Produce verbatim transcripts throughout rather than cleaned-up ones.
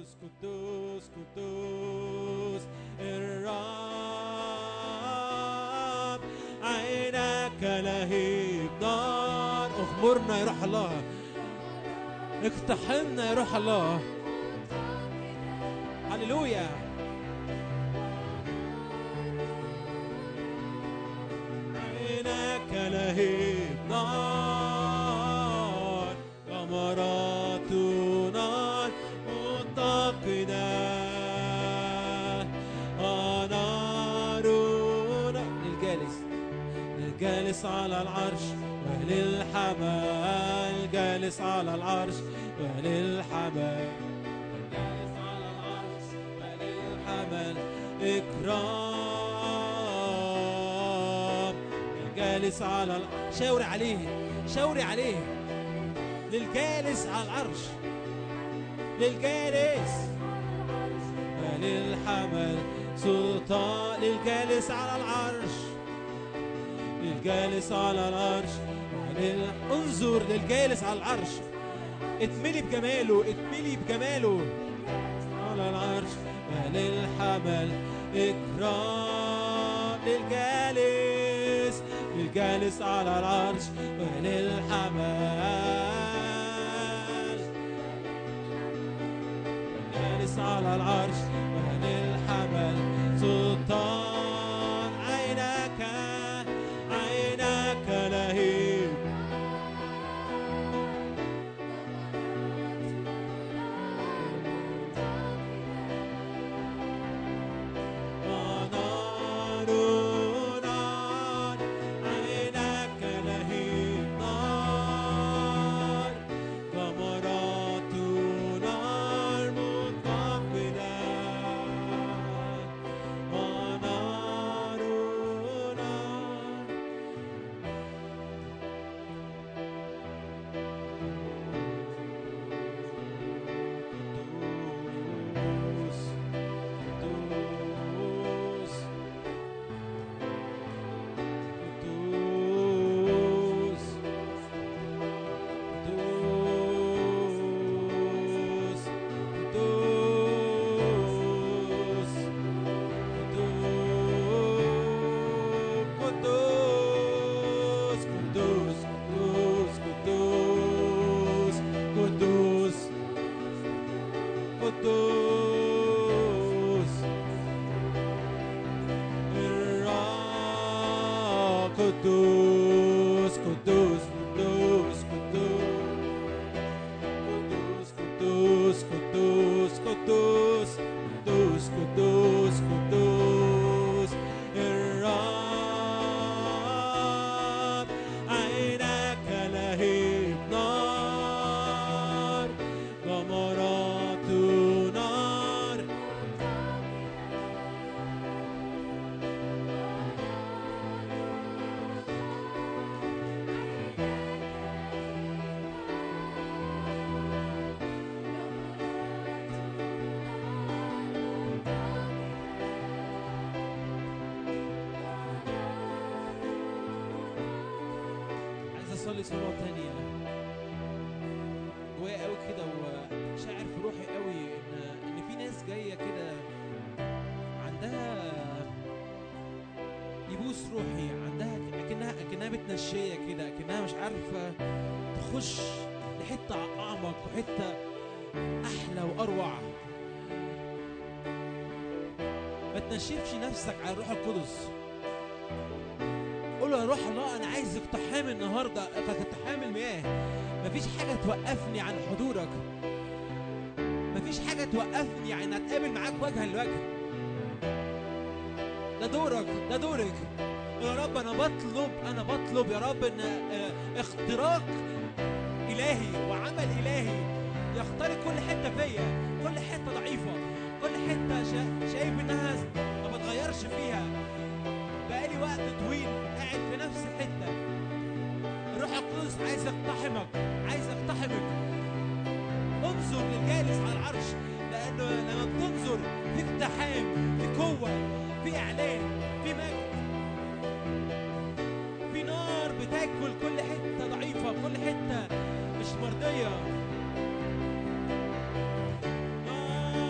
قدوس قدوس الرب، عينك لهيب نار. اغمرنا يا روح الله، اقتحمنا يا روح الله. هللويا. عينك لهيب نار، غمرات نار متقدة، نارنا للجالس للجالس على العرش وللحمل، جالس على العرش وللحمل، جالس على العرش وللحمل إكرام. الجالس على العرش، شاوري عليه شاوري عليه، للجالس على العرش، للجالس وللحمل سلطان، للجالس على العرش، للجالس على العرش ولل... انظر للجالس على العرش، اتملي بجماله، اتملي بجماله على العرش وللحمل إكرام. للجالس للجالس على العرش وللحمل، الجالس على العرش وللحمل سلطان. عينك عينك لهيب ونار نار، عينك لهيب نار، غمرات نار متقدة، ونار نار. قدوس قدوس قدوس قدوس قدوس قدوس قدوس قدوس قدوس الرب، عينك لهيب نار، غمرات نار. أصلي صلاة تانية جوايا قوي كده، وشاعر في روحي قوي إن إن في ناس جاية كده عندها يبوس روحي، عندها أكنها أكنها بتنشية كده، أكنها مش عارفة تخش لحتة أعمق وحتة أحلى وأروع. ما تنشفش نفسك على الروح القدس، قول له يا روح الله أنا عايز اقتحام النهارده، اقتحام المياه. مفيش حاجة توقفني عن حضورك، مفيش حاجة توقفني عن أتقابل معاك وجها لوجه. ده دورك، ده دورك يا رب. أنا بطلب أنا بطلب يا رب إن اختراق إلهي وعمل إلهي يخترق كل حتة فيا، كل حتة ضعيفة، كل حتة شايف إنها ما بتغيرش فيها بقالي وقت طويل قاعد في نفس الحتة. الروح القدس عايز يقتحمك، عايز يقتحمك. انظر للجالس على العرش، لأنه لما بتنظر في اقتحام، في قوة، في إعلان، في مجد، في نار بتاكل كل حتة ضعيفة، كل حتة مش مرضية. نار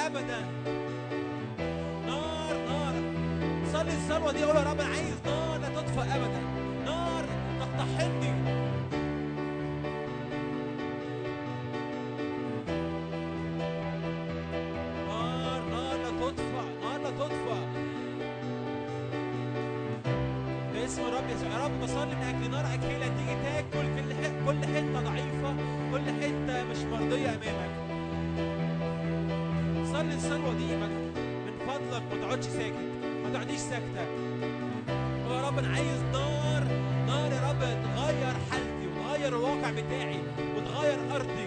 أبدا. نار نار، صلي الصلوة دي، قول يا رب أنا عايز نار لا تطفأ أبدا، نار تقتحمني. نار نار لا تطفأ، نار لا تطفأ باسم الرب يسوع. يا رب بصلي من أجل نار أكلة تيجي تاكل كل حتة، كل حتة ضعيفة، كل حتة مش مرضية أمامك. صلي الصلوة دي من فضلك، ما تقعدش ساكت، ما تقعديش ساكتة. يا رب أنا عايز نار، نار يا رب تغير حالتي وتغير الواقع بتاعي وتغير أرضي.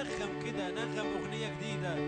نغم كده، نغم أغنية جديدة.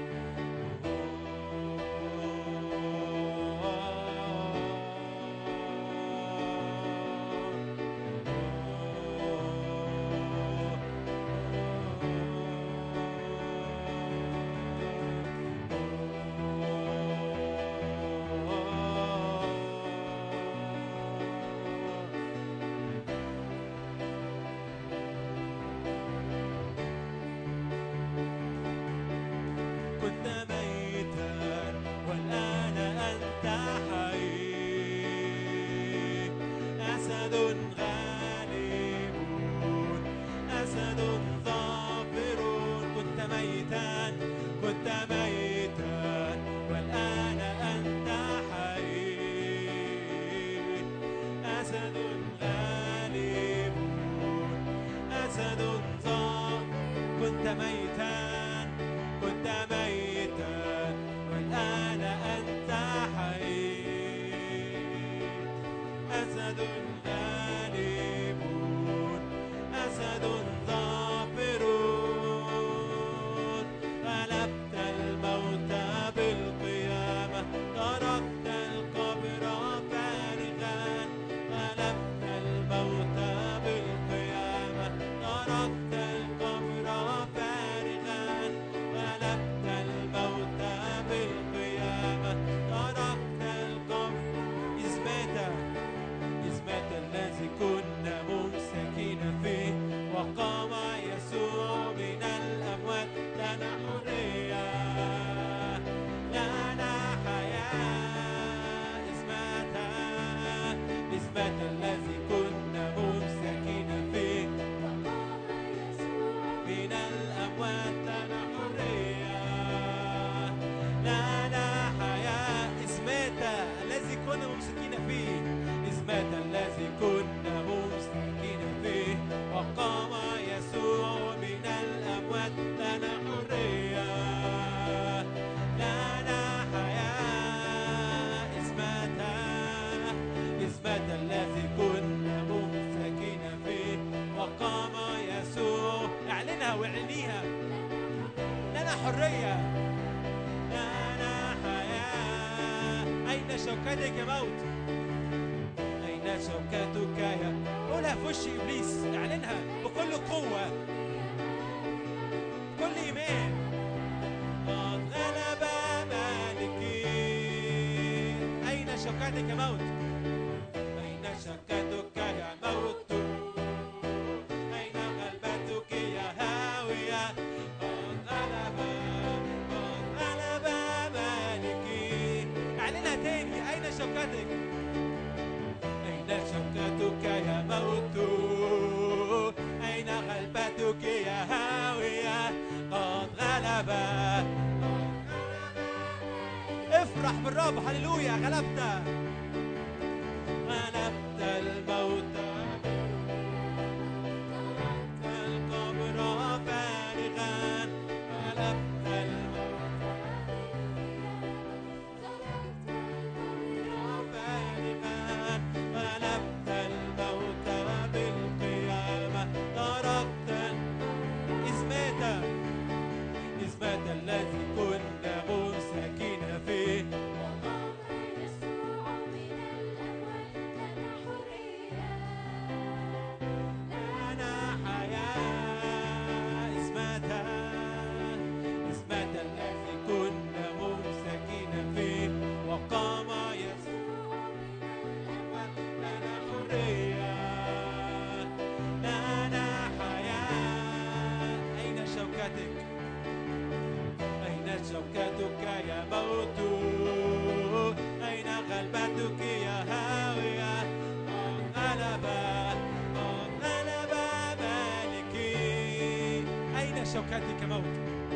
شوكتك موت؟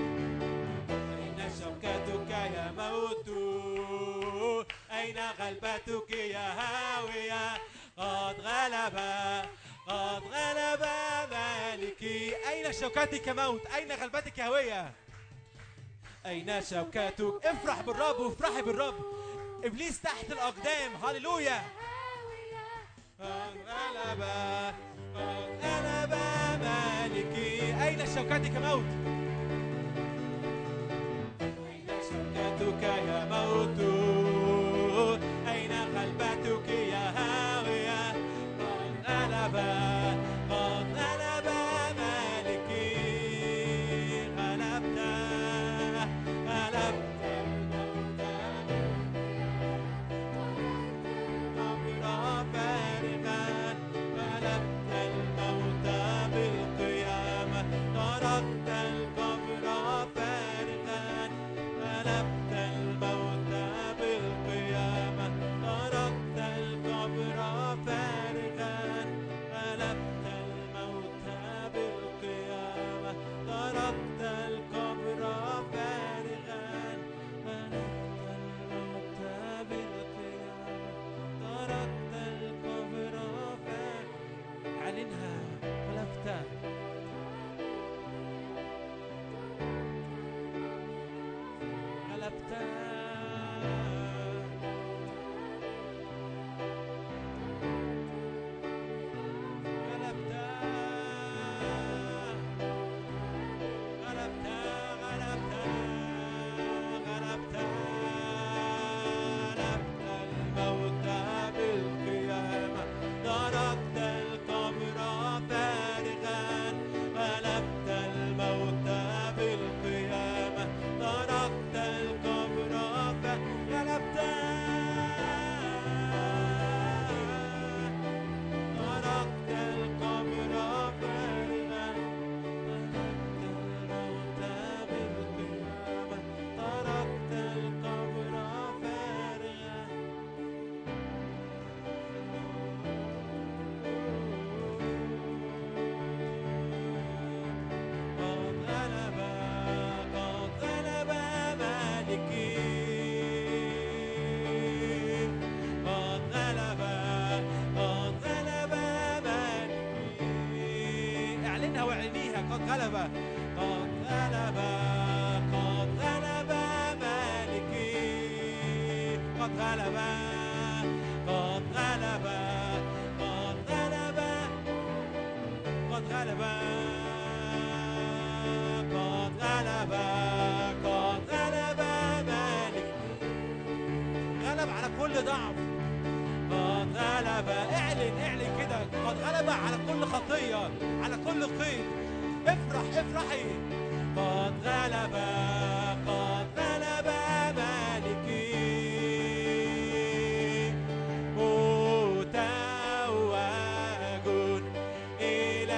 أين شوكتك يا موت؟ أين غلبتك يا هاوية؟ قد غلب قد غلب مالكي. أين شوكتك موت؟ أين غلبتك يا هاوية؟ أين شوكتك؟ افرح بالرب وافرحي بالرب. إبليس تحت الأقدام. هاليلويا. قد غلب قد غلب مالكي. أين شوكتك موت؟ منها واعلنيها. قد غلب، قد غلب، قد غلب مالكي، قد غلب، قد غلب، قد غلب، قد غلب، قد غلب، قد غلب مالك، غلب على كل ضعف. قد غلب، اعلن اعلن كده، قد غلب على كل خطية، على كل قيد. افرح افرحي. قد غلب، قد غلب مالكي، متوج إلى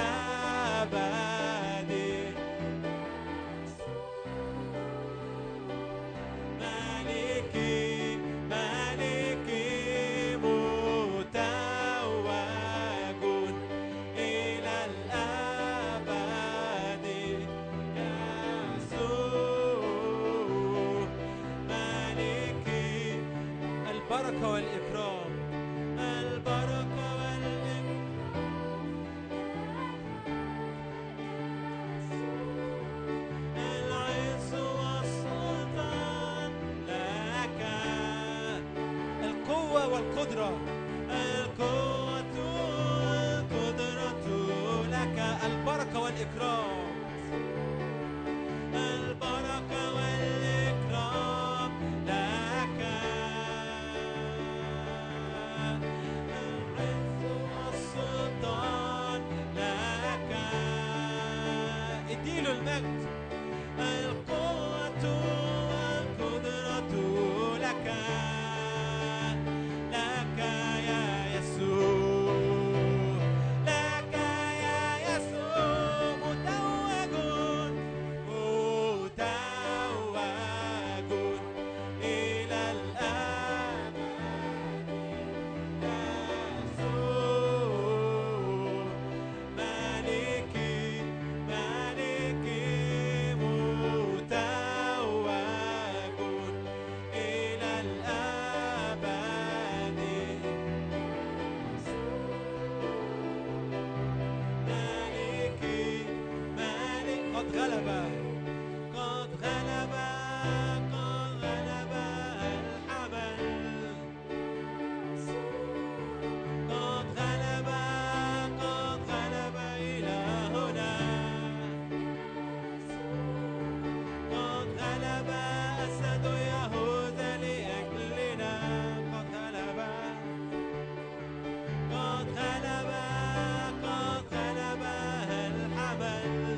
الأبد، مالكي مالكي متوج إلى الأبد، يسوع مالكي. البركة والإكرام، البركة والإكرام، العز والسلطان لك، القوة والقدرة، القوة والقدرة لك، البركة والإكرام، البركة والإكرام لك، العز والسلطان لك. اديله المجد. القوة والقدرة لك، لك يا يسوع، لك يا يسوع، متوج متوج إلى الأبد، يسوع مالكي مالكي متوج إلى الأبد، مالكي مالك. قد غلب، قد غلب، قد غلب الحمل، قد غلب، قد غلب إلى هنا، قد غلب أسد يهوذا لأجلنا، قد غلب، قد غلب، قد غلب الحمل.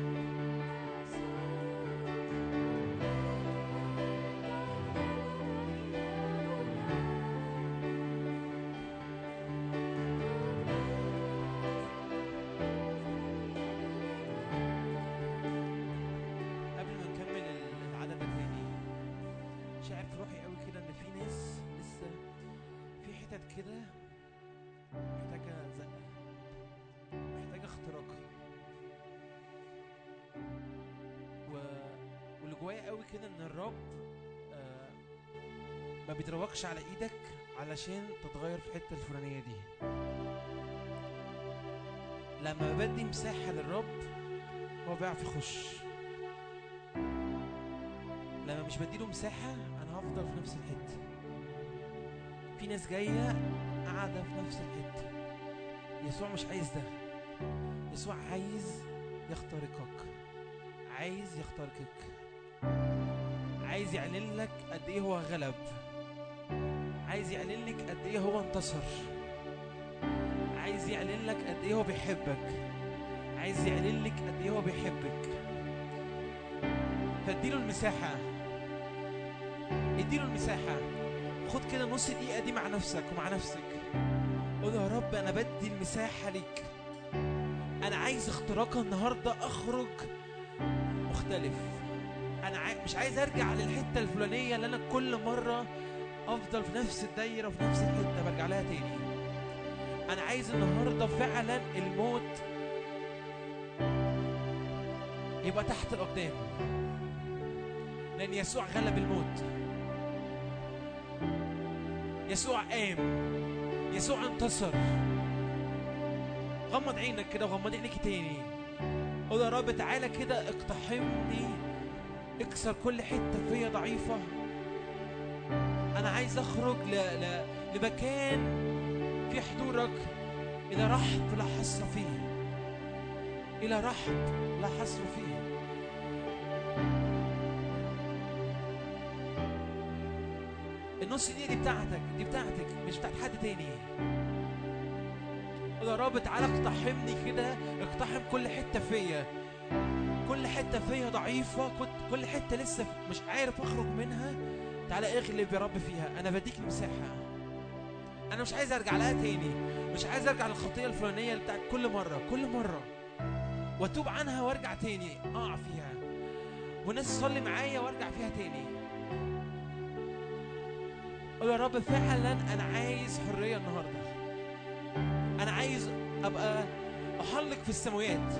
قبل ما نكمل العدد الثاني، شاعر في روحي قوي كده ان في ناس لسه في حتت كده محتاجه زقه، محتاجه اختراق. و... واللي جوايا قوي كده ان الرب آه ما بيضربكش على ايدك علشان تتغير في الحته الفلانيه دي. لما بدي مساحه للرب هو بيعرف يخش. لما مش بديله مساحه انا هفضل في نفس الحته. في ناس جايه قاعده في نفس الحته. يسوع مش عايز ده. يسوع عايز يخترقك، عايز يخترقك، عايز يعلن لك قد ايه هو غلب، عايز يعلن لك قد ايه هو انتصر، عايز يعلن لك قد ايه هو بيحبك، عايز يعلن لك قد ايه هو بيحبك. فاديله المساحه، اديله المساحه. خد كده نص دقيقه دي مع نفسك ومع نفسك. قول يا رب انا بدي المساحه ليك. انا عايز اختراقها النهارده، اخرج مختلف. انا عاي... مش عايز ارجع للحته الفلانيه اللي انا كل مره افضل في نفس الدايره وفي نفس الحته برجع لها تاني. انا عايز النهارده فعلا الموت يبقى تحت الاقدام، لان يسوع غلب الموت. يسوع قام، يسوع انتصر. غمض عينك كده وغمض عينك تاني. قول يا رب تعالى كده اقتحمني، اكسر كل حتة فيا ضعيفة. أنا عايز أخرج ل... ل... لمكان في حضورك إلى رحب لا حصر فيه، إلى رحب لا حصر فيه. النص دي دي بتاعتك، دي بتاعتك مش بتاعت حد تاني. قول يا رب تعالى اقتحمني كده، اقتحم كل حتة فيا، كل حتة فيا ضعيفة، كل حتة لسه مش عارف أخرج منها. تعالى اغلب يا رب فيها. أنا بديك المساحة، أنا مش عايز أرجع لها تاني، مش عايز أرجع للخطية الفلانية اللي بتاعت كل مرة كل مرة وأتوب عنها وأرجع تاني أقع فيها، والناس تصلي معايا وأرجع فيها تاني. قول يا رب فعلا أنا عايز حرية النهاردة، أنا عايز أبقى أحلق في السماوات.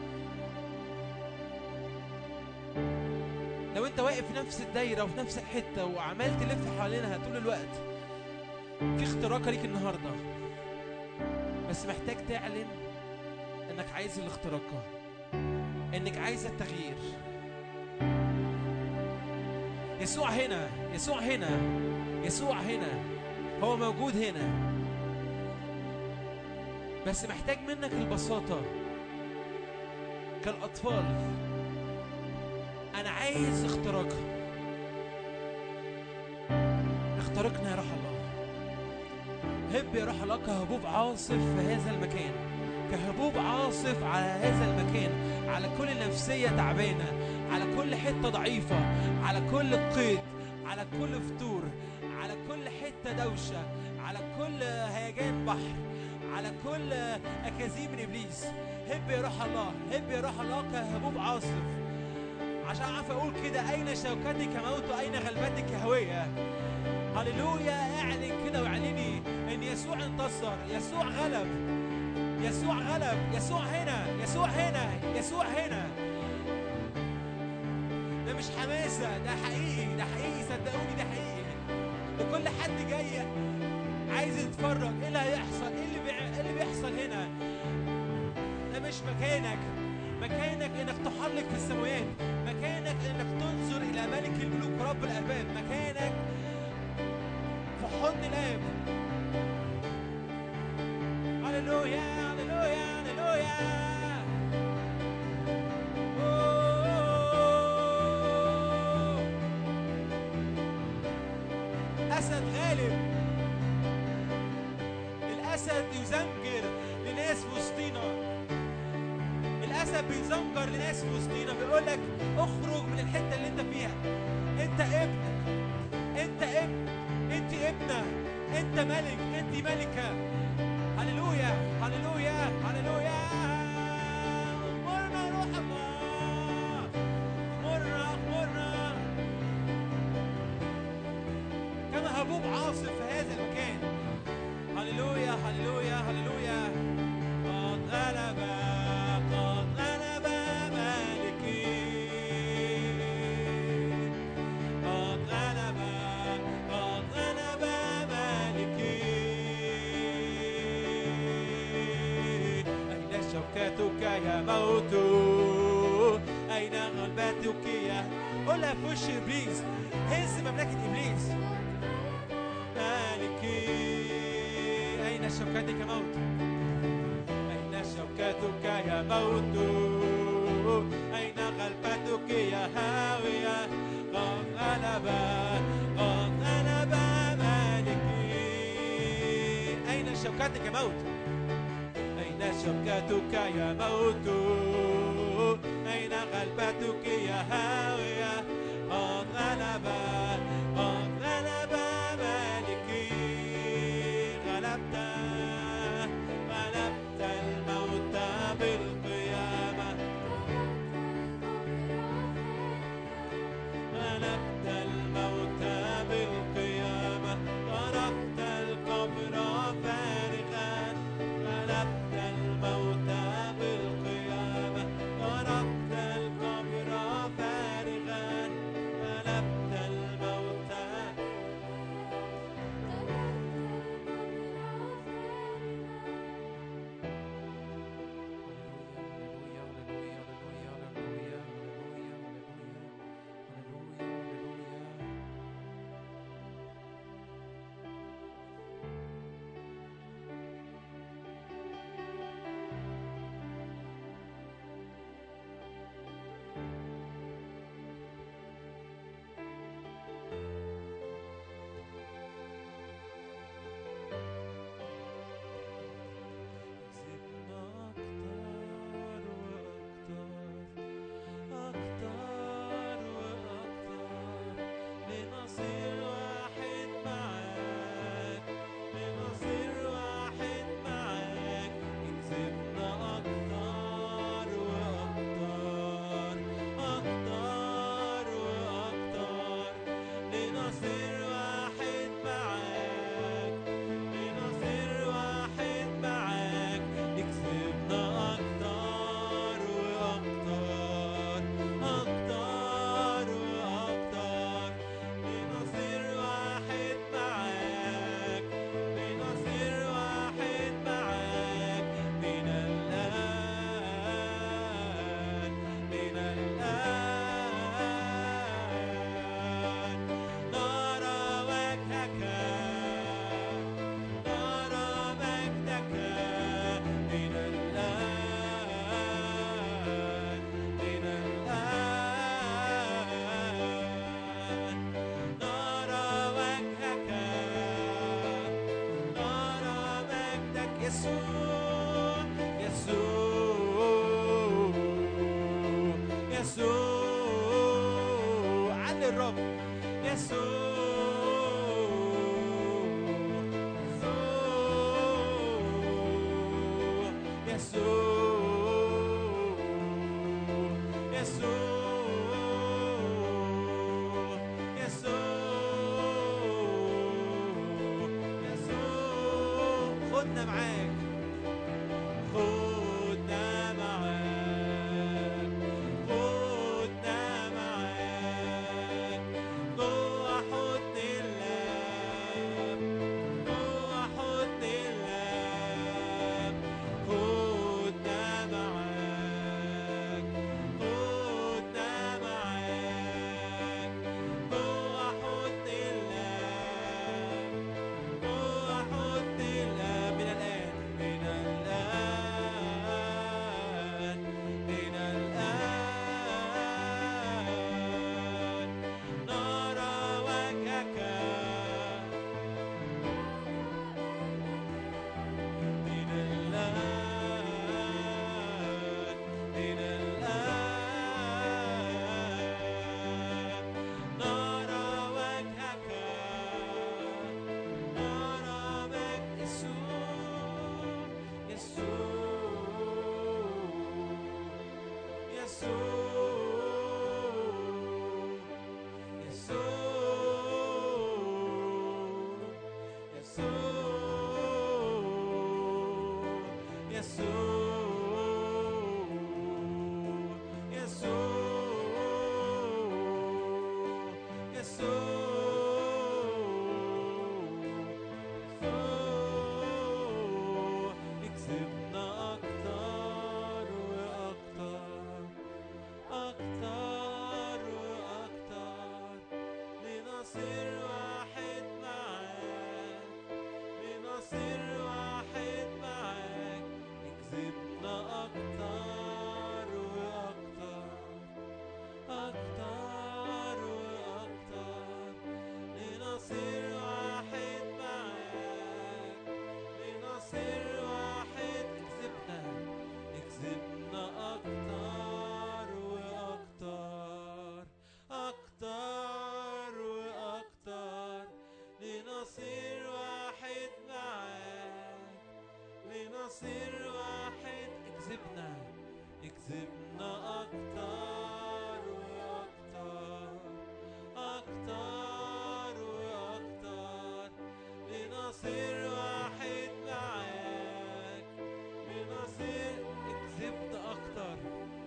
لو أنت واقف في نفس الدايرة وفي نفس الحتة وعمال تلف حوالينها طول الوقت، في اختراقة ليك النهاردة، بس محتاج تعلن إنك عايز الاختراقة، إنك عايز التغيير. يسوع هنا، يسوع هنا، يسوع هنا، هو موجود هنا، بس محتاج منك البساطة كالأطفال. أنا عايز اختراقها. اخترقنا يا روح الله. هب يا روح الله كهبوب عاصف في هذا المكان، كهبوب عاصف على هذا المكان، على كل نفسية تعبانة، على كل حتة ضعيفة، على كل قيد، على كل فتور، على كل حتة دوشة، على كل هيجان بحر، على كل أكاذيب من إبليس. هب يا روح الله، هب يا روح الله كهبوب عاصف، عشان أعرف أقول كده: أين شوكتك موت وأين غلبتك هوية. هللويا. اعلن كده واعلني ان يسوع انتصر، يسوع غلب، يسوع غلب، يسوع هنا، يسوع هنا، يسوع هنا. ده مش حماسة، ده حقيقي، ده حقيقي، صدقوني ده حقيقي. وكل حد جاي عايز يتفرج ايه اللي هيحصل، ايه اللي بيع... ايه اللي بيحصل هنا. ده مش مكانك، مكانك انك تحلق في السماوات، مكانك انك تنظر الى ملك الملوك ورب الارباب، مكانك في حضن الاب. هللويا هللويا هللويا. اسد غالب، الاسد يزمجر لناس في وسطينا، الاسد بيزمجر لناس في وسطينا، بيقول لك اخرج من الحته اللي انت فيها. انت ابن، انت ابن، انت ابنه، انت ملك، انت ملكه. هللويا هللويا هللويا. اغمرنا روح الله، اغمرنا اغمرنا كما هبوب عاصف في هذا المكان. هللويا هللويا هللويا. قد غلب، قد غلب مالكي، قد غلب، قد غلب مالكي. أين شوكتك يا موت، أين غلبتك يا، قولها في وش إبليس، هز مملكة إبليس. مالكي، أين شوكتك يا موت، أين شوكتك يا موت، أين غلبتك يا هاوية. قد غلب، قد غلب مالكي. أين شوكتك يا موت، أين شوكتك يا موت، أين غلبتك يا هاوية. قد غلب، قد غلب مالكي. غلبت، غلبت الموت بالقيامة، غلبت الموت بالقيامة. تركت القبر فارغا، غلبت الموت بالقيامة. تركت القبر فارغا، غلبت الموت للرب. يسوع يسوع يسوع يسوع يسوع خدنا معاك، خدنا معاك، خدنا معاك جوا حضن الآب، جوا حضن الآب. خدنا معاك، خدنا معاك جوا حضن الآب، جوا حضن الآب. من الآن، من الآن، من الآن نرى وجهك. من الآن، من الآن نرى وجهك، نرى مجد يسوع. يسوع اكسبنا أكتر وأكتر، أكتر وأكتر لنصير واحد معاك، لنصير واحد معاك. اكسبنا أكتر وأكتر، أكتر وأكتر لنصير واحد معاك، لنصير واحد. اكسبنا، اكسبنا أكتر وأكتر، أكتر وأكتر لنصير واحد معاك، لنصير واحد. اكسبنا، اكسبنا أكتر وأكتر، أكتر وأكتر لنصير واحد معاك، لنصير. اكسبنا أكتر،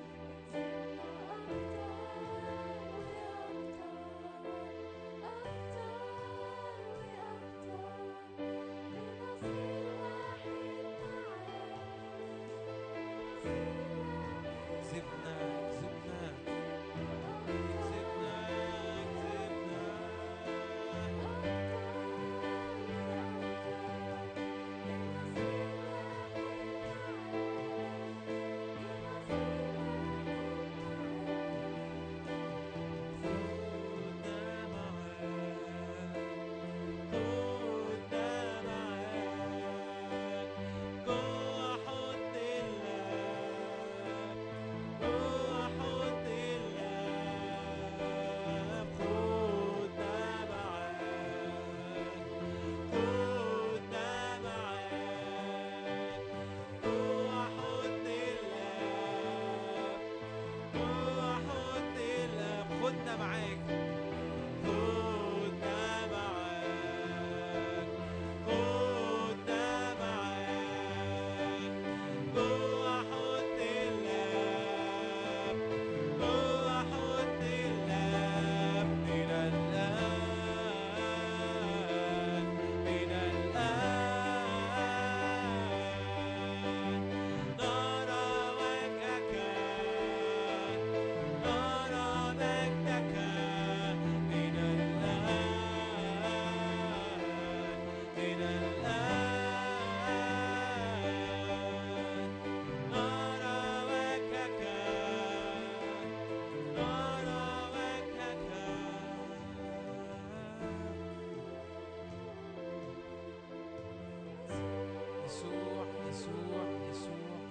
اكسبنا، اكسبنا، اكسبنا، خدنا معاك، خدنا معاك، خدنا معاك جوا حضن الآب، جوا حضن الآب. من الآن، من الآن نرى وجهك، نرى مجدك. من الآن، من الآن نرى وجهك، نرى وجهك. يسوع يسوع يسوع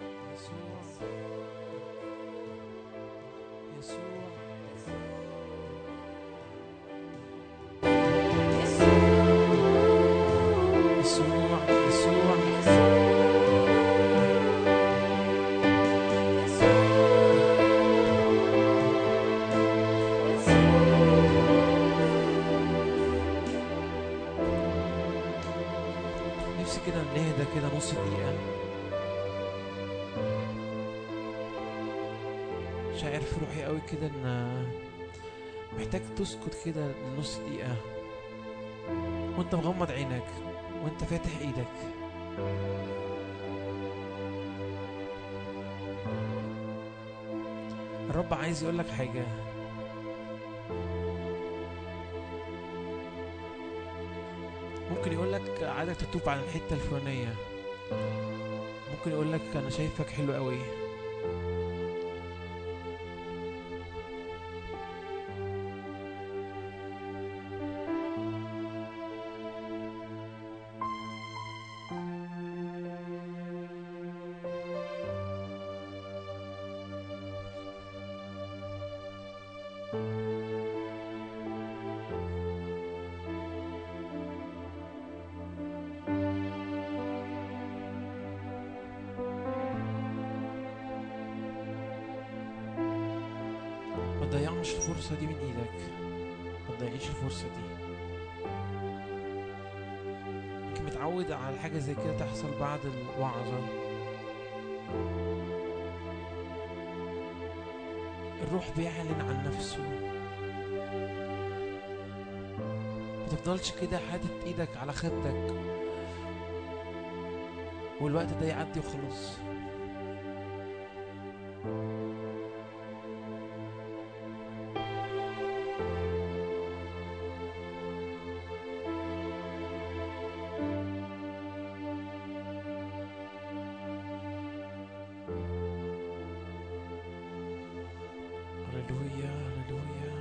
يسوع يسوع شاعر في روحي قوي كده ان محتاج تسكت كده لنص دقيقة وانت مغمض عينك وانت فاتح ايدك. الرب عايز يقولك حاجة. ممكن يقولك عايزك تتوب عن الحتة الفلانية، ممكن يقولك انا شايفك حلو قوي. ما تضيعش الفرصة دي من ايدك، ما تضيعيش الفرصة دي. يمكن متعود على حاجة زي كده تحصل بعد الوعظة. الروح بيعلن عن نفسه. ما تفضلش كده حاطط ايدك على خدك والوقت ده يعدي وخلاص. هللويا هللويا.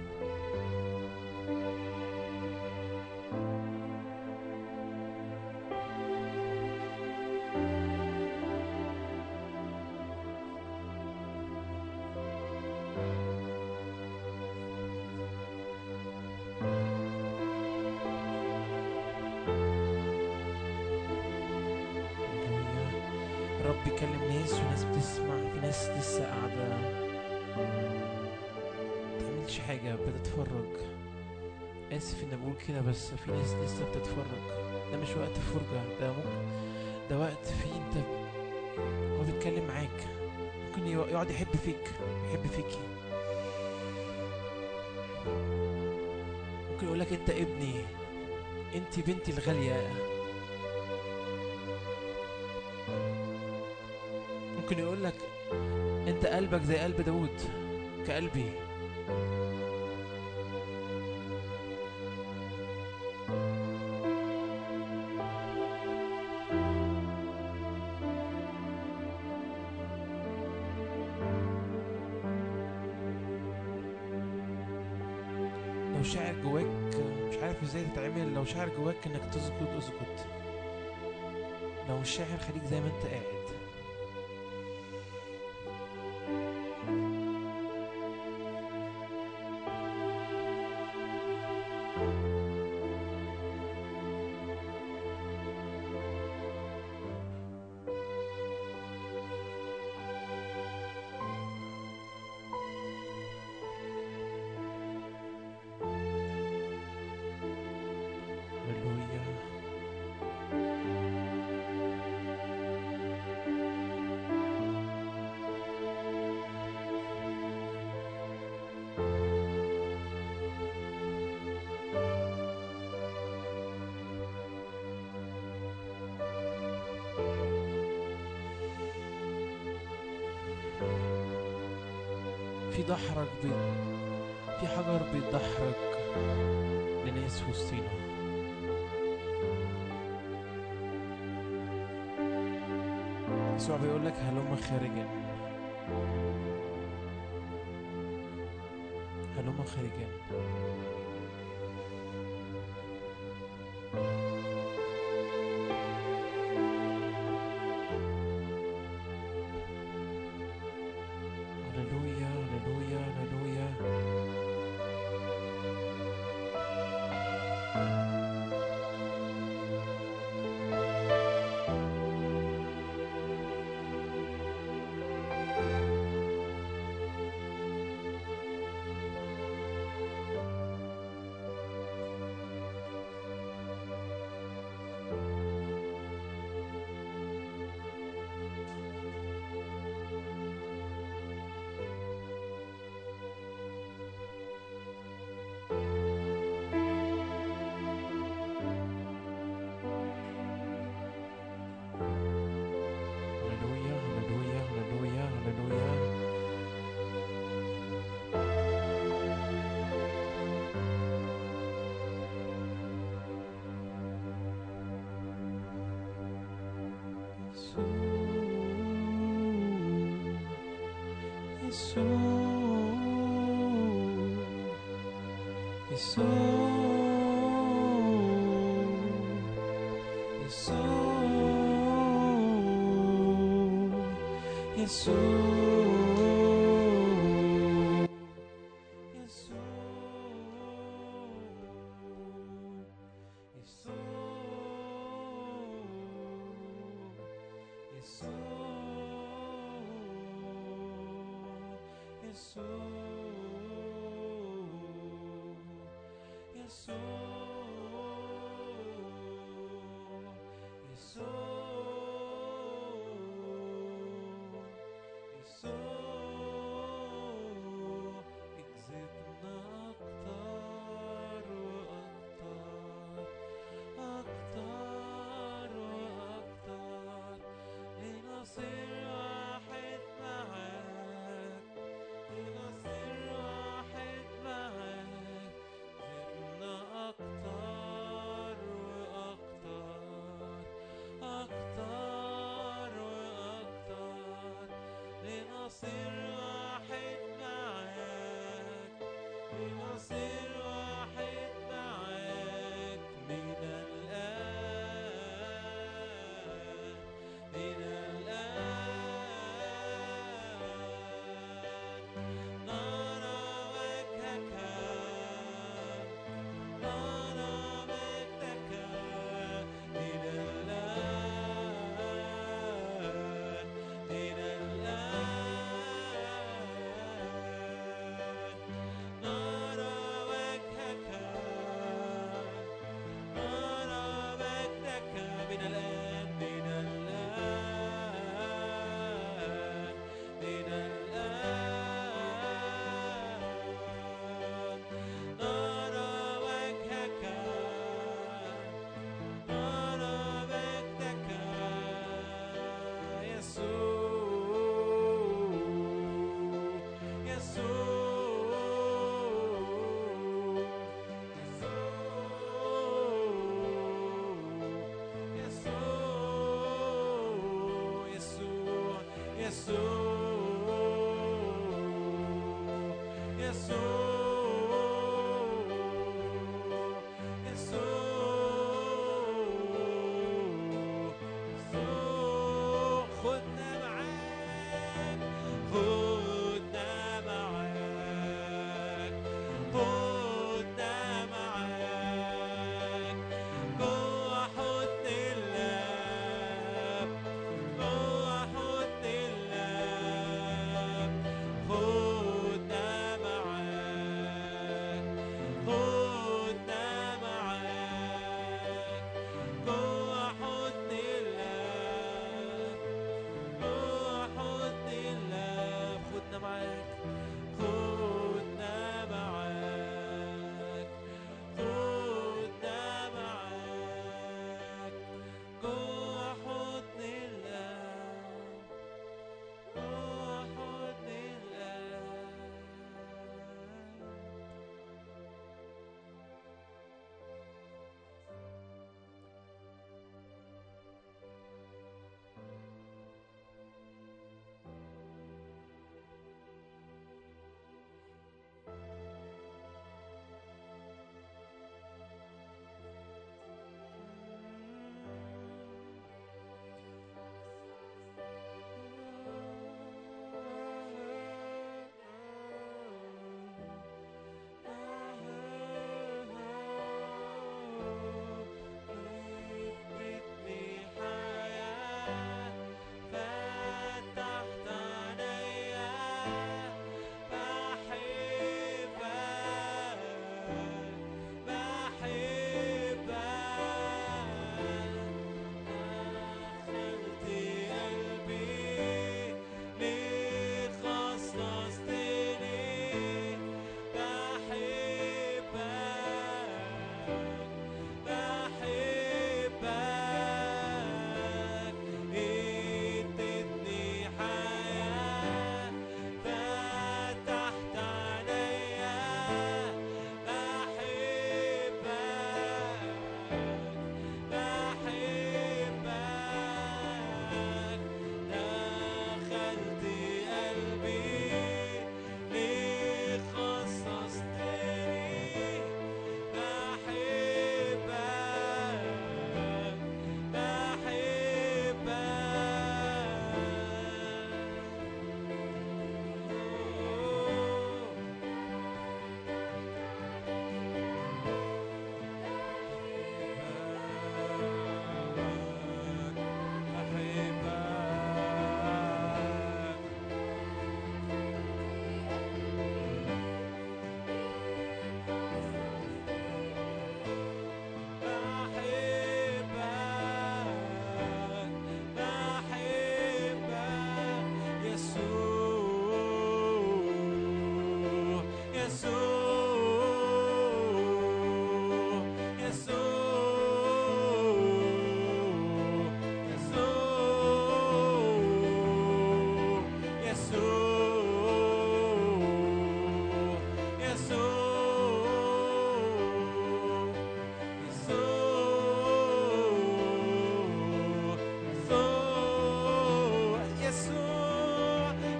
الرب بيكلم ناس وناس بتسمع، في ناس لسه قاعدة متعملش حاجة بتتفرج. آسف إني بقول كده بس في ناس لسه بتتفرج. ده مش وقت فرجة، ده ممكن ده وقت فيه انت هو بيتكلم معاك. ممكن يقعد يحب فيك، يحب فيكي. ممكن يقولك انت ابني، انت بنتي الغالية. ممكن يقولك انت قلبك زي قلب داود كقلبي. لو شاعر جواك مش عارف ازاي تتعمل، لو شاعر جواك انك تسجد اسجد. لو مش شاعر خليك زي ما انت قاعد. هللويا. في دحرج بي... في حجر بيتدحرج لناس في وسطينا. يسوع بيقول لك هلم خارجا، هلم خارجا. هللويا هللويا هللويا. نرى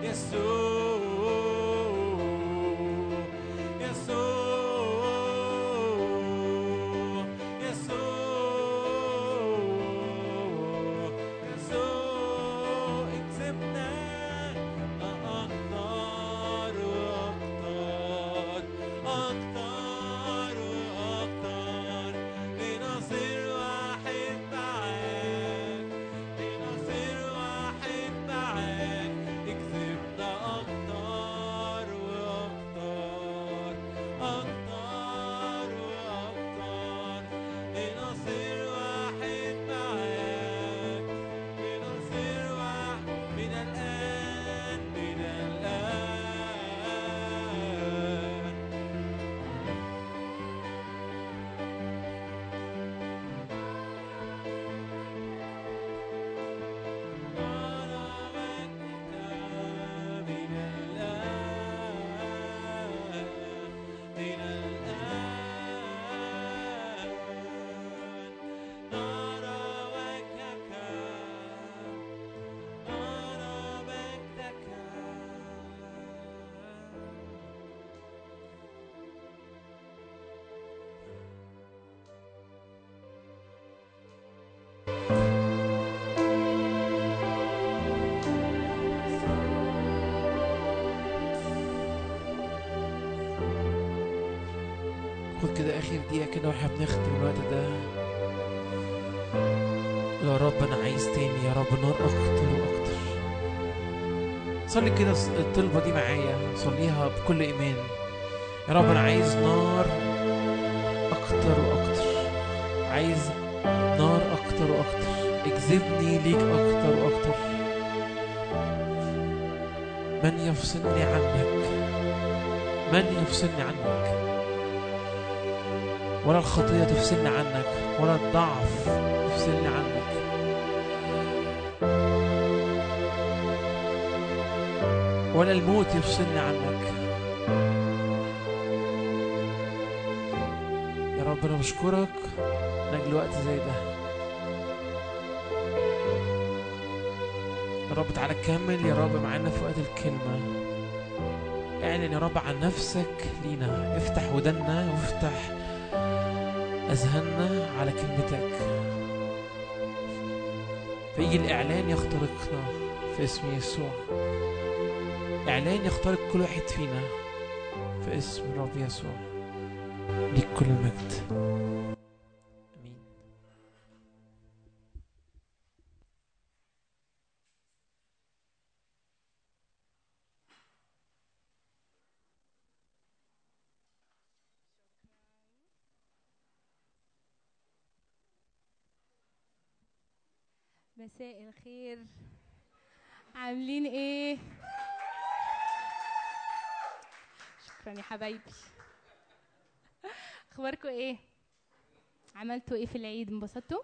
خد كده آخر دقيقة كده واحنا بنختم الوقت ده. يا رب أنا عايز تاني يا رب نار أكتر وأكتر. صلي كده الطلبة دي معايا، صليها بكل إيمان. يا رب أنا عايز نار أكتر وأكتر، عايز نار أكتر وأكتر، اجذبني ليك أكتر وأكتر. من يفصلني عنك؟ من يفصلني عنك؟ ولا الخطية تفصلني عنك، ولا الضعف يفصلني عنك. ولا الموت يفصلني عنك. يا رب أنا بشكرك لأجل وقت زي ده. يا رب تعالى كمل يا رب معانا في وقت الكلمة. اعلن يا رب عن نفسك لينا، افتح ودنا وافتح أذهاننا على كلمتك، فيجي الإعلان يخترقنا في اسم يسوع. إعلان يخترق كل واحد فينا في اسم الرب يسوع. ليك كل المجد. آمين. مساء الخير، عاملين ايه؟ شكرا يا حبايبي. اخباركم ايه؟ عملتوا ايه في العيد؟ انبسطتوا؟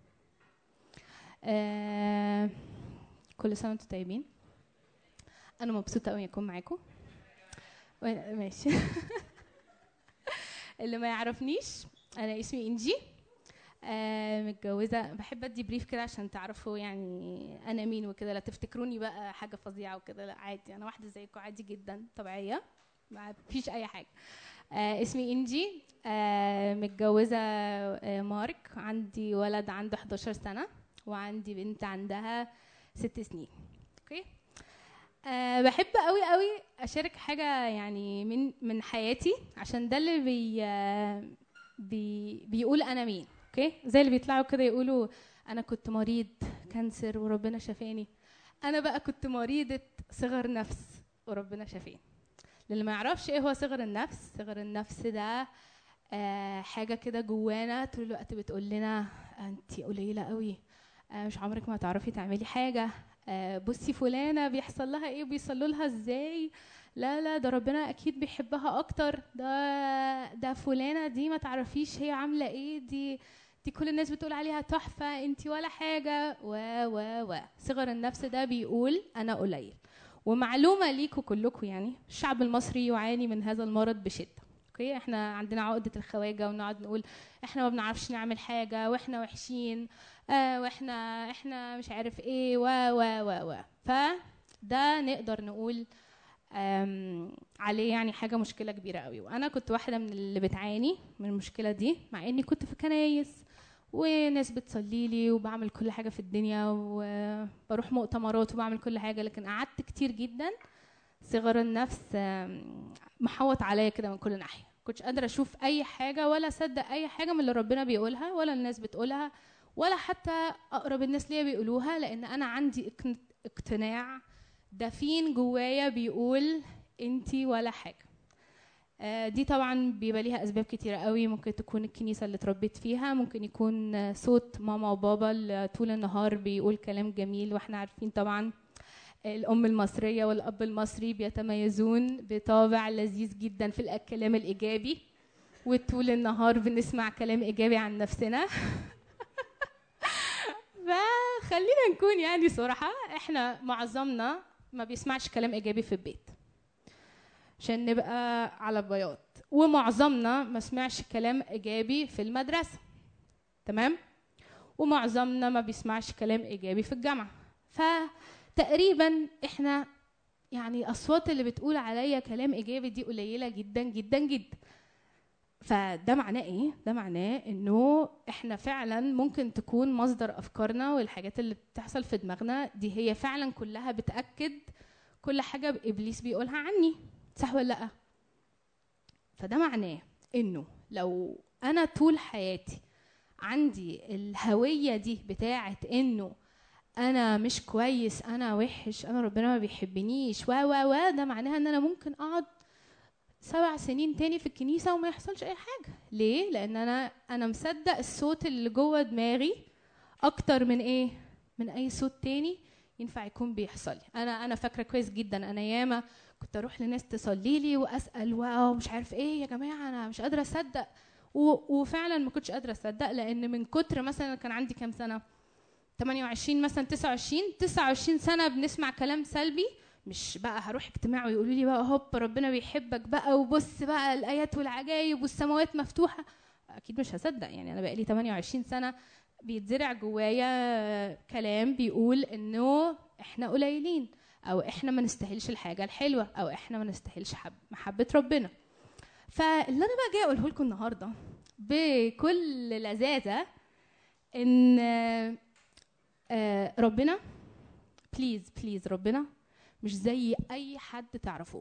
آه، كل سنه وانتم طيبين. انا مبسوطه قوي اكون معاكم. ماشي. اللي ما يعرفنيش، انا اسمي انجي، آه متجوزه. بحب ادي بريف كده عشان تعرفوا يعني انا مين وكده، لا تفتكروني بقى حاجه فظيعه وكده، لا عادي، انا واحده زيكم عادي جدا طبيعيه، ما فيش اي حاجه. آه اسمي انجي، آه متجوزه آه مارك، عندي ولد عنده حداشر سنه وعندي بنت عندها ست سنين. اوكي. أه بحب قوي قوي اشارك حاجه يعني من من حياتي، عشان ده اللي بي بي بيقول انا مين. اوكي، زي اللي بيطلعوا كده يقولوا انا كنت مريض كانسر وربنا شفاني. انا بقى كنت مريضه صغر نفس وربنا شفاني. للي ما يعرفش ايه هو صغر النفس، صغر النفس ده أه حاجه كده جوانا طول الوقت بتقول لنا انتي قليله قوي، أه مش عمرك ما تعرفي تعملي حاجه، أه بصي فلانه بيحصل لها ايه وبيصلوا لها ازاي، لا لا ده ربنا اكيد بيحبها اكتر، ده ده فلانه دي ما تعرفيش هي عامله ايه، دي دي كل الناس بتقول عليها تحفه، انتي ولا حاجه و و و صغر النفس ده بيقول انا قليل. ومعلومه ليكوا كلكم، يعني الشعب المصري يعاني من هذا المرض بشده. اوكي، احنا عندنا عقده الخواجه ونقعد نقول احنا ما بنعرفش نعمل حاجه واحنا وحشين، آه واحنا احنا مش عارف ايه و و و و ف ده نقدر نقول عليه يعني حاجه مشكله كبيره قوي. وانا كنت واحده من اللي بتعاني من المشكله دي، مع اني كنت في كنايس وناس بتصلي لي وبعمل كل حاجه في الدنيا وبروح مؤتمرات وبعمل كل حاجه، لكن قعدت كتير جدا صغر النفس محوط عليا كده من كل ناحيه. كنتش قادره اشوف اي حاجه ولا اصدق اي حاجه من اللي ربنا بيقولها ولا الناس بتقولها ولا حتى اقرب الناس ليا بيقولوها، لان انا عندي اقتناع دفين جوايا بيقول انتي ولا حاجه. دي طبعا بيبقى ليها اسباب كتيره قوي، ممكن تكون الكنيسه اللي اتربيت فيها، ممكن يكون صوت ماما وبابا اللي طول النهار بيقول كلام جميل، واحنا عارفين طبعا الام المصريه والاب المصري بيتميزون بطابع لذيذ جدا في الكلام الايجابي، وطول النهار بنسمع كلام ايجابي عن نفسنا. فخلينا نكون يعني صراحه، احنا معظمنا ما بيسمعش كلام ايجابي في البيت عشان نبقى على بياض، ومعظمنا ما سمعش كلام ايجابي في المدرسه، تمام؟ ومعظمنا ما بيسمعش كلام ايجابي في الجامعه. فتقريبا احنا يعني اصوات اللي بتقول عليا كلام ايجابي دي قليله جدا جدا جدا. فده معناه ايه؟ ده معناه انه احنا فعلا ممكن تكون مصدر افكارنا والحاجات اللي بتحصل في دماغنا دي هي فعلا كلها بتاكد كل حاجه ابليس بيقولها عني، صح ولا لا؟ فده معناه انه لو انا طول حياتي عندي الهويه دي بتاعه انه انا مش كويس، انا وحش، انا ربنا ما بيحبنيش و و و ده معناها ان انا ممكن اقعد سبع سنين تاني في الكنيسه وما يحصلش اي حاجه. ليه؟ لان انا انا مصدق الصوت اللي جوه دماغي اكتر من ايه؟ من اي صوت تاني ينفع يكون بيحصل لي. انا انا فاكره كويس جدا انا ياما كنت اروح لناس تصلي لي واسال واو مش عارف ايه يا جماعه انا مش قادره اصدق، وفعلا ما كنتش قادره اصدق، لان من كتر مثلا كان عندي كام سنه، ثمانية وعشرين مثلا، تسعة وعشرين تسعة وعشرين سنه بنسمع كلام سلبي. مش بقى هروح اجتماع ويقولوا لي بقى هوب ربنا بيحبك بقى وبص بقى الايات والعجائب والسماوات مفتوحه، اكيد مش هصدق. يعني انا بقى لي ثمانية وعشرين سنه بيتزرع جوايا كلام بيقول انه احنا قليلين، او احنا ما نستاهلش الحاجه الحلوه، او احنا ما نستاهلش حب محبه ربنا. فاللي انا بقى جاي اقوله لكم النهارده بكل لذاذه ان ربنا بليز بليز ربنا مش زي اي حد تعرفوه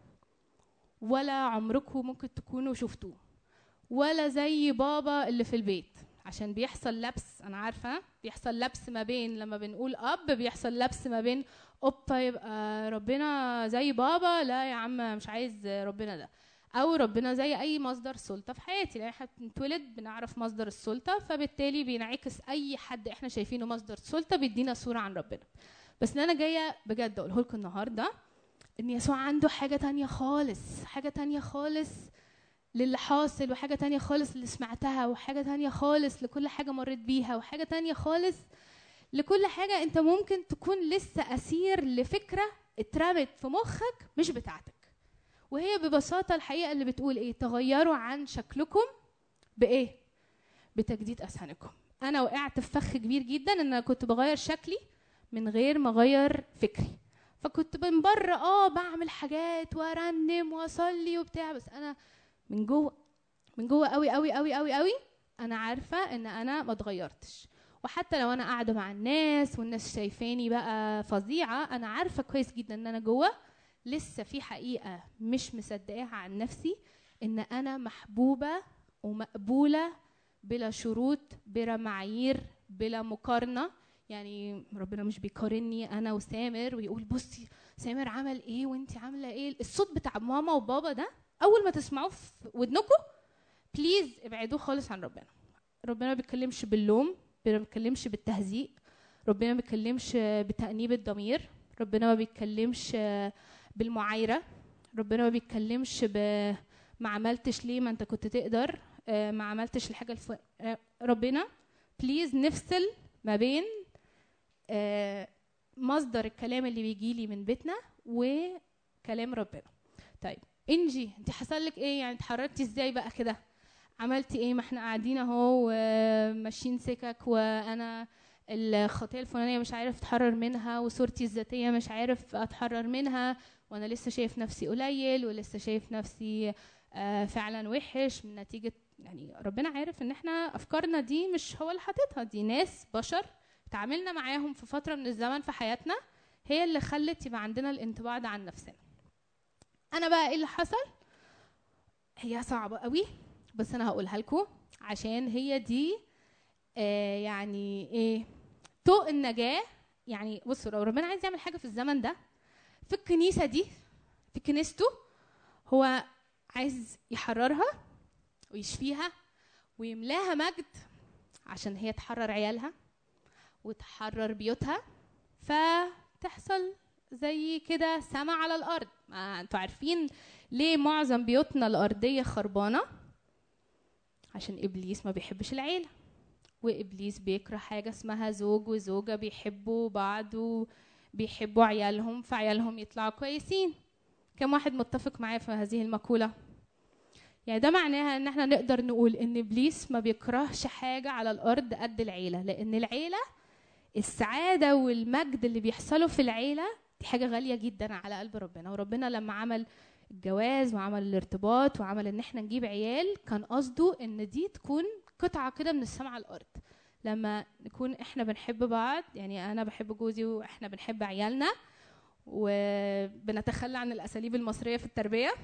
ولا عمركم ممكن تكونوا شفتوه، ولا زي بابا اللي في البيت. عشان بيحصل لبس، انا عارفه بيحصل لبس ما بين لما بنقول اب، بيحصل لبس ما بين اوبا يبقى ربنا زي بابا، لا يا عم مش عايز ربنا ده، او ربنا زي اي مصدر سلطه في حياتي، لان احنا بنتولد بنعرف مصدر السلطه، فبالتالي بينعكس اي حد احنا شايفينه مصدر سلطه بيدينا صوره عن ربنا. بس اللي انا جايه بجد اقوله لكم النهارده ان يسوع عنده حاجه تانية خالص، حاجه تانية خالص للي حاصل، وحاجه تانية خالص اللي سمعتها، وحاجه تانية خالص لكل حاجه مريت بيها، وحاجه تانية خالص لكل حاجه انت ممكن تكون لسه اسير لفكره اترمت في مخك مش بتاعتك. وهي ببساطه الحقيقه اللي بتقول ايه؟ تغيروا عن شكلكم بايه؟ بتجديد اذهانكم. انا وقعت في فخ كبير جدا ان انا كنت بغير شكلي من غير ما اغير فكري. فكنت من بره اه بعمل حاجات وارنم واصلي وبتاع، بس انا من جوه من جوه قوي قوي قوي قوي قوي انا عارفه ان انا ما اتغيرتش. وحتى لو انا قاعده مع الناس والناس شايفاني بقى فظيعه، انا عارفه كويس جدا ان انا جوه لسه في حقيقه مش مصدقاها عن نفسي، ان انا محبوبه ومقبوله بلا شروط بلا معايير بلا مقارنه. يعني ربنا مش بيقارني انا وسامر ويقول بصي سامر عمل ايه وانتي عامله ايه. الصوت بتاع ماما وبابا ده اول ما تسمعوه في ودنكم بليز ابعدوه خالص عن ربنا. ربنا ما بيتكلمش باللوم، ربنا ما بيتكلمش بالتهزيء، ربنا ما بيتكلمش بتأنيب الضمير، ربنا ما بيتكلمش بالمعايره، ربنا ما بيتكلمش ب ما عملتش ليه ما انت كنت تقدر، ما عملتش الحاجه الف... ربنا بليز نفصل ما بين مصدر الكلام اللي بيجي لي من بيتنا وكلام ربنا. طيب انجي انت حصل لك ايه؟ يعني اتحركتي ازاي بقى كده؟ عملتي ايه؟ ما احنا قاعدين اهو ماشيين سكك وانا الخطيه الفلانيه مش عارف اتحرر منها، وصورتي الذاتيه مش عارف اتحرر منها، وانا لسه شايف نفسي قليل، ولسه شايف نفسي آه فعلا وحش من نتيجه، يعني ربنا عارف ان احنا افكارنا دي مش هو اللي حاططها، دي ناس بشر تعاملنا معاهم في فتره من الزمن في حياتنا هي اللي خلت يبقى عندنا الانطباع ده عن نفسنا. انا بقى ايه اللي حصل؟ هي صعبه قوي بس انا هقولها لكم عشان هي دي آه يعني ايه طوق النجاه. يعني بصوا، لو ربنا عايز يعمل حاجه في الزمن ده في الكنيسه دي في كنيسته، هو عايز يحررها ويشفيها ويملاها مجد عشان هي تحرر عيالها وتحرر بيوتها، فتحصل زي كده سما على الارض. ما انتوا عارفين ليه معظم بيوتنا الارضيه خربانه؟ عشان ابليس ما بيحبش العيله، وابليس بيكره حاجه اسمها زوج وزوجه بيحبوا بعض وبيحبوا عيالهم، فعيالهم يطلعوا كويسين. كم واحد متفق معايا في هذه المقوله؟ يعني ده معناها ان احنا نقدر نقول ان ابليس ما بيكرهش حاجه على الارض قد العيله، لان العيله السعاده والمجد اللي بيحصلوا في العيله دي حاجه غاليه جدا على قلب ربنا. وربنا لما عمل الجواز وعمل الارتباط وعمل ان احنا نجيب عيال كان قصده ان دي تكون قطعه كده من السماء على الارض. لما نكون احنا بنحب بعض، يعني انا بحب جوزي واحنا بنحب عيالنا وبنتخلى عن الاساليب المصريه في التربيه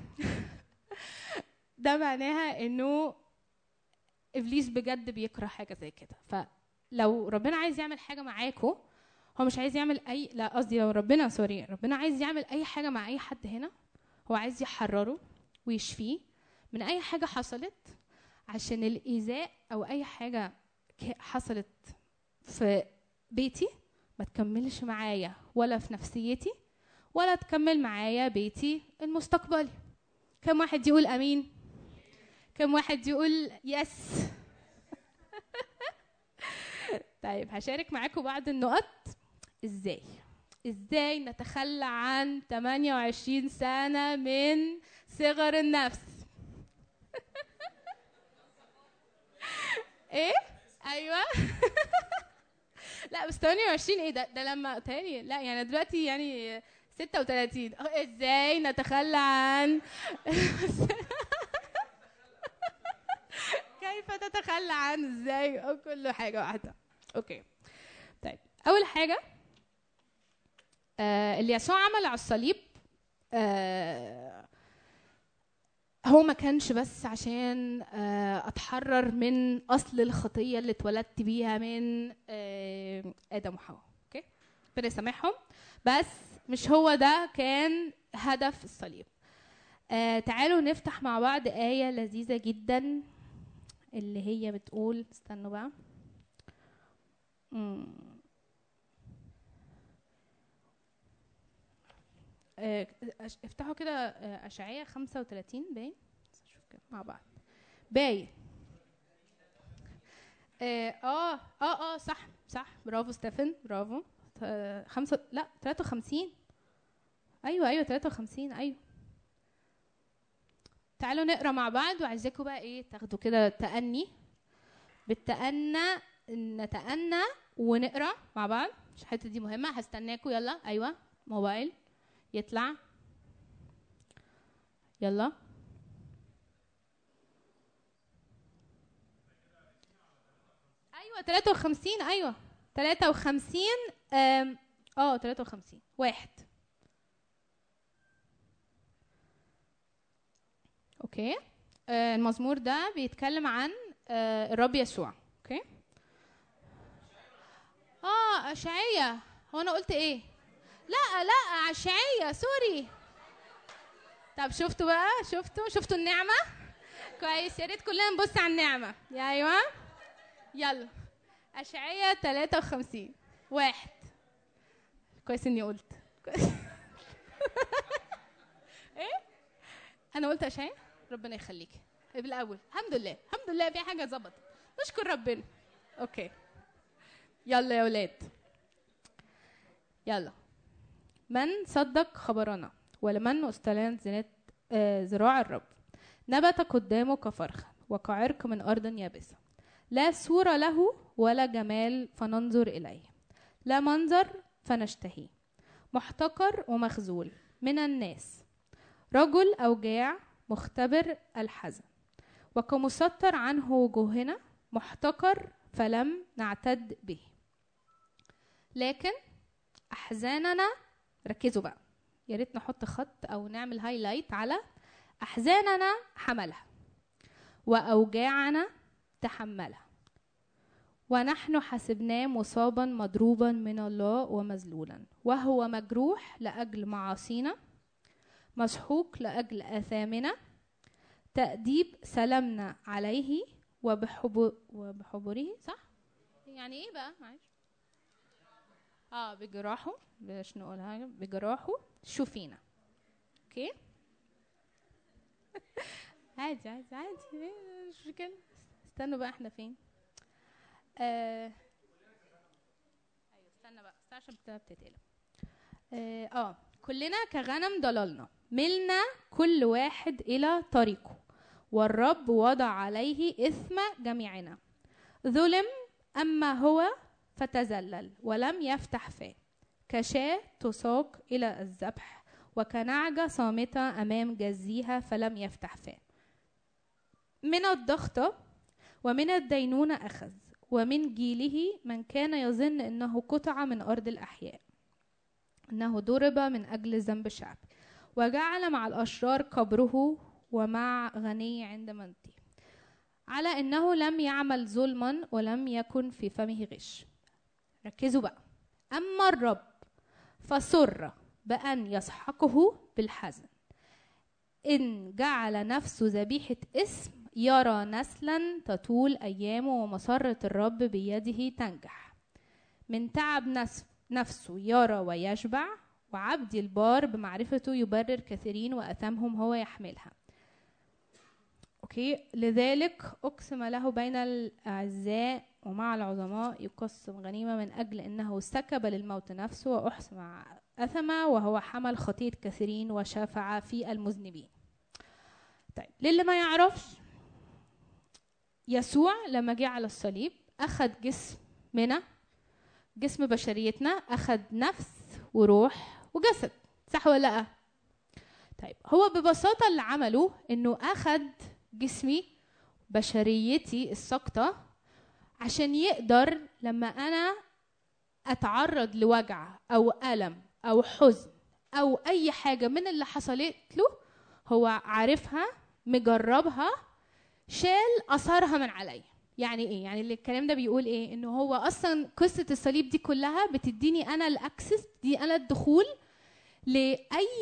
ده معناها انه ابليس بجد بيكره حاجه زي كده. فلو ربنا عايز يعمل حاجه معاكم، هو مش عايز يعمل اي لا قصدي لو ربنا سوري ربنا عايز يعمل اي حاجه مع اي حد هنا، هو عايز يحرره ويشفيه من اي حاجه حصلت، عشان الايذاء او اي حاجه حصلت في بيتي ما تكملش معايا ولا في نفسيتي ولا تكمل معايا بيتي المستقبلي. كم واحد يقول امين؟ كم واحد يقول يس؟ طيب هشارك معاكم بعض النقط ازاي ازاي نتخلى عن ثمانية وعشرين سنة من صغر النفس. ايه؟ ايوه لا بس ثمانية وعشرين ايه ده؟ ده لما تاني لا يعني دلوقتي يعني ستة وثلاثين. ازاي نتخلى عن كيف تتخلى عن ازاي او كل حاجه واحده. اوكي طيب اول حاجه آه اللي يسوع عمل على الصليب آه هو ما كانش بس عشان آه اتحرر من اصل الخطيه اللي اتولدت بيها من آه ادم وحواء، اوكي ربنا يسامحهم، بس مش هو ده كان هدف الصليب. آه تعالوا نفتح مع بعض آية لذيذة جدا اللي هي بتقول، استنوا بقى مم. آه افتحوا كده آه اشعياء خمسة وثلاثين باين، شوف كده مع بعض باين. اه اه اه, آه صح صح برافو ستيفن برافو. آه خمسة لا ثلاثة وخمسين. ايوه ايوه ثلاثة وخمسين ايوه. تعالوا نقرا مع بعض وعايزاكم بقى ايه تاخدوا كده تأني بالتأنى، نتأنى ونقرا مع بعض. الحته دي مهمه، هستناكم. يلا ايوه موبايل يطلع يلا. ايوه ثلاثة وخمسين ايوه ثلاثة وخمسين اه ثلاثة وخمسين واحد. اوكي آه المزمور ده بيتكلم عن آه الرب يسوع. اوكي اه اشعياء. هو انا قلت ايه؟ لا لا اشعياء سوري. طب شفتوا بقى شفتوا شفتوا النعمه كويس. يا ريت كلنا نبص على النعمه. يا ايوه يلا اشعياء ثلاثة وخمسين واحد. كويس اني قلت ايه انا قلت اشعياء. ربنا يخليكي بالاول. الحمد لله الحمد لله في حاجه ظبطت، نشكر ربنا. اوكي يلا يا ولاد يلا. من صدق خبرنا ولمن استلان زنات آه ذراع الرب، نبت قدامه كفرخ وكعرق من ارض يابسه، لا صورة له ولا جمال فننظر إليه، لا منظر فنشتهيه، محتقر ومخذول من الناس، رجل أوجاع مختبر الحزن، وكمستر عنه وجوهنا، محتقر فلم نعتد به. لكن أحزاننا، ركزوا بقى، يا ريت نحط خط أو نعمل هايلايت على أحزاننا حملها وأوجاعنا تحملها، ونحن حسبناه مصابا مضروبا من الله ومذلولا، وهو مجروح لأجل معاصينا، مسحوق لأجل آثامنا، تأديب سلامنا عليه، وبحبو وبحبره، صح؟ يعني ايه بقى؟ معلش. اه بجراحه، باش نقولها، بجراحه شوفينا. اوكي؟ عادي عادي عادي، مش مشكلة. استنوا بقى، احنا فين؟ آه ايوه استنى بقى، استنى عشان بتتقلب. اه, اه كلنا كغنم ضللنا، ملنا كل واحد الى طريقه، والرب وضع عليه اثم جميعنا. ظلم اما هو فتذلل ولم يفتح فاه، كشاة تساق الى الذبح، وكنعجة صامتة امام جزيها فلم يفتح فاه. من الضغطة ومن الدينونة اخذ، ومن جيله من كان يظن انه قطع من ارض الاحياء، انه ضرب من اجل ذنب الشعب، وجعل مع الاشرار قبره ومع غني عند موته، على انه لم يعمل ظلما ولم يكن في فمه غش. ركزوا بقى. اما الرب فسر بان يسحقه بالحزن، ان جعل نفسه ذبيحة اسم، يرى نسلا تطول ايامه، ومسرة الرب بيده تنجح. من تعب نفسه يرى ويشبع، وعبد البار بمعرفته يبرر كثيرين، واثامهم هو يحملها. اوكي، لذلك اقسم له بين الاعزاء ومع العظماء يقسم غنيمه، من اجل انه سكب للموت نفسه، واحسم اثم، وهو حمل خطية كثيرين وشفع في المذنبين. طيب، للي ما يعرفش، يسوع لما جه على الصليب اخذ جسمنا، جسم بشريتنا، اخذ نفس وروح وجسد، صح ولا لا؟ طيب، هو ببساطه اللي عمله انه اخذ جسمي، بشريتي الساقطه، عشان يقدر لما انا اتعرض لوجع او الم او حزن او اي حاجه من اللي حصلت له، هو عارفها، مجربها، شال اثرها من عليا. يعني ايه؟ يعني اللي الكلام ده بيقول ايه؟ انه هو اصلا قصه الصليب دي كلها بتديني انا الاكسس، دي انا الدخول لاي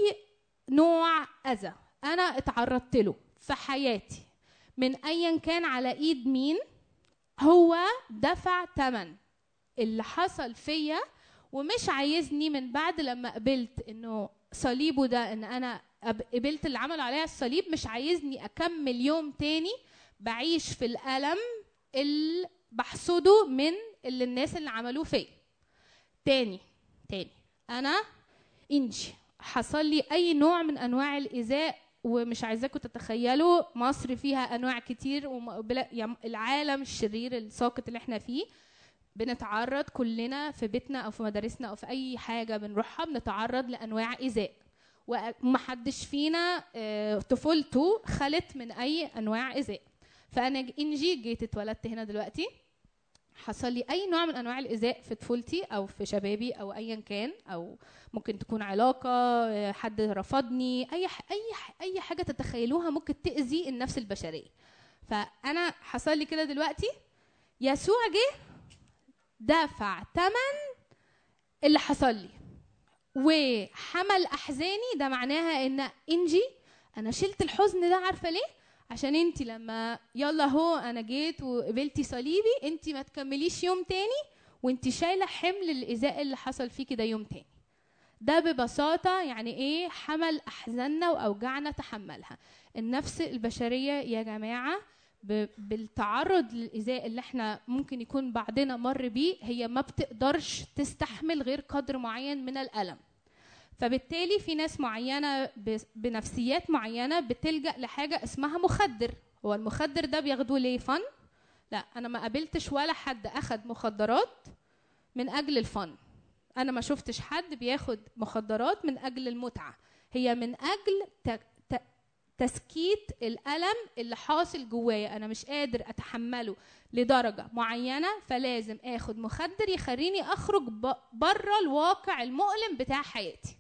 نوع اذى انا اتعرضت له في حياتي، من ايا كان على ايد مين. هو دفع ثمن اللي حصل فيا، ومش عايزني من بعد لما قبلت انه صليبه ده، ان انا قبلت اللي عملوا عليا الصليب، مش عايزني اكمل يوم تاني بعيش في الالم اللي بحصده من اللي الناس اللي عملوه فيا. تاني تاني انا انجي حصل لي اي نوع من انواع الايذاء، ومش عايزاكم تتخيلوا مصر فيها انواع كتير، والعالم الشرير الساقط اللي احنا فيه بنتعرض كلنا في بيتنا او في مدارسنا او في اي حاجه بنروحها، بنتعرض لانواع ايذاء، ومحدش فينا طفولته خلت من اي انواع ايذاء. فانا انجي جيت اتولدت هنا دلوقتي، حصل لي اي نوع من انواع الايذاء في طفولتي او في شبابي او ايا كان، او ممكن تكون علاقه، حد رفضني، اي اي اي حاجه تتخيلوها ممكن تاذي النفس البشريه. فانا حصل لي كده دلوقتي، يسوع جه دفع ثمن اللي حصل لي وحمل احزاني. ده معناها ان انجي انا شلت الحزن ده، عارفه ليه؟ عشان انت لما يلا هو انا جيت وقبلتي صليبي، انت ما تكمليش يوم تاني وانت شايله حمل الايذاء اللي حصل فيكي ده يوم تاني. ده ببساطه يعني ايه حمل احزاننا واوجاعنا تحملها. النفس البشريه يا جماعه بالتعرض للايذاء اللي احنا ممكن يكون بعضنا مر بيه، هي ما بتقدرش تستحمل غير قدر معين من الالم. فبالتالي في ناس معينه بنفسيات معينه بتلجأ لحاجه اسمها مخدر. هو المخدر ده بياخدوه ليه؟ فن، لا انا ما قابلتش ولا حد اخد مخدرات من اجل الفن. انا ما شفتش حد بياخد مخدرات من اجل المتعه، هي من اجل ت... ت... تسكيت الالم اللي حاصل جوايا، انا مش قادر اتحمله لدرجه معينه فلازم اخد مخدر يخليني اخرج ب... بره الواقع المؤلم بتاع حياتي.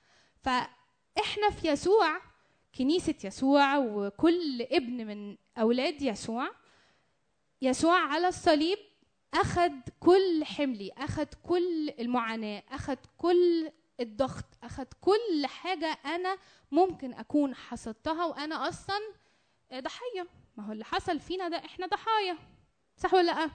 فاحنا في يسوع، كنيسه يسوع وكل ابن من اولاد يسوع، يسوع على الصليب أخذ كل حملي، أخذ كل المعاناة، أخذ كل الضغط، أخذ كل حاجة أنا ممكن أكون حصدتها وأنا أصلا ضحية. ما هو اللي حصل فينا ده إحنا ضحايا، صح ولا لأ؟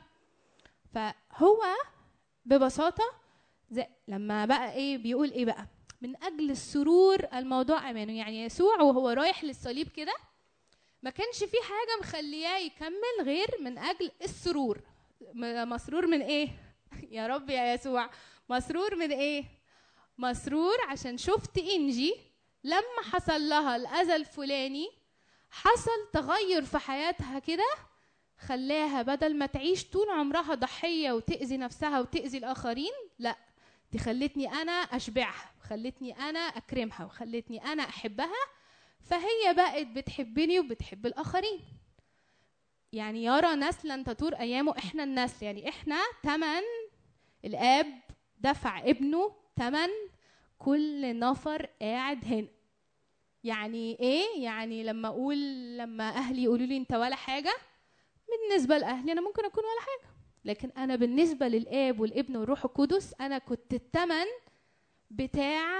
فهو ببساطة زي لما بقى إيه بيقول إيه بقى؟ من أجل السرور الموضوع أمانه. يعني يسوع وهو رايح للصليب كده ما كانش في حاجة مخلياه يكمل غير من أجل السرور. مسرور من ايه؟ يا رب يا يسوع، مسرور من ايه؟ مسرور عشان شفت انجي لما حصل لها الاذى الفلاني حصل تغير في حياتها كده، خلاها بدل ما تعيش طول عمرها ضحية وتأذي نفسها وتأذي الآخرين، لا دي خلتني أنا أشبعها، خلتني أنا أكرمها، وخلتني أنا أحبها، فهي بقت بتحبني وبتحب الآخرين. يعني يرى نسلا تطور ايامه، احنا النسل، يعني احنا تمن الاب دفع ابنه تمن كل نفر قاعد هنا. يعني ايه؟ يعني لما اقول لما اهلي يقولوا لي انت ولا حاجه، بالنسبه لاهلي انا ممكن اكون ولا حاجه، لكن انا بالنسبه للاب والابن والروح القدس انا كنت التمن بتاع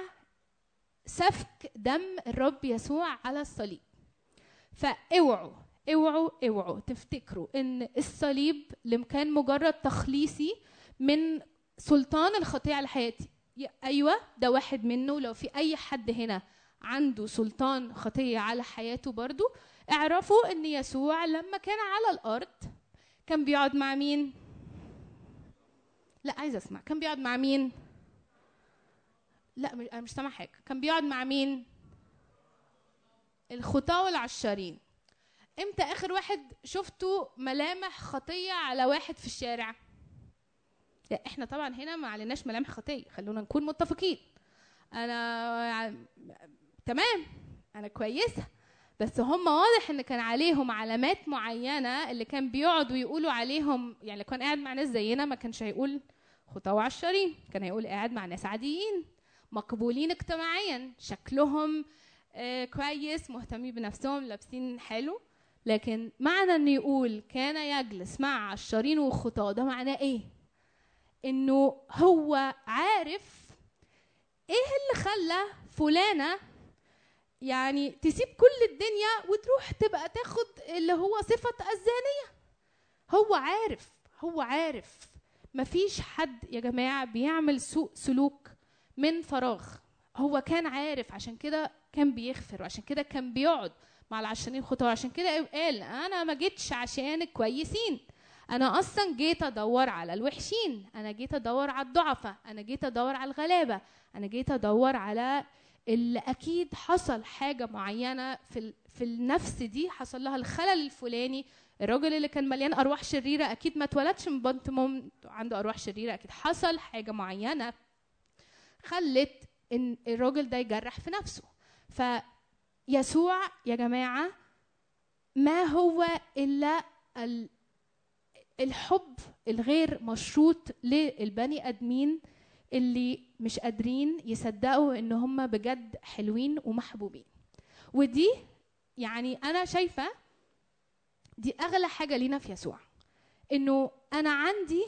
سفك دم الرب يسوع على الصليب. فاوعوا اوعوا اوعوا تفتكروا ان الصليب اللي كان مجرد تخليصي من سلطان الخطيئة على حياتي. ايوه ده واحد منه، لو في اي حد هنا عنده سلطان خطية على حياته برضو اعرفوا ان يسوع لما كان على الارض كان بيقعد مع مين؟ لا عايز اسمع، كان بيقعد مع مين؟ لا انا مش سامع حاجة. كان بيقعد مع مين؟ الخطاة والعشارين. امتى اخر واحد شفتوا ملامح خطيه على واحد في الشارع؟ لا احنا طبعا هنا ما عليناش ملامح خطيه، خلونا نكون متفقين. انا تمام، انا كويسه، بس هم واضح ان كان عليهم علامات معينه اللي كان بيقعدوا يقولوا عليهم. يعني لو كان قاعد مع ناس زينا ما كانش هيقول خطاه وعشارين، كان هيقول قاعد مع ناس عاديين مقبولين اجتماعيا، شكلهم آه كويس، مهتمين بنفسهم، لابسين حلو. لكن معنى انه يقول كان يجلس مع عشارين وخطاه، ده معناه ايه؟ انه هو عارف ايه اللي خلى فلانه يعني تسيب كل الدنيا وتروح تبقى تاخد اللي هو صفه الزانيه. هو عارف، هو عارف. مفيش حد يا جماعه بيعمل سوء سلوك من فراغ. هو كان عارف، عشان كده كان بيغفر، وعشان كده كان بيقعد مع العشرين خطوة. عشان كده قال انا ما جيتش عشان الكويسين، انا اصلا جيت ادور على الوحشين، انا جيت ادور على الضعفاء، انا جيت ادور على الغلابة، انا جيت ادور على اللي اكيد حصل حاجة معينة في في النفس دي، حصل لها الخلل الفلاني. الراجل اللي كان مليان ارواح شريرة اكيد ما اتولدش من بطن مام عنده ارواح شريرة، اكيد حصل حاجة معينة خلت ان الراجل ده يجرح في نفسه. ف يسوع يا جماعة ما هو إلا الحب الغير مشروط للبني أدمين اللي مش قادرين يصدقوا إن هم بجد حلوين ومحبوبين. ودي يعني أنا شايفة دي أغلى حاجة لينا في يسوع، إنه أنا عندي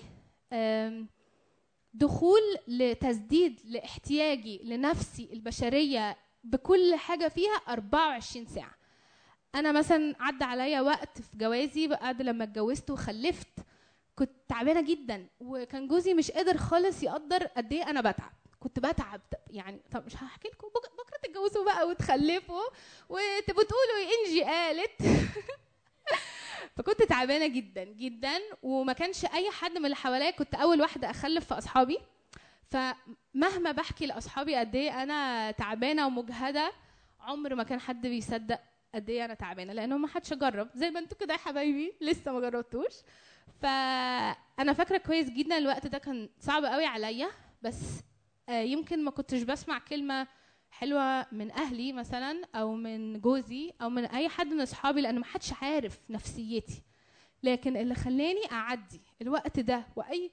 دخول لتسديد لاحتياجي لنفسي البشرية بكل حاجة فيها أربعة وعشرين ساعة. أنا مثلا عدى عليا وقت في جوازي بعد لما اتجوزت وخلفت كنت تعبانة جدا، وكان جوزي مش قادر خالص يقدر قد ايه أنا بتعب. كنت بتعب يعني. طب مش هحكي لكم، بكرة تتجوزوا بقى وتخلفوا وتبقوا تقولوا يا إنجي قالت فكنت تعبانة جدا جدا، وما كانش أي حد من اللي حواليا، كنت أول واحدة أخلف في أصحابي، فمهما بحكي لاصحابي قد ايه انا تعبانه ومجهده عمر ما كان حد بيصدق قد ايه انا تعبانه، لانه ما حدش جرب زي ما انتوا كده يا حبايبي لسه ما جربتوش. فانا فاكره كويس جدا الوقت ده كان صعب قوي عليا، بس يمكن ما كنتش بسمع كلمه حلوه من اهلي مثلا او من جوزي او من اي حد من اصحابي، لان ما حدش عارف نفسيتي. لكن اللي خلاني اعدي الوقت ده واي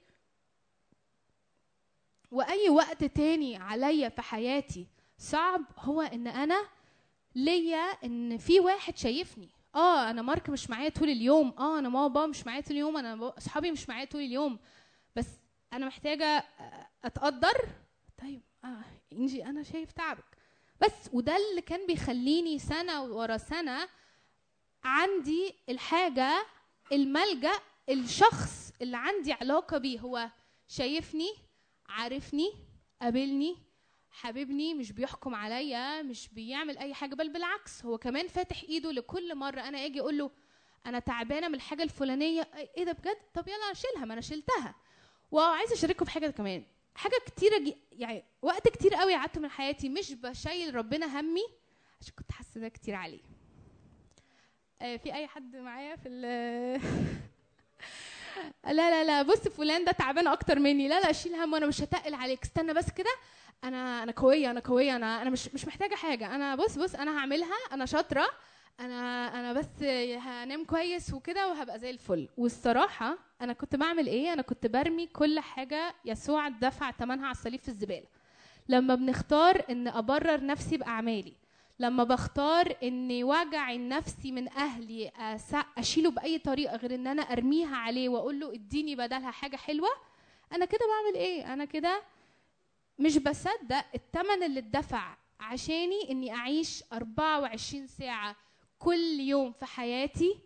واي وقت تاني عليا في حياتي صعب، هو ان انا ليا ان في واحد شايفني. اه انا مارك مش معايا طول اليوم، اه انا ماما بابا مش معايا طول اليوم، انا اصحابي مش معايا طول اليوم، بس انا محتاجه اتقدر. طيب اه انجي انا شايف تعبك بس. وده اللي كان بيخليني سنه ورا سنه عندي الحاجه، الملجأ، الشخص اللي عندي علاقه بيه هو شايفني، عارفني، قابلني، حبيبني، مش بيحكم عليا، مش بيعمل اي حاجه، بل بالعكس هو كمان فاتح ايده لكل مره انا اجي اقول له انا تعبانه من الحاجه الفلانيه. ايه ده بجد؟ طب يلا اشيلها، ما انا شلتها. وعايزه اشارككم في حاجه كمان، حاجه كتيره جي يعني وقت كتير قوي قعدت من حياتي مش بشيل ربنا همي عشان كنت حاسه ده كتير عليه. آه في اي حد معايا في لا لا لا بص فلان ده تعبان اكتر مني، لا لا اشيل هم وانا مش هتقل عليك، استنى بس كده، انا انا قويه انا قويه انا انا مش مش محتاجه حاجه، انا بص بص انا هعملها، انا شاطره، انا انا بس هنام كويس وكده وهبقى زي الفل. والصراحه انا كنت بعمل ايه؟ انا كنت برمي كل حاجه يسوع دفع ثمنها على الصليب في الزباله. لما بنختار ان ابرر نفسي باعمالي، لما بختار اني وجع النفسي من اهلي اشيله باي طريقه غير ان انا ارميها عليه واقول له اديني بدلها حاجه حلوه، انا كده بعمل ايه؟ انا كده مش بصدق الثمن اللي اتدفع عشاني اني اعيش أربعة وعشرين ساعه كل يوم في حياتي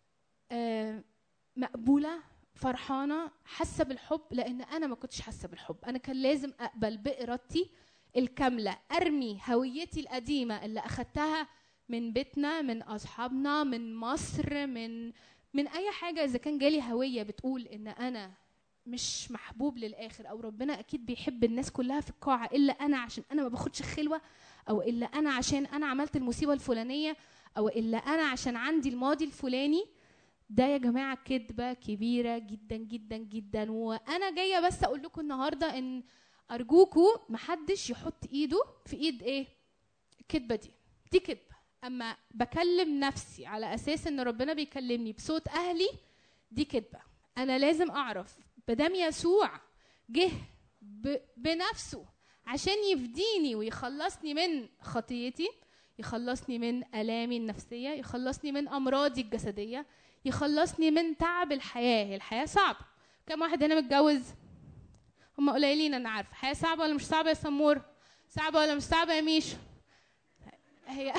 مقبوله، فرحانه، حاسه بالحب، لان انا ما كنتش حاسه بالحب. انا كان لازم اقبل بارادتي الكامله، ارمي هويتي القديمه اللي اخدتها من بيتنا، من اصحابنا، من مصر، من من اي حاجه. اذا كان جالي هويه بتقول ان انا مش محبوب للاخر، او ربنا اكيد بيحب الناس كلها في القاعه الا انا عشان انا ما باخدش خلوه، او الا انا عشان انا عملت المصيبه الفلانيه، او الا انا عشان عندي الماضي الفلاني، ده يا جماعه كذبه كبيره جدا جدا جدا. وانا جايه بس اقول لكم النهارده ان ارجوكوا محدش يحط ايده في ايد ايه الكذبه دي، دي كذبه. اما بكلم نفسي على اساس ان ربنا بيكلمني بصوت اهلي، دي كذبه. انا لازم اعرف بدم يسوع جه بنفسه عشان يفديني ويخلصني من خطيتي، يخلصني من الامي النفسيه، يخلصني من امراضي الجسديه، يخلصني من تعب الحياه. الحياه صعبه. كم واحد هنا متجوز؟ هم قليلين انا عارفه. حياه صعبه ولا مش صعبه يا سمور؟ صعبه ولا مش صعبه يا ميشو؟ هي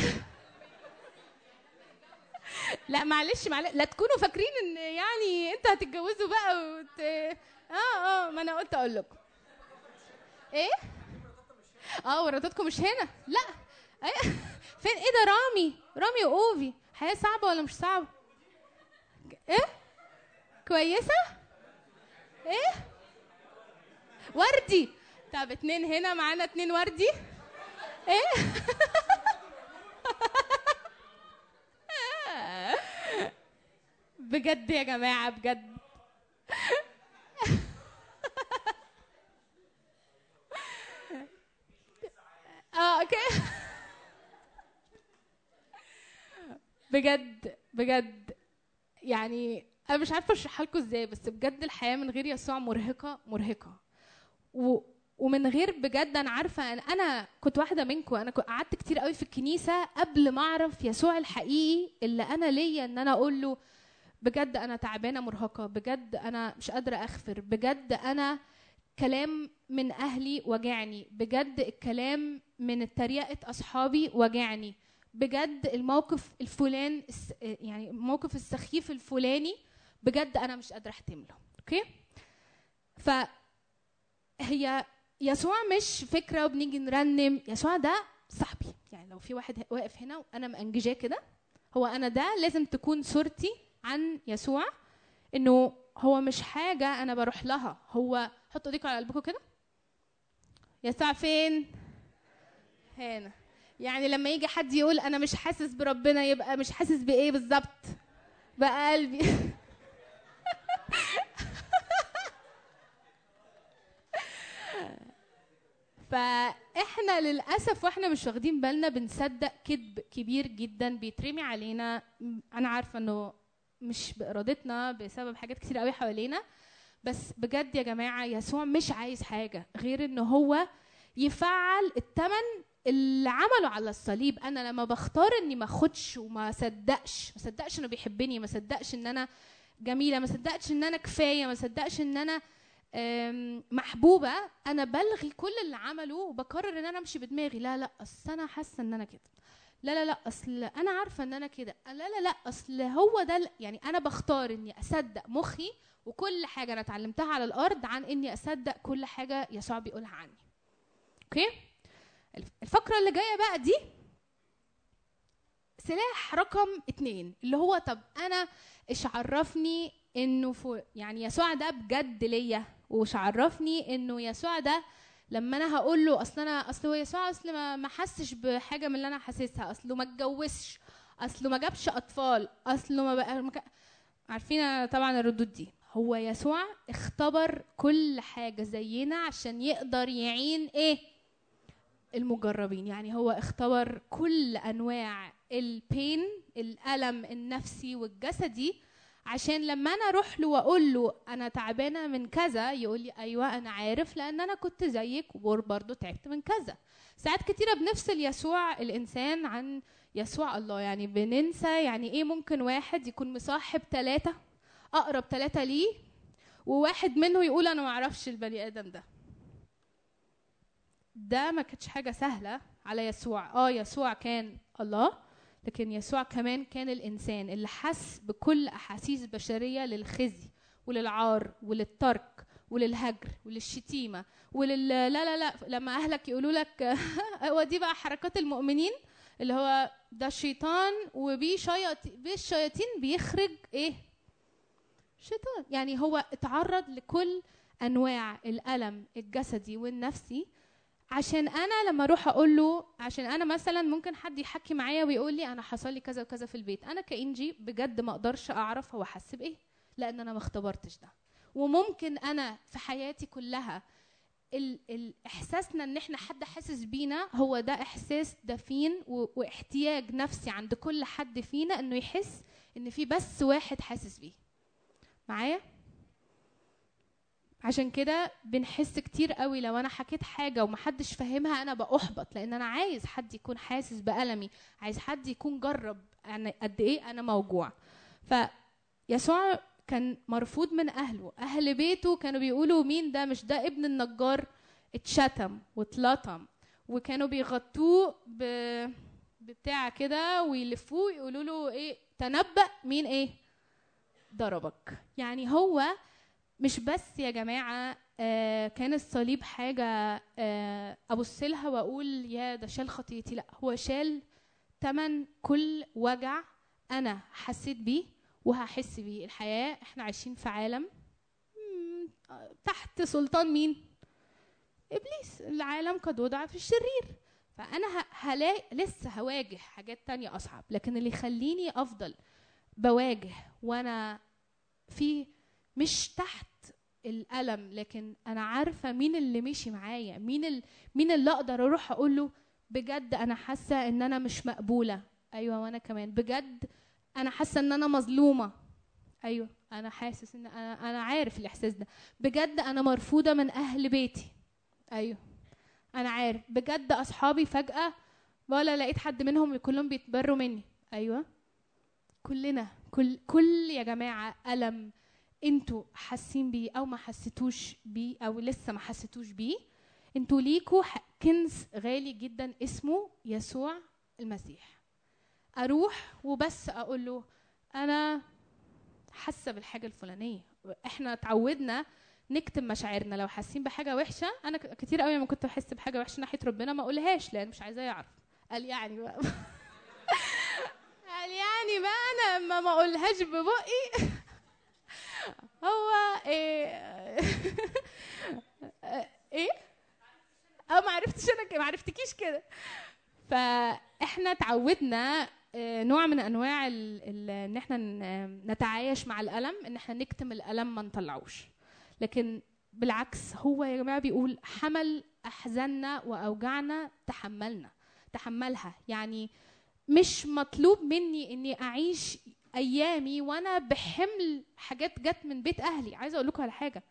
لا معلش معلش، لا تكونوا فاكرين ان يعني انتوا هتتجوزوا بقى وت... اه اه ما انا قلت اقول لكم ايه. اه ورطتكم مش هنا؟ لا ايه فين؟ ايه ده؟ رامي رامي واوفي، حياه صعبه ولا مش صعبه؟ ايه كويسه؟ ايه وردي؟ طب اتنين هنا معانا، اتنين وردي. ايه بجد يا جماعه بجد اه اوكي بجد بجد يعني انا مش عارفه اشرحها لكم ازاي، بس بجد الحياه من غير يسوع مرهقه مرهقه. و ومن غير بجد انا عارفه انا انا كنت واحده منكم، انا قعدت كتير قوي في الكنيسه قبل ما اعرف يسوع الحقيقي اللي انا ليا ان انا اقول له بجد انا تعبانه مرهقه، بجد انا مش قادره اغفر، بجد انا كلام من اهلي وجعني، بجد الكلام من طريقه اصحابي وجعني، بجد الموقف الفلان يعني الموقف السخيف الفلاني بجد انا مش قادره احتمله. اوكي؟ ف هي يسوع مش فكره وبنيجي نرنم، يسوع ده صاحبي. يعني لو في واحد واقف هنا وانا مأنججاه كده، هو انا ده لازم تكون صورتي عن يسوع، انه هو مش حاجه انا بروح لها. هو حطوا ايديكم على قلبكم كده. يسوع فين؟ هنا. يعني لما يجي حد يقول انا مش حاسس بربنا، يبقى مش حاسس بايه بالظبط؟ بقلبي. فاحنا للاسف واحنا مش واخدين بالنا بنصدق كذب كبير جدا بيترمي علينا. انا عارفه انه مش بارادتنا، بسبب حاجات كتير قوي حوالينا، بس بجد يا جماعه يسوع مش عايز حاجه غير ان هو يفعل الثمن اللي عمله على الصليب. انا لما بختار اني ما اخدش وما صدقش، ما صدقش انه بيحبني، ما صدقش ان انا جميله، ما صدقش ان انا كفايه، ما صدقش ان انا محبوبه، انا بلغي كل اللي عمله وبقرر ان انا امشي بدماغي. لا لا اصل انا حاسه ان انا كده، لا لا لا اصل انا عارفه ان انا كده، لا لا لا اصل هو ده. يعني انا بختار اني اصدق مخي وكل حاجه انا اتعلمتها على الارض عن اني اصدق كل حاجه يسوع بيقولها عني. اوكي، الفقره اللي جايه بقى دي سلاح رقم اتنين، اللي هو طب انا ايش عرفني انه فوق يعني يسوع ده بجد ليا، وش عرفني انه يسوع ده لما انا هقول له اصل انا اصل هو يسوع اصل ما ما حسش بحاجه من اللي انا حاسسها، اصله ما اتجوزش، اصله ما جابش اطفال، اصله ما بقى مك... عارفين طبعا الردود دي. هو يسوع اختبر كل حاجه زينا عشان يقدر يعين ايه؟ المجربين. يعني هو اختبر كل انواع البين، الالم النفسي والجسدي، عشان لما انا اروح له واقول له انا تعبانه من كذا يقول لي ايوه انا عارف لان انا كنت زيك وبرضه تعبت من كذا. ساعات كتيره بنفصل يسوع الانسان عن يسوع الله، يعني بننسى يعني ايه ممكن واحد يكون مصاحب ثلاثه، اقرب ثلاثه ليه، وواحد منه يقول انا ما اعرفش البني ادم ده. ده ما كانتش حاجه سهله على يسوع. اه يسوع كان الله، لكن يسوع كمان كان الإنسان اللي حس بكل أحاسيس بشرية للخزي وللعار وللترك وللهجر وللشتيمة ولل لا لا لا لما أهلك يقولوا لك هو دي بقى حركات المؤمنين، اللي هو ده الشيطان وبيه شياطين، بيه الشياطين بيخرج إيه؟ شيطان. يعني هو اتعرض لكل أنواع الألم الجسدي والنفسي عشان انا لما اروح اقول له. عشان انا مثلا ممكن حد يحكي معايا ويقول لي انا حصل لي كذا وكذا في البيت، انا كإنجي بجد ما اقدرش اعرف هو حس بايه لان انا ما اختبرتش ده. وممكن انا في حياتي كلها ال ال احساسنا ان احنا حد حاسس بينا هو ده احساس دفين واحتياج نفسي عند كل حد فينا انه يحس ان في بس واحد حاسس بيه معايا. عشان كده بنحس كتير قوي لو انا حكيت حاجه ومحدش فاهمها انا بأحبط، لان انا عايز حد يكون حاسس بألمي، عايز حد يكون جرب يعني قد ايه انا موجوع. فيسوع كان مرفوض من اهله، اهل بيته كانوا بيقولوا مين ده، مش ده ابن النجار، اتشتم واتلطم وكانوا بيغطوه ب... بتاع كده ويلفوه يقولوا له ايه تنبأ مين ايه ضربك. يعني هو مش بس يا جماعة آه كان الصليب حاجة آه أبص لها وأقول يا ده شال خطيتي، لا هو شال تمن كل وجع أنا حسيت بيه وهحس بيه. الحياة احنا عايشين في عالم تحت سلطان مين؟ إبليس. العالم قد وضع في الشرير، فأنا هلاقي لسه هواجه حاجات تانية أصعب، لكن اللي يخليني أفضل بواجه وأنا في مش تحت الألم، لكن أنا عارفة مين اللي مشي معايا، مين ال... مين اللي أقدر أروح أقول له بجد أنا حاسة إن أنا مش مقبولة، أيوة وأنا كمان بجد أنا حاسة إن أنا مظلومة، أيوة أنا حاسس إن أنا أنا عارف الإحساس ده، بجد أنا مرفوضة من أهل بيتي، أيوة أنا عارف، بجد أصحابي فجأة ولا لقيت حد منهم كلهم بيتبروا مني، أيوة كلنا كل كل يا جماعة ألم انتوا حاسين بيه او ما حسيتوش بيه او لسه ما حسيتوش بيه، انتوا ليكوا كنز غالي جدا اسمه يسوع المسيح. اروح وبس اقول له انا حاسه بالحاجه الفلانيه. احنا اتعودنا نكتم مشاعرنا، لو حاسين بحاجه وحشه، انا كتير قوي لما كنت احس بحاجه وحشه ناحيه ربنا ما اقولهاش لان مش عايزاه يعرف. قال يعني بقى قال يعني بقى انا ما ما اقولهاش ببقي هو ايه ايه اه ما عرفتش انا ما عرفتكيش كده. فاحنا تعودنا نوع من انواع ال ال ان احنا نتعايش مع الالم، ان احنا نكتم الالم ما نطلعوش. لكن بالعكس هو يا جماعه بيقول حمل احزاننا واوجعنا تحملنا تحملها. يعني مش مطلوب مني اني اعيش ايامي وانا بحمل حاجات جت من بيت اهلي. عايزه اقول لكم على حاجه،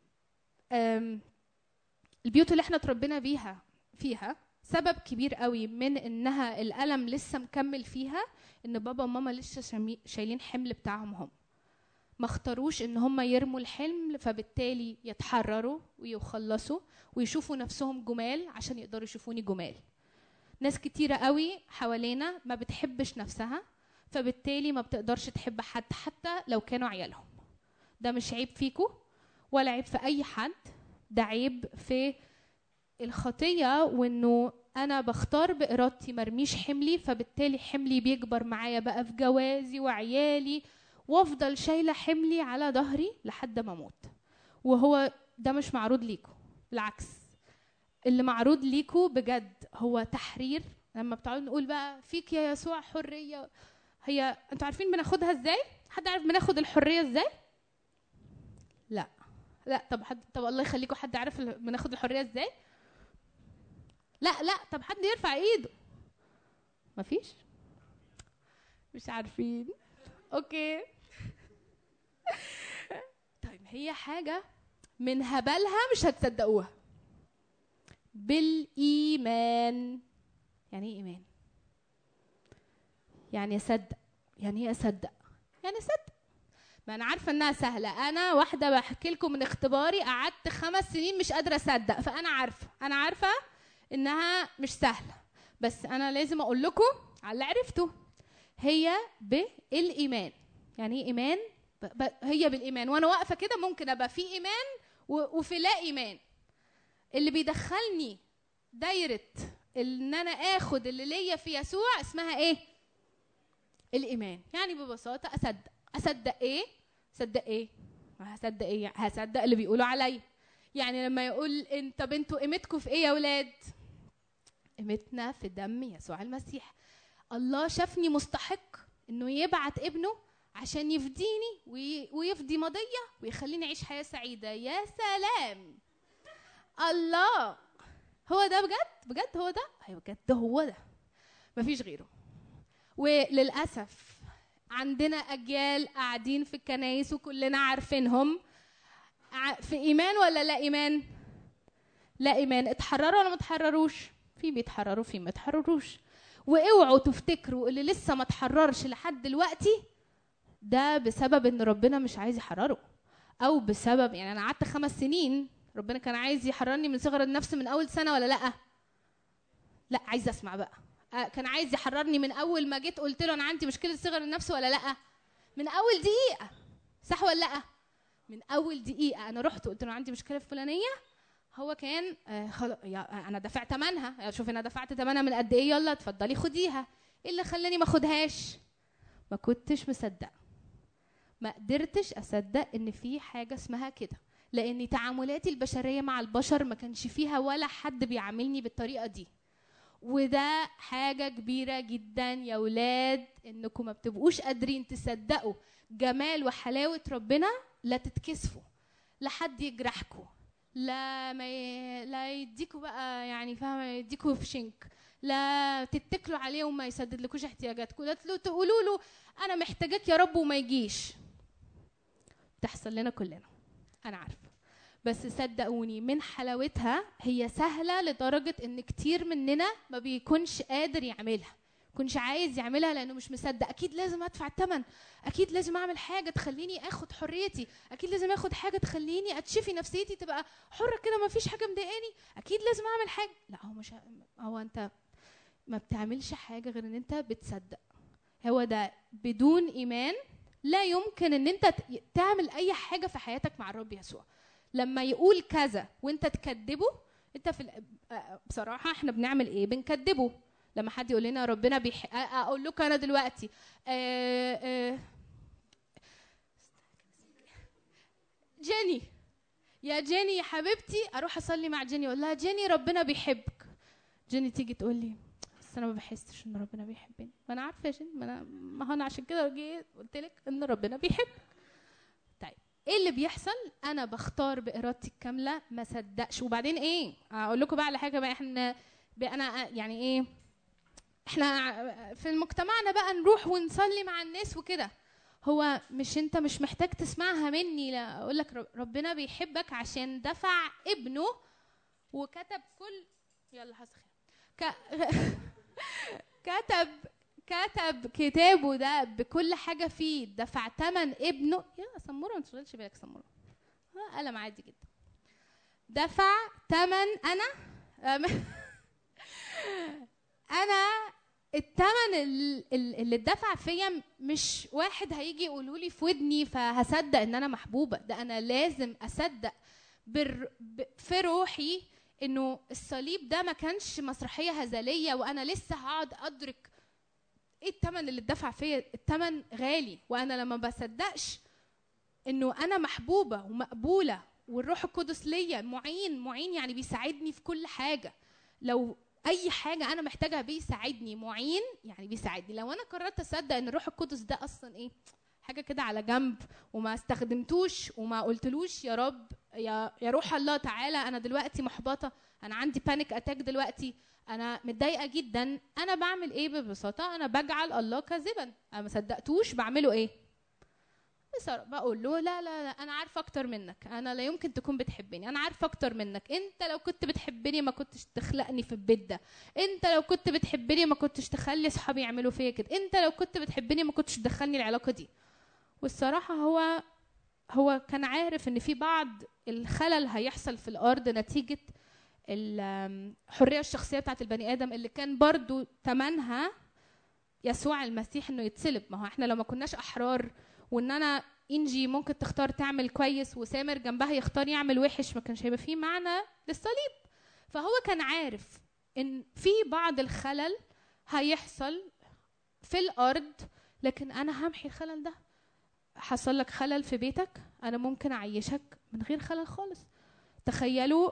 البيوت اللي احنا اتربينا بيها فيها سبب كبير قوي من انها الالم لسه مكمل فيها، ان بابا وماما لسه شايلين حمل بتاعهم، هم ما اختاروش ان هم يرموا الحمل، فبالتالي يتحرروا ويخلصوا ويشوفوا نفسهم جمال عشان يقدروا يشوفوني جمال. ناس كتيرة قوي حوالينا ما بتحبش نفسها، فبالتالي ما بتقدرش تحب حد حتى لو كانوا عيالهم. ده مش عيب فيكو ولا عيب في اي حد، ده عيب في الخطية، وانه انا بختار بارادتي مرميش حملي، فبالتالي حملي بيكبر معايا بقى في جوازي وعيالي، وافضل شايله حملي على ظهري لحد ما اموت. وهو ده مش معروض ليكو، بالعكس اللي معروض ليكو بجد هو تحرير. لما بتقعدوا نقول بقى فيك يا يسوع حريه، هي انتوا عارفين بناخدها ازاي؟ حد عارف بناخد الحريه ازاي؟ لا لا طب حد، طب الله يخليكم حد عارف بناخد الحريه ازاي؟ لا لا طب حد يرفع ايده. مفيش؟ مش عارفين؟ اوكي. طيب هي حاجه من هبلها مش هتصدقوها. بالايمان. يعني ايه ايمان؟ يعني اصدق. يعني ايه اصدق؟ يعني اصدق. ما انا عارفه انها سهله، انا واحده بحكي لكم من اختباري قعدت خمس سنين مش قادره اصدق، فانا عارفه انا عارفه انها مش سهله، بس انا لازم اقول لكم على اللي عرفته. هي بالايمان. يعني ايه ايمان؟ ب... ب... هي بالايمان، وانا واقفه كده ممكن ابقى في ايمان و... وفي لا ايمان. اللي بيدخلني دايره ان انا اخد اللي ليا في يسوع اسمها ايه؟ الايمان. يعني ببساطه اصدق. اصدق ايه؟ صدق ايه؟ هصدق ايه؟ هصدق اللي بيقولوا عليا. يعني لما يقول انت بنتوا قيمتكم في ايه يا ولاد؟ قيمتنا في دم يسوع المسيح. الله شافني مستحق انه يبعت ابنه عشان يفديني ويفدي مضيه ويخليني اعيش حياه سعيده. يا سلام الله! هو ده بجد بجد، هو ده، ايوه بجد هو ده، مفيش غيره. وللاسف عندنا اجيال قاعدين في الكنايس وكلنا عارفينهم في ايمان ولا لا ايمان؟ لا ايمان. اتحرروا ولا ما اتحرروش؟ في بيتحرروا في ما اتحرروش. واوعوا تفتكروا اللي لسه ما اتحررش لحد دلوقتي ده بسبب ان ربنا مش عايز يحرره، او بسبب يعني انا قعدت خمس سنين ربنا كان عايز يحررني من صغر النفس من اول سنه ولا لا؟ لا عايز اسمع بقى. كان عايز يحررني من اول ما جيت قلت له انا عندي مشكله صغر النفس ولا لا؟ من اول دقيقه، صح ولا لا؟ من اول دقيقه انا رحت قلت له عندي مشكله فلانيه، هو كان آه خلاص انا دفعت ثمنها. شوفي انا دفعت ثمنها من قد ايه، يلا اتفضلي خديها. ايه اللي خلاني ما اخدهاش؟ ما كنتش مصدق، ما قدرتش اصدق ان في حاجه اسمها كده، لان تعاملاتي البشريه مع البشر ما كانش فيها ولا حد بيعاملني بالطريقه دي. وده حاجه كبيره جدا يا ولاد، انكم ما بتبقوش قادرين تصدقوا جمال وحلاوه ربنا، لا تتكسفوا، لا حد يجرحكم، لا ما ي... لا يديكوا بقى يعني فاهمه يديكوا في شنك، لا تتكلوا عليه وما يسدد لكوش احتياجاتكم، لا تقولوا له انا محتاجك يا رب وما يجيش. بتحصل لنا كلنا انا عارفه، بس صدقوني من حلاوتها هي سهله لدرجه ان كتير مننا ما بيكونش قادر يعملها، كنش عايز يعملها لانه مش مصدق. اكيد لازم ادفع الثمن، اكيد لازم اعمل حاجه تخليني اخد حريتي، اكيد لازم اخد حاجه تخليني اتشفي نفسيتي تبقى حره كده ما فيش حاجه مضايقاني، اكيد لازم اعمل حاجه. لا هو مش هو انت ما بتعملش حاجه غير ان انت بتصدق. هو ده بدون ايمان لا يمكن ان انت تعمل اي حاجه في حياتك مع الرب يسوع. لما يقول كذا وانت تكذبه، انت في بصراحه احنا بنعمل ايه؟ بنكذبه. لما حد يقول لنا ربنا بيح... اقول لكم انا دلوقتي آآ آآ جيني، يا جيني يا حبيبتي، اروح اصلي مع جيني اقول لها جيني ربنا بيحبك، جيني تيجي تقول لي بس انا ما بحسش ان ربنا بيحبني. ما انا عارفه عشان ما انا ما هو انا عشان كده جيت قلت لك ان ربنا بيحبك. طيب ايه اللي بيحصل؟ انا بختار بارادتي الكامله ما صدقش. وبعدين ايه اقول لكم بقى على حاجه بقى، احنا بقى انا يعني ايه، احنا في مجتمعنا بقى نروح ونصلي مع الناس وكده. هو مش انت مش محتاج تسمعها مني، لا اقول لك ربنا بيحبك عشان دفع ابنه وكتب كل يلا هسخن ك... كتب كتب كتابه ده بكل حاجه فيه، دفع ثمن ابنه. يا سموره ما تشغلش بالك سموره، قلم عادي جدا. دفع ثمن انا انا الثمن اللي اتدفع فيا مش واحد هيجي يقوله لي في ودني فهصدق ان انا محبوبه. ده انا لازم اصدق بر... ب... في روحي انه الصليب ده ما كانش مسرحيه هزليه وانا لسه هقعد ادرك ايه الثمن اللي اتدفع فيا. الثمن غالي، وانا لما بصدقش انه انا محبوبه ومقبوله والروح القدس ليا معين معين يعني بيساعدني في كل حاجه. لو اي حاجه انا محتاجها بيساعدني، معين يعني بيساعدني. لو انا قررت اصدق ان الروح القدس ده اصلا ايه، حاجه كده على جنب وما استخدمتوش وما قلتلوش يا رب يا يا روح الله تعالى انا دلوقتي محبطه، انا عندي بانيك اتاك دلوقتي، انا متضايقه جدا، انا بعمل ايه ببساطه؟ انا بجعل الله كاذبا. انا ما صدقتوش بعمله ايه؟ بقول له لا لا لا انا عارفه اكتر منك، انا لا يمكن تكون بتحبني، انا عارفه اكتر منك. انت لو كنت بتحبني ما كنتش تخلقني في البيت ده، انت لو كنت بتحبني ما كنتش تخلي اصحابي يعملوا فيا كده، انت لو كنت بتحبني ما كنتش تدخلني العلاقه دي. والصراحه هو هو كان عارف ان في بعض الخلل هيحصل في الارض نتيجه الحريه الشخصيه بتاعت البني ادم اللي كان برضو ثمنها يسوع المسيح انه يتصلب. ما هو احنا لو ما كناش احرار وان انا انجي ممكن تختار تعمل كويس وسامر جنبها يختار يعمل وحش، ما كانش هيبقى فيه معنى للصليب. فهو كان عارف ان في بعض الخلل هيحصل في الارض، لكن انا همحي الخلل ده. حصل لك خلل في بيتك، انا ممكن اعيشك من غير خلل خالص. تخيلوا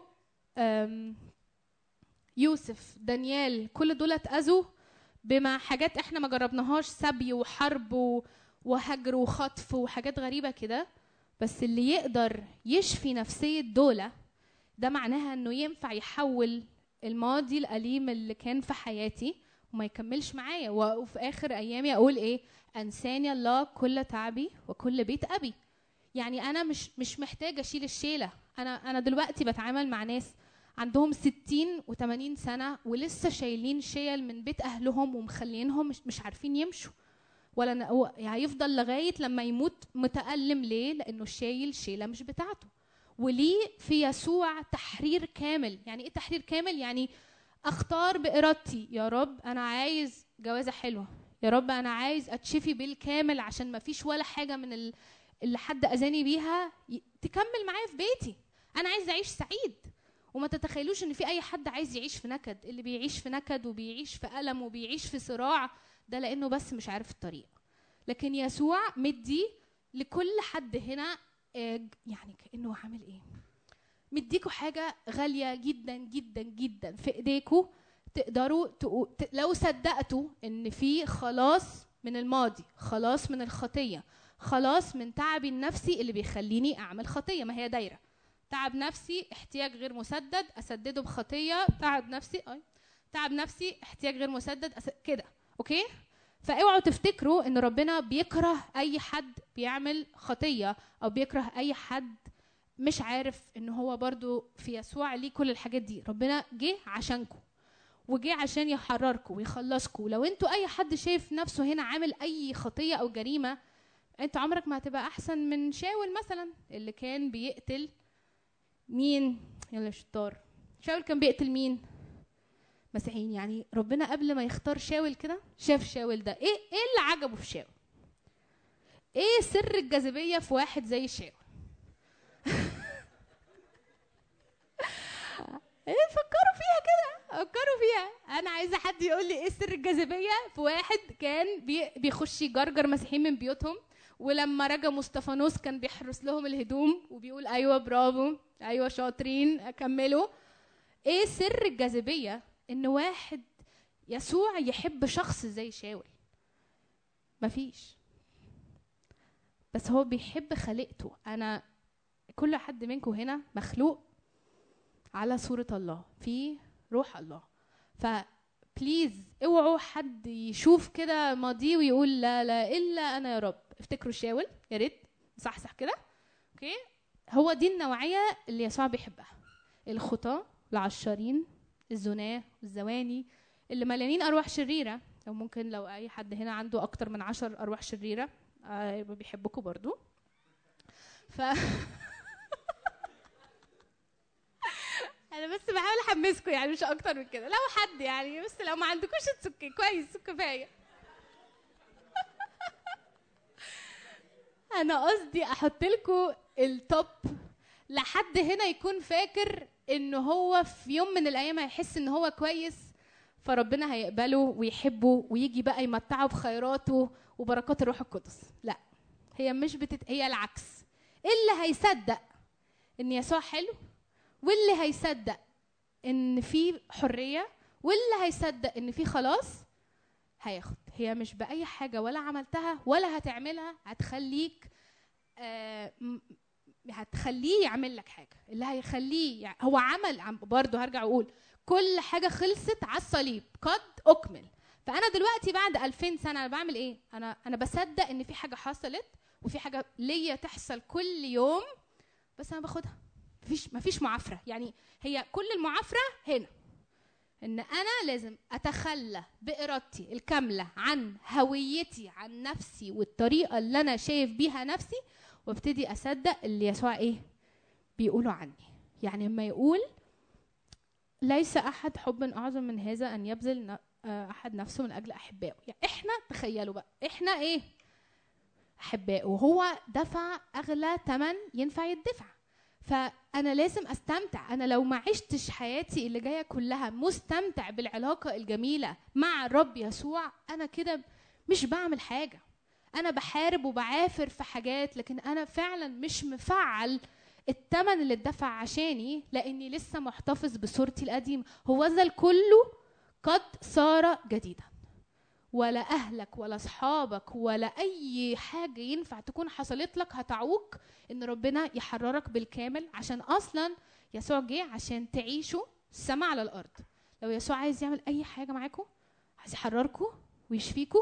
يوسف، دانيال، كل دول اتأذوا بما حاجات احنا ما جربناهاش، سبي وحرب وهجر وخطف وحاجات غريبة كده. بس اللي يقدر يشفي نفسية دولة ده معناها انه ينفع يحول الماضي الأليم اللي كان في حياتي وما يكملش معايا، وفي آخر أيامي أقول إيه؟ أنساني الله كل تعبي وكل بيت أبي. يعني أنا مش مش محتاجة أشيل الشيلة. أنا أنا دلوقتي بتعامل مع ناس عندهم ستين وثمانين سنة ولسه شايلين شيل من بيت أهلهم ومخلينهم مش, مش عارفين يمشوا، ولا هيفضل لغاية لما يموت متألم. ليه؟ لأنه شايل شيلة مش بتاعته. وليه في يسوع تحرير كامل. يعني إيه تحرير كامل؟ يعني أختار بإرادتي، يا رب أنا عايز جوازة حلوة، يا رب أنا عايز أتشفي بالكامل عشان ما فيش ولا حاجة من اللي حد أذاني بيها تكمل معايا في بيتي. أنا عايز أعيش سعيد. وما تتخيلوش ان في اي حد عايز يعيش في نكد. اللي بيعيش في نكد وبيعيش في ألم وبيعيش في صراع ده لانه بس مش عارف الطريق. لكن يسوع مدي لكل حد هنا يعني كأنه عامل ايه، مديكوا حاجة غالية جدا جدا جدا في ايديكوا. تقدروا تقو... ت... لو صدقتوا ان في خلاص من الماضي، خلاص من الخطية، خلاص من تعبي النفسي اللي بيخليني اعمل خطية. ما هي دايرة، تعب نفسي احتياج غير مسدد اسدده بخطيه، تعب نفسي اي تعب نفسي احتياج غير مسدد أس... كده اوكي. فاوعوا تفتكروا ان ربنا بيكره اي حد بيعمل خطيه او بيكره اي حد مش عارف ان هو برضو في يسوع ليه كل الحاجات دي. ربنا جه عشانكم وجه عشان يحرركم ويخلصكم. لو انتوا اي حد شايف نفسه هنا عامل اي خطيه او جريمه، انت عمرك ما هتبقى احسن من شاول مثلا اللي كان بيقتل مين؟ يلا شطار. شاول كان بيقتل مين؟ مسيحيين. يعني ربنا قبل ما يختار شاول كده شاف شاول ده ايه ايه اللي عجبه في شاول؟ ايه سر الجاذبيه في واحد زي شاول؟ ايه فكروا فيها كده، فكروا فيها. انا عايزه حد يقول لي ايه سر الجاذبيه في واحد كان بي بيخش يجرجر مسيحيين من بيوتهم، ولما رجع مستفانوس كان بيحرس لهم الهدوم وبيقول ايوه برافو ايوه شاطرين كملوا. ايه سر الجاذبيه؟ ان واحد يسوع يحب شخص زي شاول؟ مفيش. بس هو بيحب خليقته. انا كل حد منكم هنا مخلوق على صورة الله، في روح الله. فبليز اوعوا حد يشوف كده ماضيه ويقول لا لا الا انا يا رب. افتكروا شاول، يا ريت صحصح كده. اوكي، هو دي النوعية اللي يسوع بيحبها، الخطاة، العشارين، الزناه، الزواني، اللي مليانين ارواح شريرة. او ممكن لو اي حد هنا عنده اكتر من عشر ارواح شريرة آه بيحبكوا برضو. ف انا بس بحاول احمسكم يعني، مش اكتر من كده. لو حد يعني، بس لو ما عندكوش تسكي كويس كفايه. انا قصدي احط لكم التوب لحد هنا يكون فاكر ان هو في يوم من الايام هيحس ان هو كويس، فربنا هيقبله ويحبه ويجي بقى يمتعه بخيراته وبركات الروح القدس. لا، هي مش بتت... هي العكس. اللي هيصدق ان يسوع حلو، واللي هيصدق ان في حريه، واللي هيصدق ان في خلاص هياخد. هي مش باي حاجه ولا عملتها ولا هتعملها هتخليك آه هتخليه يعمل لك حاجه. اللي هيخليه يعني هو عمل. برضه هرجع اقول كل حاجه خلصت على الصليب، قد اكمل. فانا دلوقتي بعد ألفين سنه انا بعمل ايه؟ انا انا بصدق ان في حاجه حصلت وفي حاجه ليا تحصل كل يوم، بس انا باخدها. مفيش مفيش معافره. يعني هي كل المعافره هنا ان انا لازم اتخلى بارادتي الكامله عن هويتي، عن نفسي والطريقه اللي انا شايف بيها نفسي، وابتدي اصدق اللي يسوع ايه بيقولوا عني. يعني لما يقول ليس احد حب اعظم من هذا ان يبذل احد نفسه من اجل احبائه. يعني احنا تخيلوا بقى، احنا ايه؟ احبائه، وهو دفع اغلى ثمن ينفع يدفع. فانا لازم استمتع. انا لو ما عشتش حياتي اللي جايه كلها مستمتع بالعلاقه الجميله مع الرب يسوع، انا كده مش بعمل حاجه. انا بحارب وبعافر في حاجات، لكن انا فعلا مش مفعل الثمن اللي اتدفع عشاني، لاني لسه محتفظ بصورتي القديمه. هو ذا كله قد صار جديدا، ولا اهلك ولا اصحابك ولا اي حاجه ينفع تكون حصلت لك هتعوق ان ربنا يحررك بالكامل. عشان اصلا يسوع جه عشان تعيشوا السماء على الارض. لو يسوع عايز يعمل اي حاجه معاكم، عايز يحرركم ويشفيكم،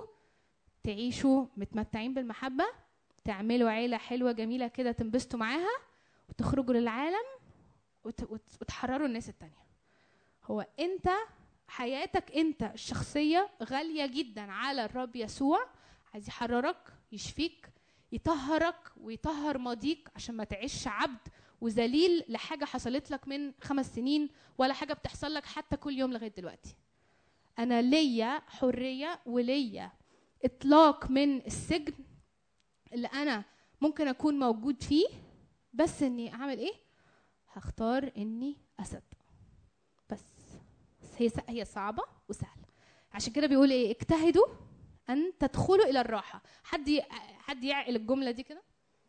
تعيشوا متمتعين بالمحبه، تعملوا عيله حلوه جميله كده تنبسطوا معاها، وتخرجوا للعالم وت... وت... وتحرروا الناس التانية. هو انت حياتك انت الشخصيه غاليه جدا على الرب يسوع. عايز يحررك، يشفيك، يطهرك ويطهر ماضيك، عشان ما تعيش عبد وذليل لحاجه حصلت لك من خمس سنين ولا حاجه بتحصل لك حتى كل يوم لغايه دلوقتي. انا ليا حريه وليا اطلاق من السجن اللي انا ممكن اكون موجود فيه، بس اني اعمل ايه؟ هختار اني اصدق. بس هي هي صعبه وسهله. عشان كده بيقول ايه؟ اجتهدوا ان تدخلوا الى الراحه. حد حد يعقل الجمله دي كده؟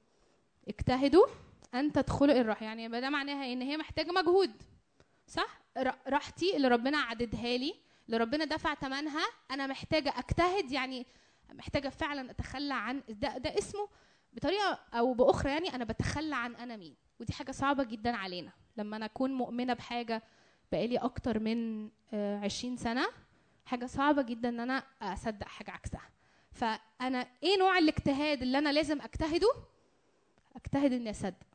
اجتهدوا ان تدخلوا الى الراحه. يعني ده معناها ان هي محتاجه مجهود، صح؟ راحتي اللي ربنا عددها لي، اللي ربنا دفع ثمنها، انا محتاجه اجتهد. يعني محتاجه فعلا اتخلى عن ده, ده اسمه بطريقه او باخرى، يعني انا بتخلى عن انا مين. ودي حاجه صعبه جدا علينا لما انا اكون مؤمنه بحاجه بقالي اكتر من عشرين سنه. حاجه صعبه جدا ان انا اصدق حاجه عكسها. فانا ايه نوع الاجتهاد اللي انا لازم اجتهده؟ اجتهد اني اصدق.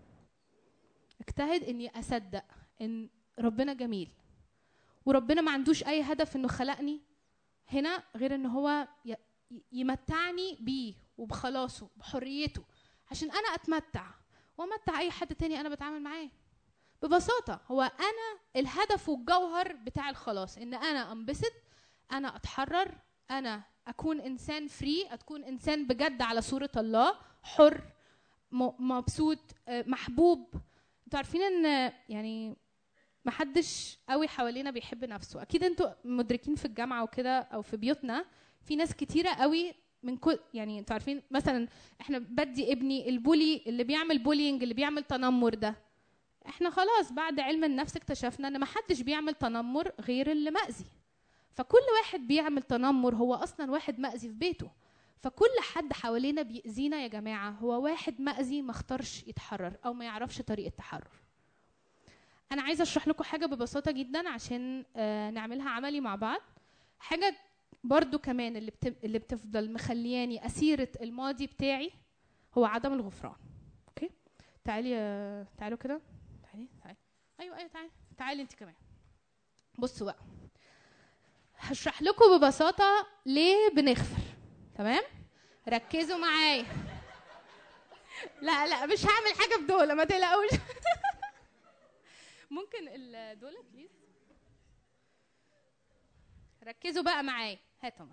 اجتهد اني اصدق ان ربنا جميل، وربنا ما عندوش اي هدف انه خلقني هنا غير ان هو يمتعني بيه وبخلاصه بحريته، عشان انا اتمتع وامتع اي حد تاني انا بتعامل معاه. ببساطه هو انا الهدف والجوهر بتاع الخلاص ان انا انبسط، انا اتحرر، انا اكون انسان فري، اكون انسان بجد على صوره الله، حر، مبسوط، محبوب. انتوا عارفين ان يعني ما حدش قوي حوالينا بيحب نفسه. اكيد انتوا مدركين في الجامعه وكده او في بيوتنا في ناس كتيره قوي من كل، يعني انتوا عارفين مثلا احنا بدي ابني البولي اللي بيعمل بولينج اللي بيعمل تنمر ده، احنا خلاص بعد علم النفس اكتشفنا ان ما حدش بيعمل تنمر غير اللي مأذي. فكل واحد بيعمل تنمر هو اصلا واحد مأذي في بيته. فكل حد حوالينا بيأذينا يا جماعه هو واحد مأذي ما اختارش يتحرر او ما يعرفش طريقه التحرر. انا عايزه اشرح لكم حاجه ببساطه جدا عشان آه نعملها عملي مع بعض. حاجه برضو كمان اللي بت... اللي بتفضل مخلياني اسيره الماضي بتاعي هو عدم الغفران. اوكي تعالي تعالوا كده، تعالي تعالي ايوه ايوه تعالي تعالي انت كمان. بصوا بقى هشرح لكم ببساطه ليه بنغفر. تمام ركزوا معايا. لا لا مش هعمل حاجه في دول ما تقلقوش. ممكن الدولة بليز ركزوا بقى معايا. هاتوا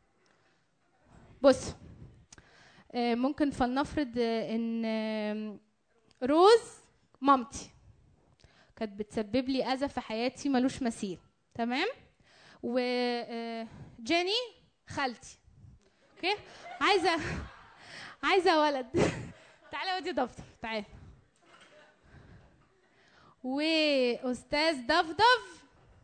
بصوا ممكن فلنفرض ان روز مامتي كانت بتسبب لي اذى في حياتي ملوش مثيل. تمام وجيني خالتي اوكي عايزه عايزه ولد. تعالى ودي دفتر تعالى. واستاذ دفدف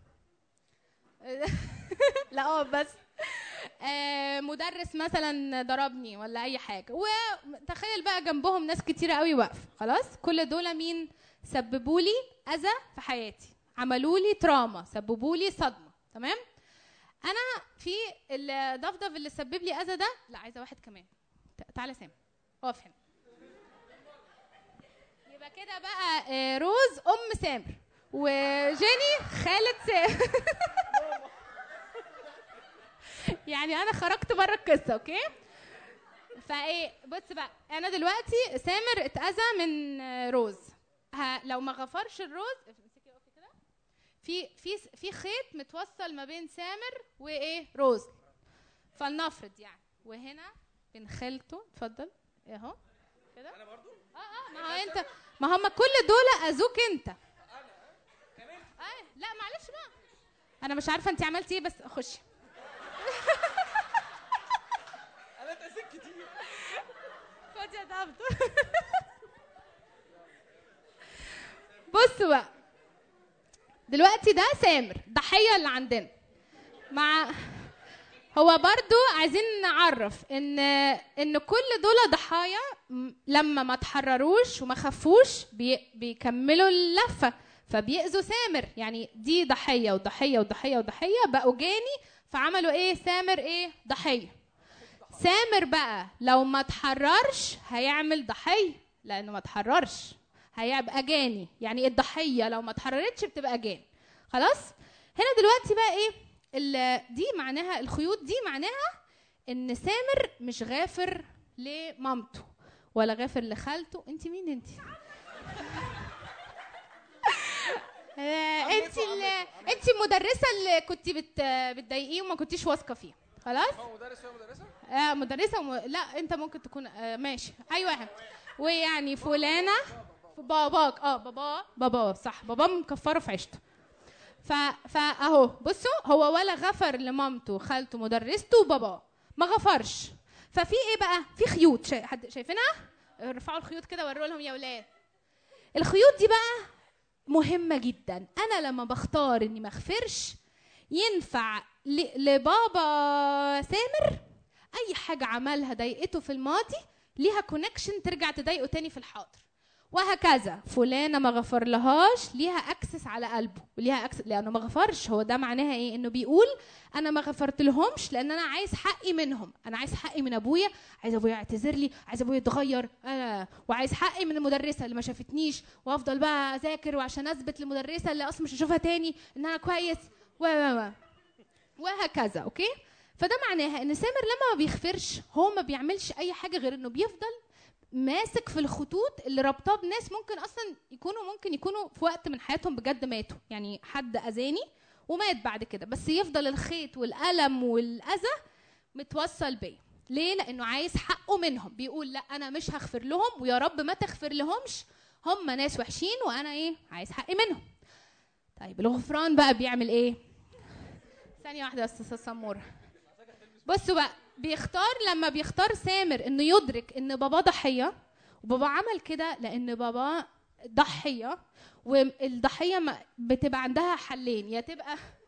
لا اه بس آه مدرس مثلا ضربني ولا اي حاجه، وتخيل بقى جنبهم ناس كتيره قوي واقفه. خلاص كل دول مين سببوا لي اذى في حياتي، عملوا لي تراما، سببوا لي صدمه. تمام انا في الدفدف اللي سبب لي اذى ده لا عايزه واحد كمان. تعالى سام اقف هنا. يبقى كده بقى روز ام سامر وجيني خالة سامر. يعني انا خرجت بره القصه. اوكي فايه بص بقى انا دلوقتي سامر اتاذى من روز. لو ما غفرش الروز كده في في في خيط متوصل ما بين سامر وايه روز فلنفرض يعني، وهنا بين خالته. اتفضل اهو كده. انا برضو اه اه ما هو انت ما هم كل دول اذوك انت. انا كمان اه لا معلش بقى انا مش عارفه انت عملتي ايه بس خشي. انا اتأذيت كتير. خد يا دبدو. بصوا بقى دلوقتي ده سامر ضحيه اللي عندنا. مع هو برضو عايزين نعرف ان ان كل دول ضحايا لما ما تحرروش وما خفوش بي بيكملوا اللفه فبيأذوا سامر. يعني دي ضحيه وضحيه وضحيه وضحيه بقوا جاني فعملوا ايه سامر ايه ضحيه. سامر بقى لو ما تحررش هيعمل ضحيه لانه ما تحررش هيبقى جاني. يعني الضحيه لو ما تحررتش بتبقى جاني. خلاص هنا دلوقتي بقى ايه دي معناها الخيوط دي معناها ان سامر مش غافر لمامته ولا غافر لخالته. انت مين انت؟ انت انت المدرسه اللي كنت بت بتضايقيه وما كنتيش واثقه فيها. خلاص هو مدرس ولا مدرسه؟ اه مدرسه وم... لا انت ممكن تكون آه ماشي ايوه. ويعني فلانه باباك اه بابا بابا صح بابا مكفره في عيشته. ف... فاهو بصوا هو ولا غفر لمامته خالته مدرسته وباباه ما غفرش. ففي ايه بقى في خيوط شا... حد شايفينها؟ ارفعوا الخيوط كده وروا لهم يا ولاد. الخيوط دي بقى مهمه جدا. انا لما بختار اني ما اغفرش ينفع ل... لبابا سامر اي حاجه عملها ضايقته في الماضي ليها كونكشن ترجع تضايقه تاني في الحاضر، وهكذا. فلانه ما غفر لهاش ليها اكسس على قلبه وليها اكسس لانه ما غفرش. هو ده معناها ايه؟ انه بيقول انا ما غفرت لهمش لان انا عايز حقي منهم. انا عايز حقي من ابويا، عايز ابويا يعتذر لي، عايز ابويا يتغير آه. وعايز حقي من المدرسه اللي ما شافتنيش وافضل بقى اذاكر وعشان اثبت للمدرسه اللي اصلا مش هشوفها تاني ان انا كويس و و وهكذا. اوكي فده معناها ان سامر لما ما بيغفرش هو ما بيعملش اي حاجه غير انه بيفضل ماسك في الخطوط اللي رابطاه بناس ممكن اصلا يكونوا ممكن يكونوا في وقت من حياتهم بجد ماتوا. يعني حد اذاني ومات بعد كده بس يفضل الخيط والالم والاذى متوصل بيا. ليه؟ لانه عايز حقه منهم. بيقول لا انا مش هغفر لهم ويا رب ما تغفر لهمش، هم ناس وحشين وانا ايه عايز حقي منهم. طيب الغفران بقى بيعمل ايه؟ ثانيه واحده يا استاذه سموره. بصوا بقى بيختار لما بيختار سامر انه يدرك ان بابا ضحيه، وبابا عمل كده لان بابا ضحيه، والضحيه بتبقى عندها حلين، يا تبقى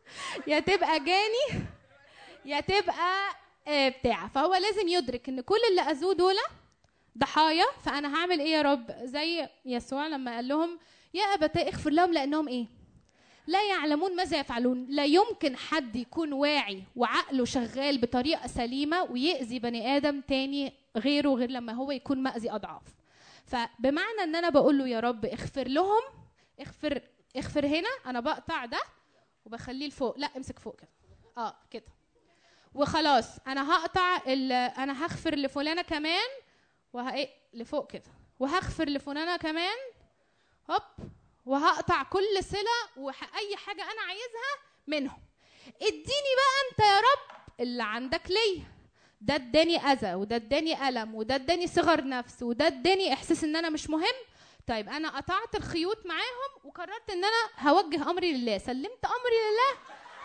يا تبقى جاني يا تبقى آه، بتاع. فهو لازم يدرك ان كل اللي اذوه دول ضحايا. فانا هعمل ايه يا رب؟ زي يسوع لما قال لهم يا ابتاه اغفر لهم لانهم ايه؟ لا يعلمون ماذا يفعلون. لا يمكن حد يكون واعي وعقله شغال بطريقه سليمه ويأذي بني ادم تاني غيره غير لما هو يكون مأذي اضعاف. فبمعنى ان انا بقول له يا رب اغفر لهم، اغفر اغفر هنا انا بقطع ده وبخليه لفوق. لا امسك فوق كده، اه كده، وخلاص انا هقطع انا هغفر لفلانه كمان وهايه لفوق كده، وهغفر لفلانه كمان هوب، وهقطع كل صله واي حاجه انا عايزها منهم. اديني بقى انت يا رب اللي عندك ليا. ده اداني اذى، وده اداني الم، وده اداني صغر نفس، وده اداني احساس ان انا مش مهم. طيب انا قطعت الخيوط معاهم وقررت ان انا هوجه امري لله، سلمت امري لله.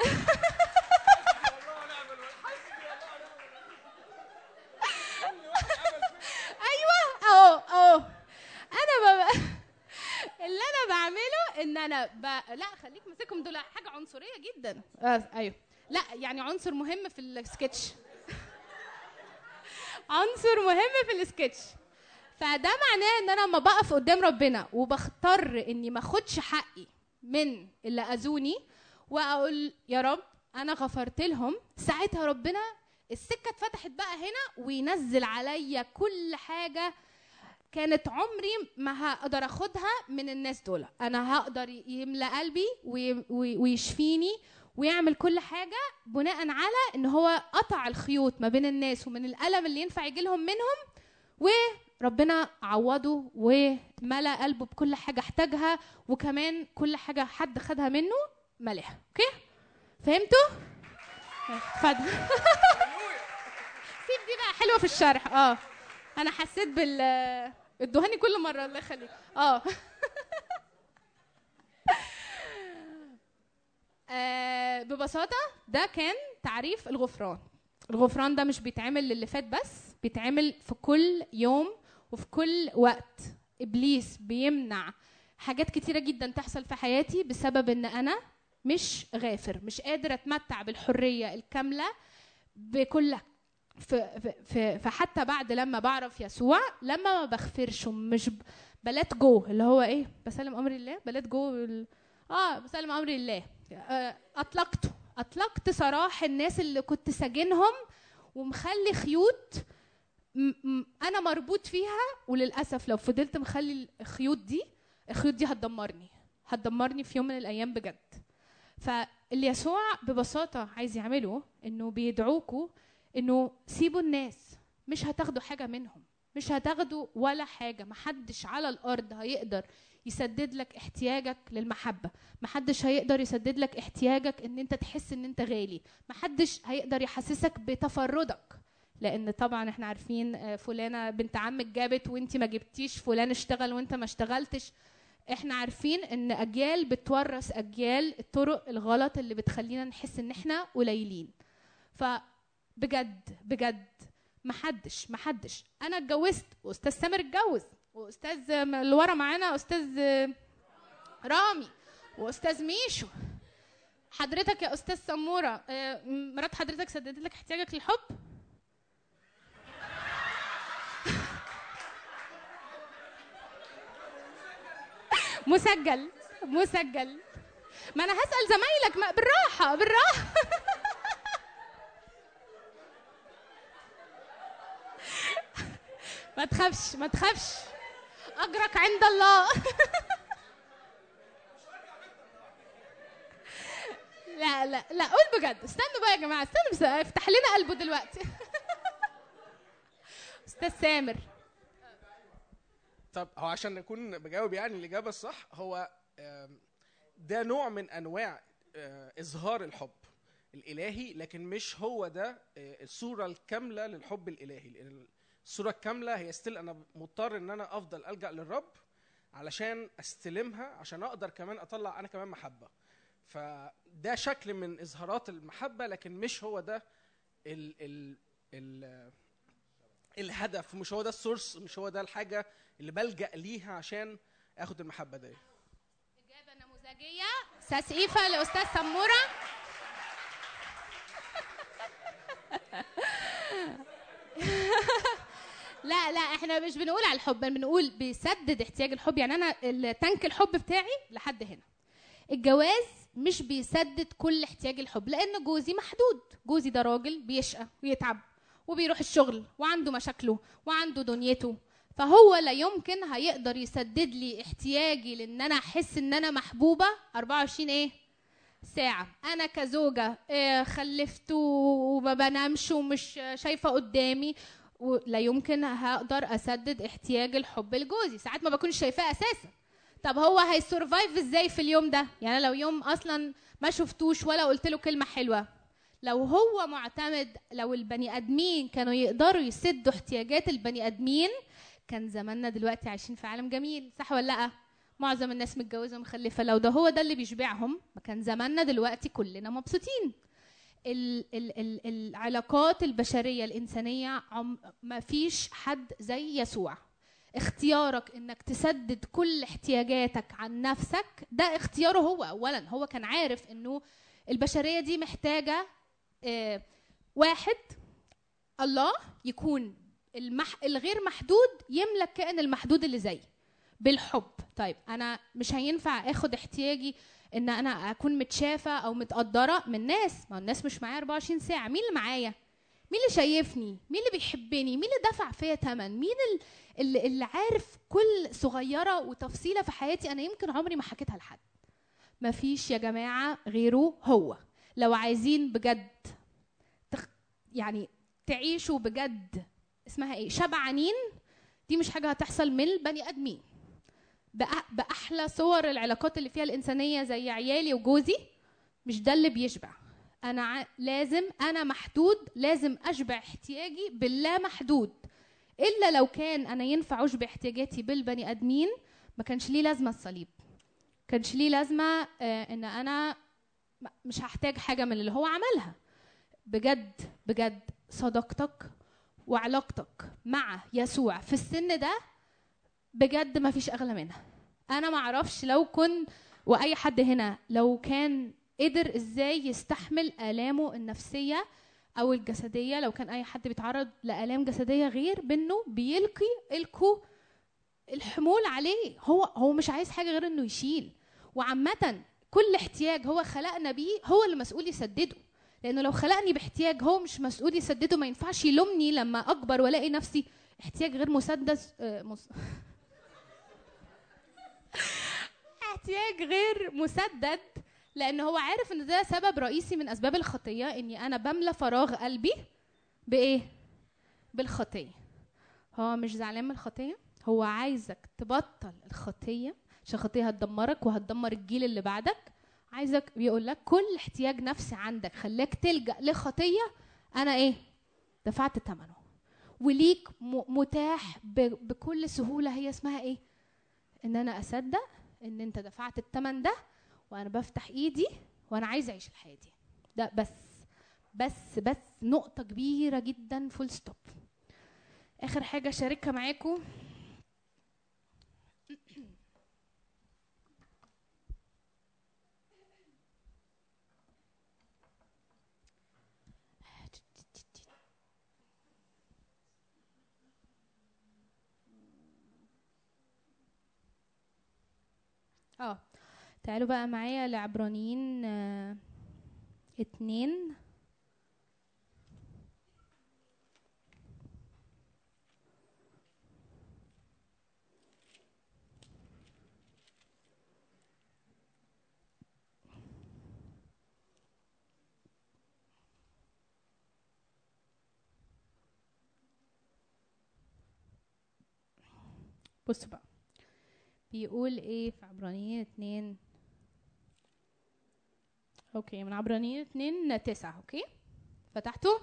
ايوه اهو اهو انا ببقى اللي انا بعمله ان انا ب... لا خليك ماسكهم، دول حاجه عنصريه جدا. آه ايوه لا يعني عنصر مهم في السكتش عنصر مهم في السكتش. فده معناه ان انا لما بقف قدام ربنا وبختار اني ما اخدش حقي من اللي اذوني واقول يا رب انا غفرت لهم، ساعتها ربنا السكه اتفتحت بقى هنا وينزل عليا كل حاجه كانت عمري ما هقدر اخدها من الناس دول. انا هقدر يملى قلبي ويشفيني ويعمل كل حاجه بناء على ان هو قطع الخيوط ما بين الناس ومن الالم اللي ينفع يجي لهم منهم، وربنا عوضه وملى قلبه بكل حاجه احتاجها، وكمان كل حاجه حد خدها منه ملها. اوكي فهمتوا؟ اتفضل. سيب دي بقى حلوه في الشرح. اه انا حسيت بال ادوهاني كل مره، الله يخليك. اه آه ببساطه ده كان تعريف الغفران. الغفران ده مش بيتعمل للي فات بس، بيتعمل في كل يوم وفي كل وقت. ابليس بيمنع حاجات كتيره جدا تحصل في حياتي بسبب ان انا مش غافر، مش قادر اتمتع بالحريه الكامله بكل في في فحتى بعد لما بعرف يسوع لما ما بغفرش ومش بلات جو اللي هو ايه بسلم امر الله، بلات جو ال... اه بسلم امر الله. آه اطلقته اطلقت سراح الناس اللي كنت ساجنهم ومخلي خيوط م م انا مربوط فيها، وللاسف لو فضلت مخلي الخيوط دي الخيوط دي هتدمرني هتدمرني في يوم من الايام بجد. فاللي يسوع ببساطه عايز يعمله انه بيدعوكوا انه سيبوا الناس، مش هتاخدوا حاجه منهم، مش هتاخدوا ولا حاجه. محدش على الارض هيقدر يسدد لك احتياجك للمحبه، محدش هيقدر يسدد لك احتياجك ان انت تحس ان انت غالي، محدش هيقدر يحسسك بتفردك، لان طبعا احنا عارفين فلانه بنت عمك جابت وانت ما جبتيش، فلان اشتغل وانت ما اشتغلتش. احنا عارفين ان اجيال بتورث اجيال الطرق الغلط اللي بتخلينا نحس ان احنا قليلين. فبجد بجد محدش محدش انا اتجوزت واستاذ سامر اتجوز واستاذ اللي ورا معانا استاذ رامي واستاذ ميشو، حضرتك يا استاذ سموره مرات حضرتك سددت لك احتياجك للحب؟ مسجل مسجل. ما انا هسأل زمايلك ما بالراحه بالراحه. ما تخافش ما تخافش اجرك عند الله. لا لا لا قول بجد. استنوا بقى يا جماعه، استنوا بس افتح لنا قلبه دلوقتي. استاذ سامر. طب هو عشان نكون بجاوب يعني الاجابه الصح، هو ده نوع من انواع اظهار الحب الالهي، لكن مش هو ده الصوره الكامله للحب الالهي. الصوره الكامله هي ستيل انا مضطر ان انا افضل الجا للرب علشان استلمها، عشان اقدر كمان اطلع انا كمان محبه. فده شكل من اظهارات المحبه، لكن مش هو ده ال ال ال الهدف، مش هو ده السورس، مش هو ده الحاجه اللي بلجأ ليها عشان اخد المحبه دي. اجابه نموذجيه ساسقيفه لاستاذ سموره. لا لا احنا مش بنقول على الحب، بنقول بيسدد احتياج الحب. يعني انا التانك الحب بتاعي لحد هنا. الجواز مش بيسدد كل احتياج الحب، لان جوزي محدود. جوزي ده راجل بيشقى ويتعب وبيروح الشغل وعنده مشاكله وعنده دنيته، فهو لا يمكن هيقدر يسدد لي احتياجي لان انا احس ان انا محبوبه أربعة وعشرين ايه ساعه. انا كزوجه اه خلفت وما بنامش ومش شايفه قدامي، ولا يمكن هقدر اسدد احتياج الحب لجوزي. ساعات ما بكونش شايفاه اساسا. طب هو هيسرفايف ازاي في اليوم ده؟ يعني لو يوم اصلا ما شفتوش ولا قلت له كلمه حلوه، لو هو معتمد، لو البني ادمين كانوا يقدروا يسدوا احتياجات البني ادمين كان زماننا دلوقتي عايشين في عالم جميل، صح ولا لا؟ معظم الناس متجوزه ومخلفه، لو ده هو ده اللي بيشبعهم ما كان زماننا دلوقتي كلنا مبسوطين. ال ال ال العلاقات البشريه الانسانيه ما فيش حد زي يسوع. اختيارك انك تسدد كل احتياجاتك عن نفسك ده اختياره هو. اولا هو كان عارف انه البشريه دي محتاجه اه واحد الله يكون المح... الغير محدود يملك كائن المحدود اللي زي بالحب. طيب انا مش هينفع اخد احتياجي ان انا اكون متشافه او متقدره من ناس، ما الناس مش معايا أربعة وعشرين ساعه. مين اللي معايا؟ مين اللي شايفني؟ مين اللي بيحبني؟ مين اللي دفع فيا ثمن؟ مين اللي, اللي عارف كل صغيره وتفصيله في حياتي انا يمكن عمري ما حكيتها لحد؟ مفيش يا جماعه غيره هو. لو عايزين بجد تخ... يعني تعيشوا بجد اسمها ايه شبعانين، دي مش حاجه هتحصل من البني ادمين. باحلى صور العلاقات اللي فيها الانسانيه زي عيالي وجوزي، مش ده اللي بيشبع. انا ع... لازم انا محدود، لازم اشبع احتياجي باللا محدود. الا لو كان انا ينفع اشبع احتياجاتي بالبني ادمين ما كانش ليه لازمه الصليب، كانش ليه لازمه آه ان انا مش هحتاج حاجه من اللي هو عملها. بجد بجد صداقتك وعلاقتك مع يسوع في السن ده بجد ما فيش اغلى منها. انا ما اعرفش لو كنت واي حد هنا لو كان قدر ازاي يستحمل آلامه النفسية او الجسدية. لو كان اي حد بيتعرض لآلام جسدية غير بانه بيلقي الكو الحمول عليه، هو هو مش عايز حاجة غير انه يشيل. وعامة كل احتياج هو خلقنا بيه هو اللي مسؤول يسدده، لانه لو خلقني باحتياج هو مش مسؤول يسدده ما ينفعش يلومني لما اكبر والاقي نفسي احتياج غير مسدد آه مس... احتياج غير مسدد، لان هو عارف ان ده سبب رئيسي من اسباب الخطيه، اني انا بملى فراغ قلبي بايه؟ بالخطيه. هو مش زعلان من الخطيه، هو عايزك تبطل الخطيه عشان الخطيه هتدمرك وهتدمر الجيل اللي بعدك. عايزك بيقول لك كل احتياج نفسي عندك خلاك تلجأ لخطيه انا ايه؟ دفعت ثمنه وليك متاح بكل سهوله. هي اسمها ايه؟ ان انا اصدق ان انت دفعت الثمن ده وانا بفتح ايدي وانا عايزه اعيش الحياه دي. ده بس بس بس نقطه كبيره جدا فول ستوب. اخر حاجه شاركها معاكم اه تعالوا بقى معايا لعبرانيين آه اتنين بصوا بقى بيقول ايه في عبرانيين اتنين. اوكي من عبرانيين اتنين تسعة. اوكي فتحتوا.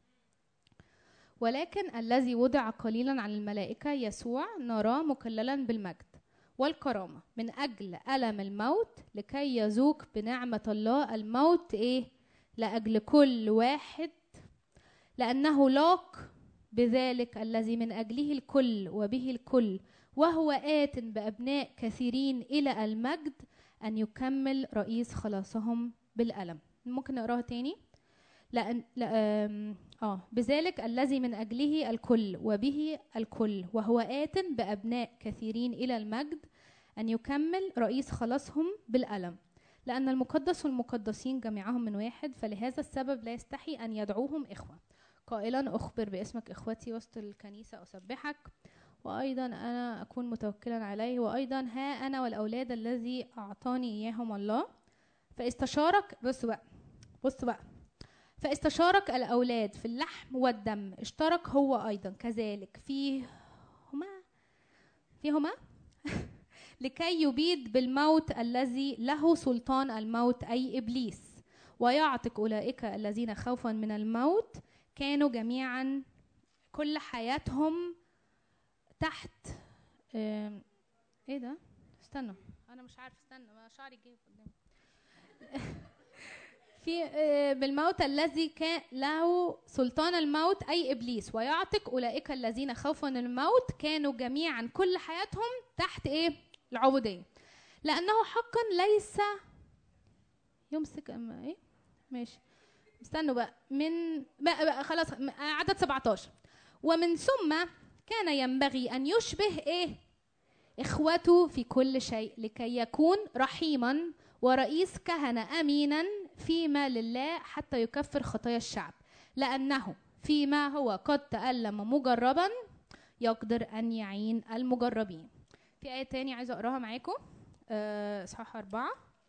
ولكن الذي وضع قليلا عن الملائكة يسوع نراه مكللا بالمجد والكرامة من أجل ألم الموت لكي يذوق بنعمة الله الموت ايه لأجل كل واحد، لأنه لاق بذلك الذي من أجله الكل وبه الكل وهو آت بأبناء كثيرين إلى المجد أن يكمل رئيس خلاصهم بالألم. ممكن نقراها تاني. لأن لأ اه بذلك الذي من أجله الكل وبه الكل وهو آت بأبناء كثيرين إلى المجد أن يكمل رئيس خلاصهم بالألم، لأن المقدس والمقدسين جميعهم من واحد، فلهذا السبب لا يستحي أن يدعوهم إخوة، قائلا أخبر باسمك إخوتي وسط الكنيسة أسبحك، وأيضا أنا أكون متوكلا عليه، وأيضا ها أنا والأولاد الذي أعطاني إياهم الله. فاستشارك بص بقى بص بقى فاستشارك الأولاد في اللحم والدم، اشترك هو أيضا كذلك فيهما فيهما لكي يبيد بالموت الذي له سلطان الموت أي إبليس، ويعتق أولئك الذين خوفا من الموت كانوا جميعا كل حياتهم تحت اه ايه ده استنى انا مش عارف استنى ما شعري جه قدامي في اه بالموت الذي كان له سلطان الموت اي ابليس، ويعتق اولئك الذين خوفا من الموت كانوا جميعا كل حياتهم تحت ايه العبوديه، لانه حقا ليس يمسك اما ايه ماشي استنوا بقى من بقى, بقى خلاص عدد سبعتاشر. ومن ثم كان ينبغي أن يشبه إيه إخوته في كل شيء لكي يكون رحيما ورئيس كهنة أمينا فيما لله حتى يكفر خطايا الشعب، لأنه فيما هو قد تألم مجربا يقدر أن يعين المجربين. في آية تانية عايزة أقراها معاكم إصحاح أه أربعة.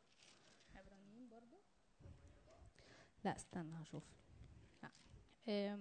لا استنى هشوف لا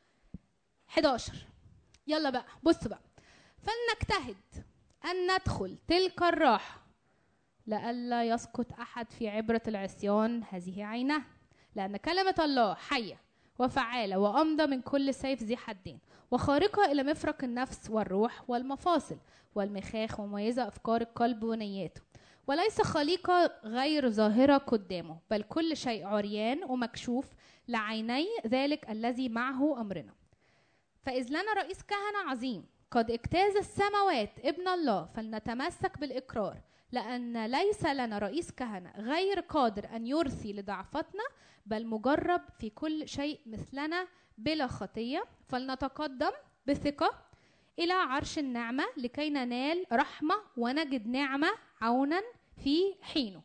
حداشر. يلا بقى بص بقى فلنجتهد أن ندخل تلك الراحة لئلا يسقط أحد في عبرة العصيان هذه عينه، لأن كلمة الله حية وفعالة وأمضى من كل سيف ذي حدين وخارقة إلى مفرق النفس والروح والمفاصل والمخاخ ومميزة أفكار القلب ونياته، وليس خليقة غير ظاهرة قدامه، بل كل شيء عريان ومكشوف لعيني ذلك الذي معه أمرنا. فإذ لنا رئيس كهنة عظيم قد اجتاز السماوات ابن الله، فلنتمسك بالإقرار، لأن ليس لنا رئيس كهنة غير قادر أن يرثي لضعفتنا، بل مجرب في كل شيء مثلنا بلا خطية، فلنتقدم بثقة إلى عرش النعمة لكي ننال رحمة ونجد نعمة عونا في حينه.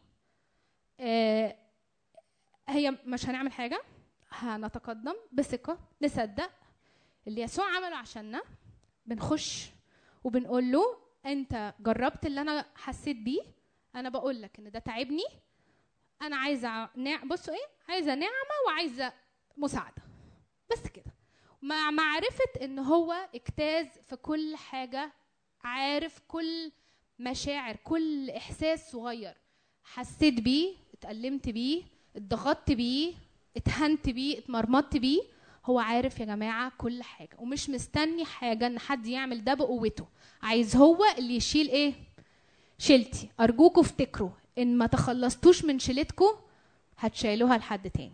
آه هي مش هنعمل حاجة، هنتقدم بثقة، نصدق اللي يسوع عمله عشاننا، بنخش وبنقول له انت جربت اللي انا حسيت بيه، انا بقول لك ان ده تعبني، انا عايزه نع... بصوا ايه عايزه نعمه وعايزه مساعده، بس كده، مع معرفه ان هو اجتاز في كل حاجه، عارف كل مشاعر، كل احساس صغير حسيت بيه، اتألمت بيه، اتضغطت بيه، اتهنت بيه، اتمرمطت بيه، هو عارف يا جماعه كل حاجه، ومش مستني حاجه ان حد يعمل ده بقوته، عايز هو اللي يشيل ايه شيلتي. ارجوكوا افتكروا ان ما تخلصتوش من شيلتكم هتشيلوها لحد تاني.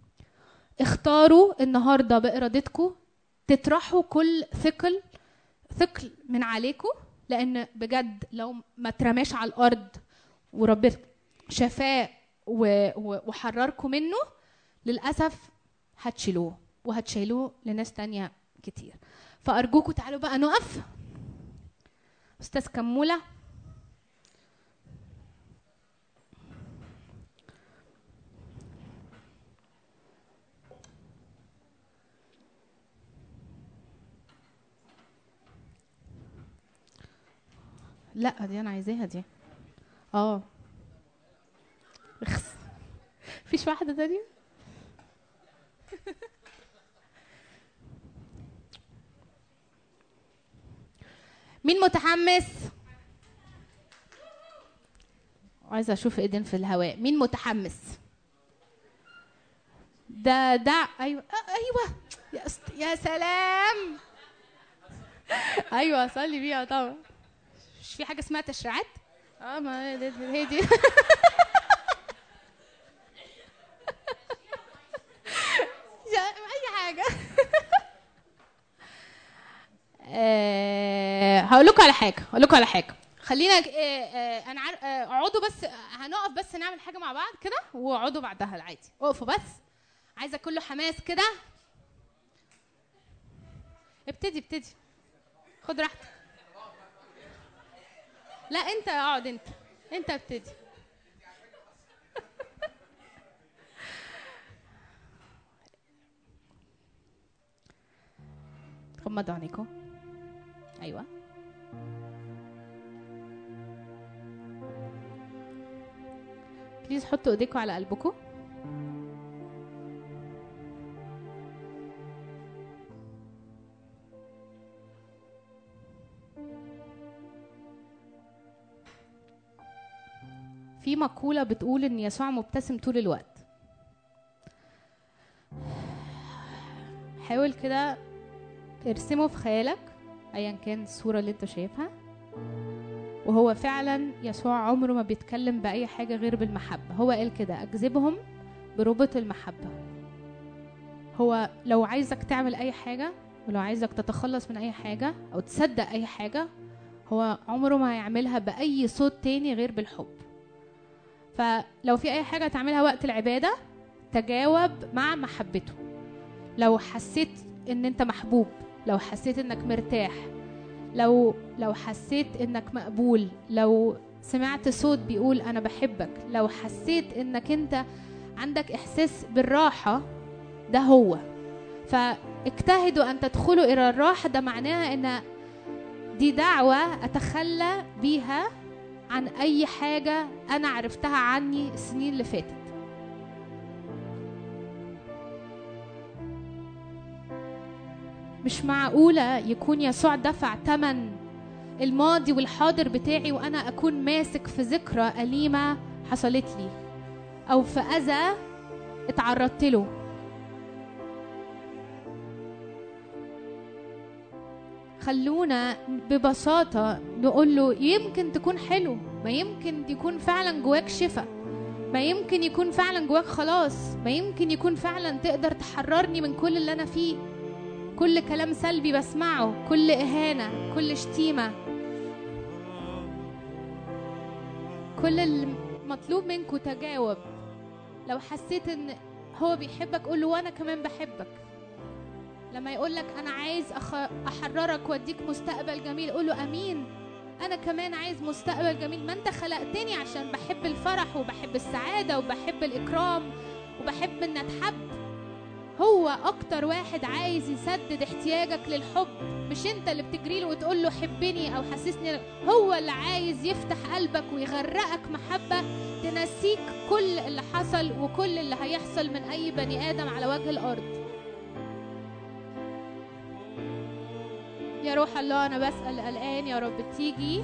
اختاروا النهارده بارادتكم تطرحوا كل ثقل ثقل من عليكم، لان بجد لو ما ترماش على الارض وربنا شفاه وحرركم منه، للاسف هتشيلوه وهتشيلوه لناس تانية كتير. فارجوكوا تعالوا بقى نقف. استاذ كموله لا دي انا عايزاها دي اه اخس فيش واحده تانية. مين متحمس؟ عايزه اشوف ايدين في الهواء. مين متحمس؟ ده ده ايوه ايوه يا است... يا سلام ايوه صلي بيها طبعا. مش في حاجه اسمها تشريعات؟ اه ما هي دي اي حاجه. أه هقول لكم على حاجه هقول لكم على حاجه خلينا أه أه انا عارف اقعدوا أه بس هنقف بس نعمل حاجه مع بعض كده، واقعدوا بعدها العادي، اقفوا بس عايزه كله حماس كده. ابتدي ابتدي خد راحتك. لا انت اقعد، انت انت ابتدي. غمضوا عينيكم. ايوه بليز حطوا ايديكم على قلبكم. في مقولة بتقول ان يسوع مبتسم طول الوقت. حاول كده ارسمه في خيالك ايا كان الصورة اللي انت شايفها، وهو فعلا يسوع عمره ما بيتكلم بأي حاجة غير بالمحبة. هو قال كده أجذبهم بربط المحبة. هو لو عايزك تعمل أي حاجة، ولو عايزك تتخلص من أي حاجة أو تصدق أي حاجة، هو عمره ما هيعملها بأي صوت تاني غير بالحب. فلو في أي حاجة تعملها وقت العبادة تجاوب مع محبته. لو حسيت إن أنت محبوب، لو حسيت إنك مرتاح، لو لو حسيت إنك مقبول، لو سمعت صوت بيقول أنا بحبك، لو حسيت إنك أنت عندك إحساس بالراحة، ده هو. فاجتهدوا أن تدخلوا إلى الراحة. ده معناها إن دي دعوة أتخلى بيها عن أي حاجة أنا عرفتها عني السنين اللي فاتت. مش معقولة يكون يسوع دفع ثمن الماضي والحاضر بتاعي وأنا أكون ماسك في ذكرى أليمة حصلت لي أو في أذى اتعرضت له. خلونا ببساطة نقول له يمكن تكون حلو، ما يمكن يكون فعلا جواك شفاء، ما يمكن يكون فعلا جواك خلاص، ما يمكن يكون فعلا تقدر تحررني من كل اللي أنا فيه، كل كلام سلبي بسمعه، كل إهانة، كل شتيمة. كل المطلوب منكم تجاوب. لو حسيت ان هو بيحبك قول له وانا كمان بحبك. لما يقولك انا عايز احررك واديك مستقبل جميل قول له امين، انا كمان عايز مستقبل جميل. ما انت خلقتني عشان بحب الفرح وبحب السعادة وبحب الإكرام وبحب ان اتحب. هو اكتر واحد عايز يسدد احتياجك للحب، مش انت اللي بتجري له وتقول له حبني او حسسني. هو اللي عايز يفتح قلبك ويغرقك محبة تنسيك كل اللي حصل وكل اللي هيحصل من اي بني ادم على وجه الارض. يا روح الله انا بسأل الان يا رب تيجي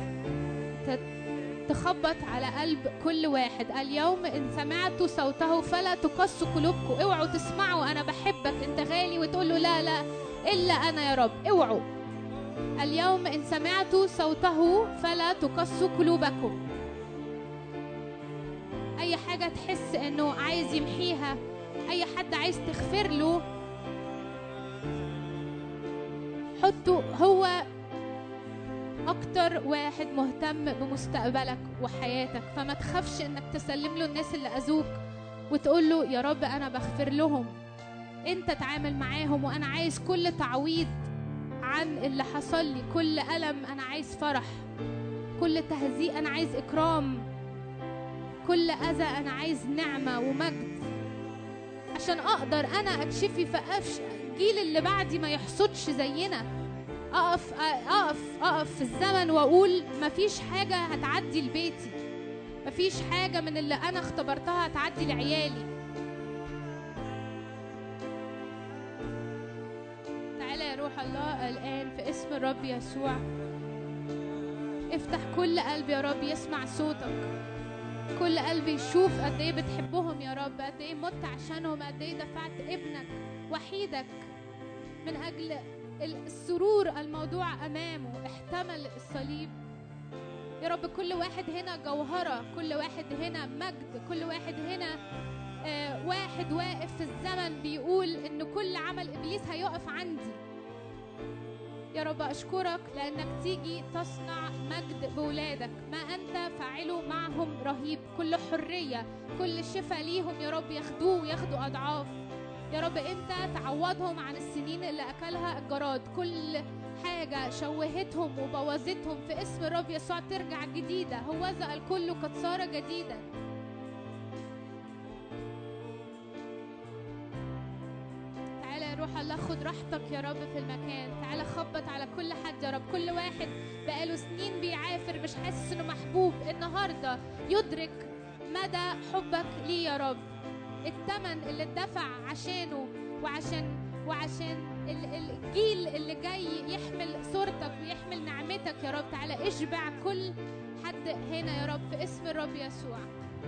تخبط على قلب كل واحد. اليوم إن سمعتوا صوته فلا تقسوا قلوبكم. اوعوا تسمعوا أنا بحبك أنت غالي وتقول له لا لا إلا أنا يا رب. اوعوا. اليوم إن سمعتوا صوته فلا تقسوا قلوبكم. أي حاجة تحس إنه عايز يمحيها، أي حد عايز تغفر له، حطوا. هو أكتر واحد مهتم بمستقبلك وحياتك، فما تخافش إنك تسلم له الناس اللي أذوك وتقول له يا رب أنا بغفر لهم، أنت تعامل معاهم وأنا عايز كل تعويض عن اللي حصل لي، كل ألم أنا عايز فرح، كل تهزيء أنا عايز إكرام، كل أذى أنا عايز نعمة ومجد، عشان أقدر أنا أكشفي فأفش الجيل اللي بعدي ما يحصدش زينا. أقف أقف أقف في الزمن وأقول مفيش حاجة هتعدي لبيتي، مفيش حاجة من اللي أنا اختبرتها هتعدي لعيالي. تعالى يا روح الله الآن في اسم الرب يسوع، افتح كل قلب يا رب يسمع صوتك، كل قلب يشوف قد ايه بتحبهم يا رب، قد ايه مت عشانهم، قد ايه دفعت ابنك وحيدك من أجل السرور الموضوع أمامه، احتمل الصليب يا رب. كل واحد هنا جوهرة، كل واحد هنا مجد، كل واحد هنا آه واحد واقف في الزمن بيقول إن كل عمل إبليس هيقف عندي. يا رب أشكرك لأنك تيجي تصنع مجد بولادك، ما أنت فاعله معهم رهيب، كل حرية كل شفاء ليهم يا رب ياخدوه وياخدوا أضعاف. يا رب أنت تعوضهم عن السنين اللي أكلها الجراد. كل حاجة شوهتهم وبوظتهم في اسم الرب يسوع ترجع جديدة. هوذا الكل قد صار جديدا. تعالى يا روح الله خد راحتك يا رب في المكان. تعالى خبط على كل حد يا رب. كل واحد بقاله سنين بيعافر مش حاسس انه محبوب، النهارده يدرك مدى حبك ليه يا رب. الثمن اللي اتدفع عشانه وعشان وعشان الجيل اللي جاي يحمل صورتك ويحمل نعمتك يا رب. تعالى اشبع كل حد هنا يا رب في اسم الرب يسوع.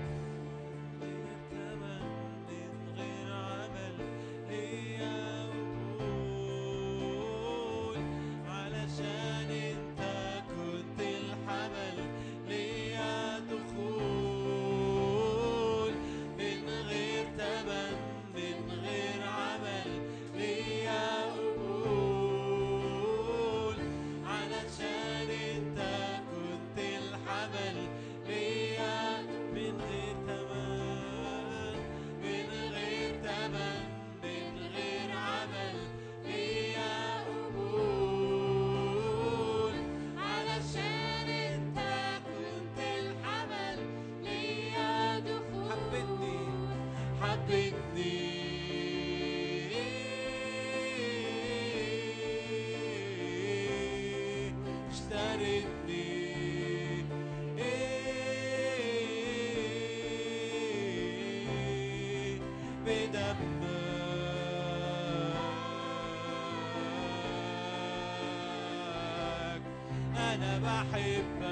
أنا بحبك.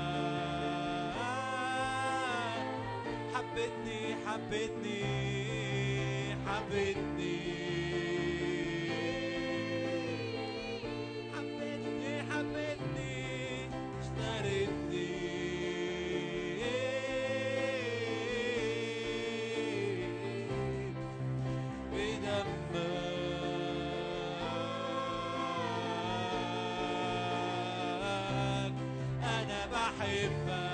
حبتني حبتني حبتني حبتني حبتني اشتريتني بدمك. أنا بحبك.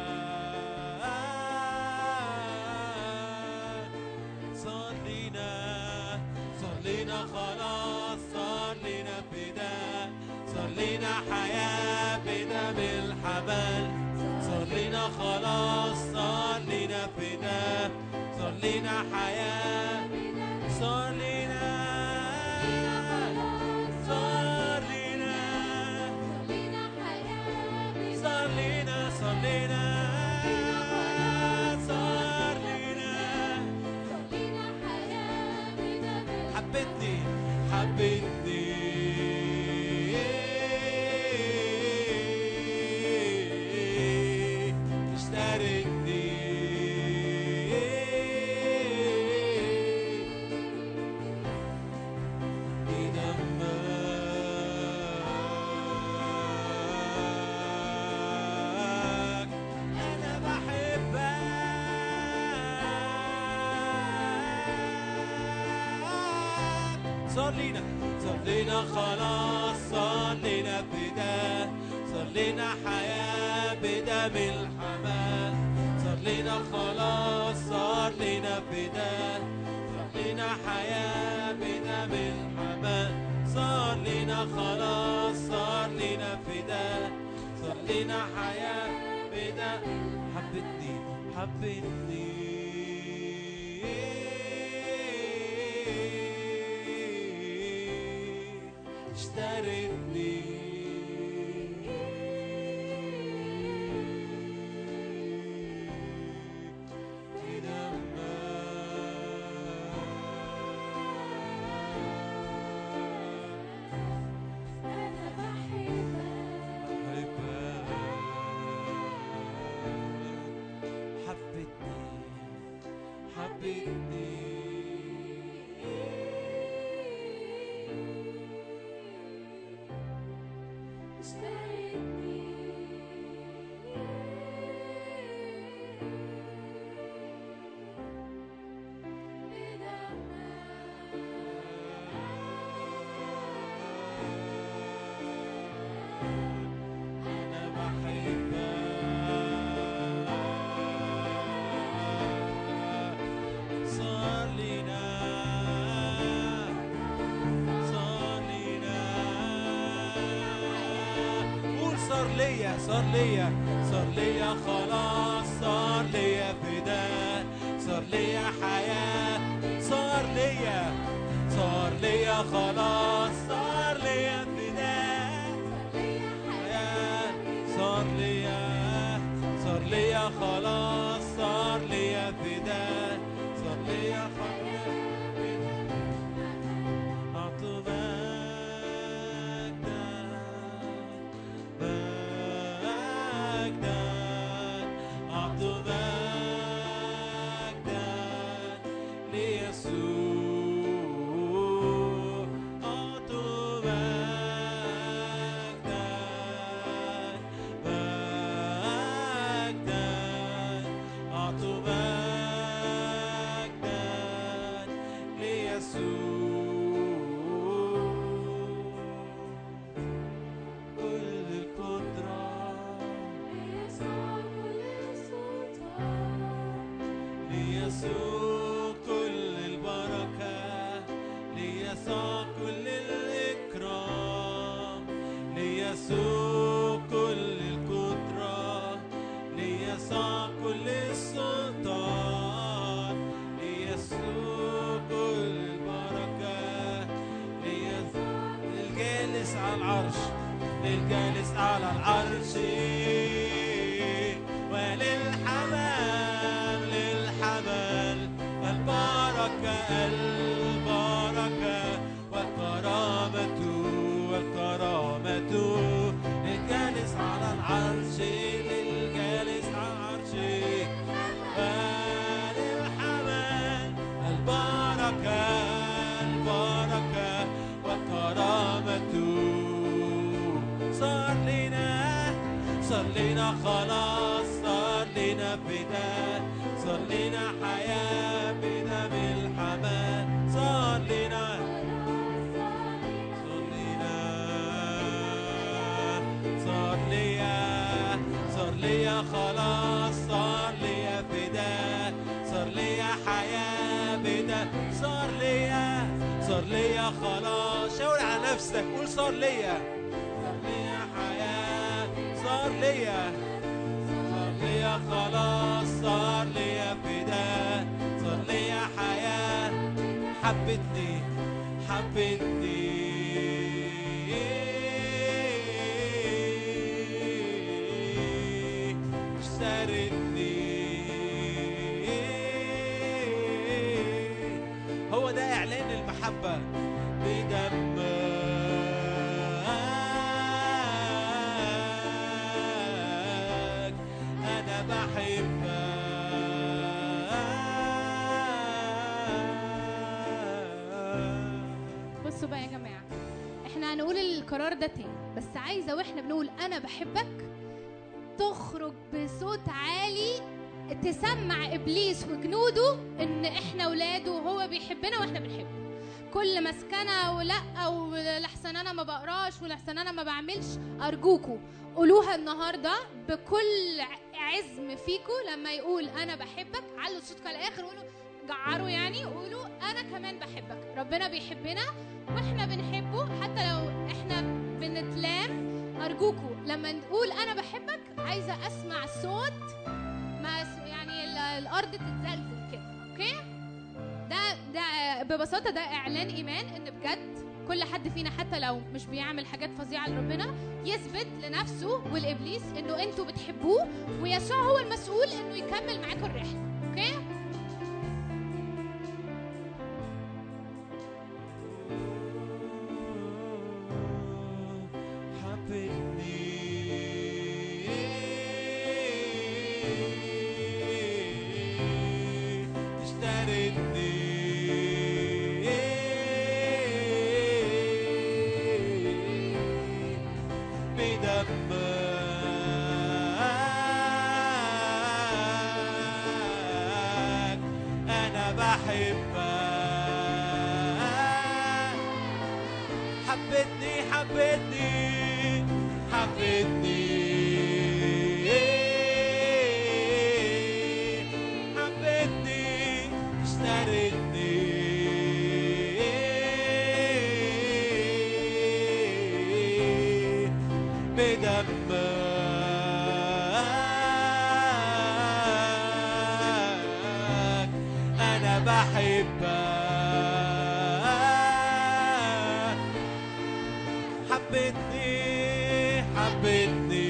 صار لينا صار لينا خلاص، صار لينا فداء، صار لينا حياة بدم الحمل. صار لينا خلاص، صار لينا فداء، صار لينا حياة، صار لينا صار لينا صار لينا صار لينا صار لينا. حبتني حبتني اشتريتني بدمك. أنا بحبك. صار لينا صار لينا خلاص، صار لينا فداء، صار لينا حياة بدم الحمل. صار لينا خلاص، صار لينا فداء، صار لينا حياة بدم الحمل. صار لينا خلاص، صار لينا فداء، صار لينا حياة بدم. حبتني حبتني اشتريتني بدمك. أنا بحبك. حبتني حبتني أنا بحبك. صار لينا صار ليا صار ليا صار ليا خلاص، صار ليا فداء، صار ليا حياة، صار ليا صار ليا خلاص، صار ليا فداء، حياة، صار ليا صار ليا خلاص، صار ليا فداء، صار ليا حياة. أعطوا مجدا مجدا، أعطوا مجدا ليسوع، أعطوا مجدا مجدا، أعطوا مجدا ليسوع. كل القدرة ليسوع، كل البركة ليسوع، كل الإكرام ليسوع، كل القدرة ليسوع، كل السلطان ليسوع، كل البركة ليسوع، الجالس على العرش، للجالس على العرش وللحمل للحمل، البركة البركة والكرامة والكرامة للجالس على العرش، للجالس على العرش وللحمل، البركة البركة والكرامة. صار لنا صار لنا خلاص، صار لنا فداء، صار لنا حياة بدم الحمل، صار لنا صار لنا صار ليا صار ليا خلاص، صار ليا فداء، صار ليا حياة بدم، صار ليا صار ليا خلاص. شاور على نفسك قول صار ليا صار ليا حياة، صار ليا صار ليا خلاص، صار ليا فداء، صار ليا حياة. حبتني حبتني اشترتني، هو ده إعلان المحبة بدم أنا بحبك. بصوا بقى يا جماعة، احنا هنقول القرار ده تاني، بس عايزة واحنا بنقول أنا بحبك تخرج بصوت عالي تسمع إبليس وجنوده إن احنا ولاده وهو بيحبنا واحنا بنحبه. كل مسكنة ولا ولحسن أنا ما بقراش ولحسن أنا ما بعملش، أرجوكوا قولوها النهاردة بكل عزم فيكوا. لما يقول أنا بحبك علوا صوتكم على الآخر، قولوا جعروا يعني، قولوا أنا كمان بحبك. ربنا بيحبنا وإحنا بنحبه حتى لو إحنا بنتلام. أرجوكوا لما نقول أنا بحبك عايزة أسمع صوت ما يعني الأرض تتزلزل كده، أوكي؟ ده ده ببساطة ده إعلان إيمان إن بجد كل حد فينا حتى لو مش بيعمل حاجات فظيعة لربنا يثبت لنفسه والإبليس إنه أنتوا بتحبوه ويسوع هو المسؤول إنه يكمل معاكم الرحلة، أوكي؟ حبتني حبتني حبتني حبتني اشترتني بدمك بدمك أنا بحبك حبتني حبتني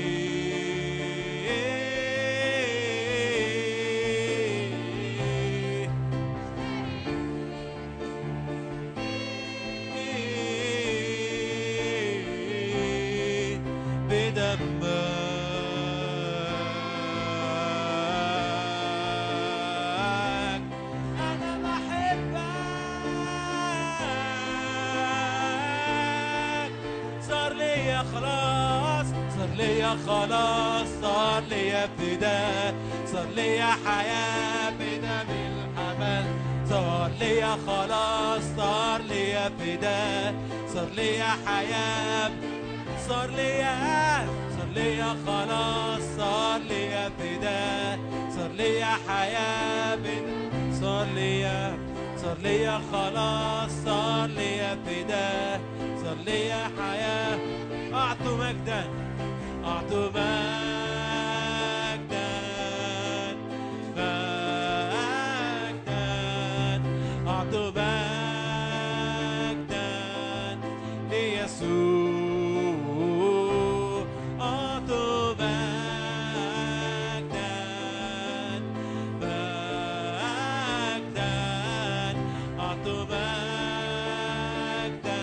خلاص صار ليا خلاص صار ليا فداء صار ليا حياة بدم الحمل صار ليا خلاص صار ليا فداء صار ليا حياة صار ليا صار ليا خلاص صار ليا فداء صار ليا حياة صار ليا صار ليا خلاص صار ليا فداء صار ليا حياة أعطوا مجدا أعطوا مجدا مجدا أعطوا مجدا ليسوع أعطوا مجدا مجدا أعطوا مجدا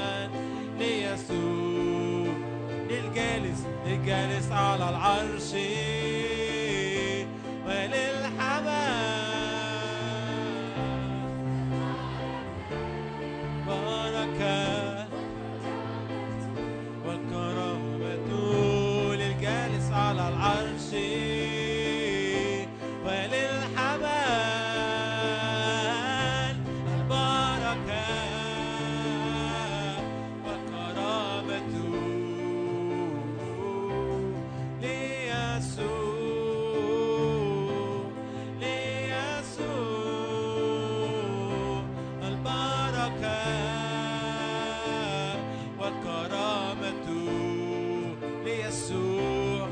ليسوع للجالس للجالس على العرش وللحمام بركة والكرامة للجالس على العرش وللحمام البركة والكرامة ليسوع ليسوع البركة والكرامة ليسوع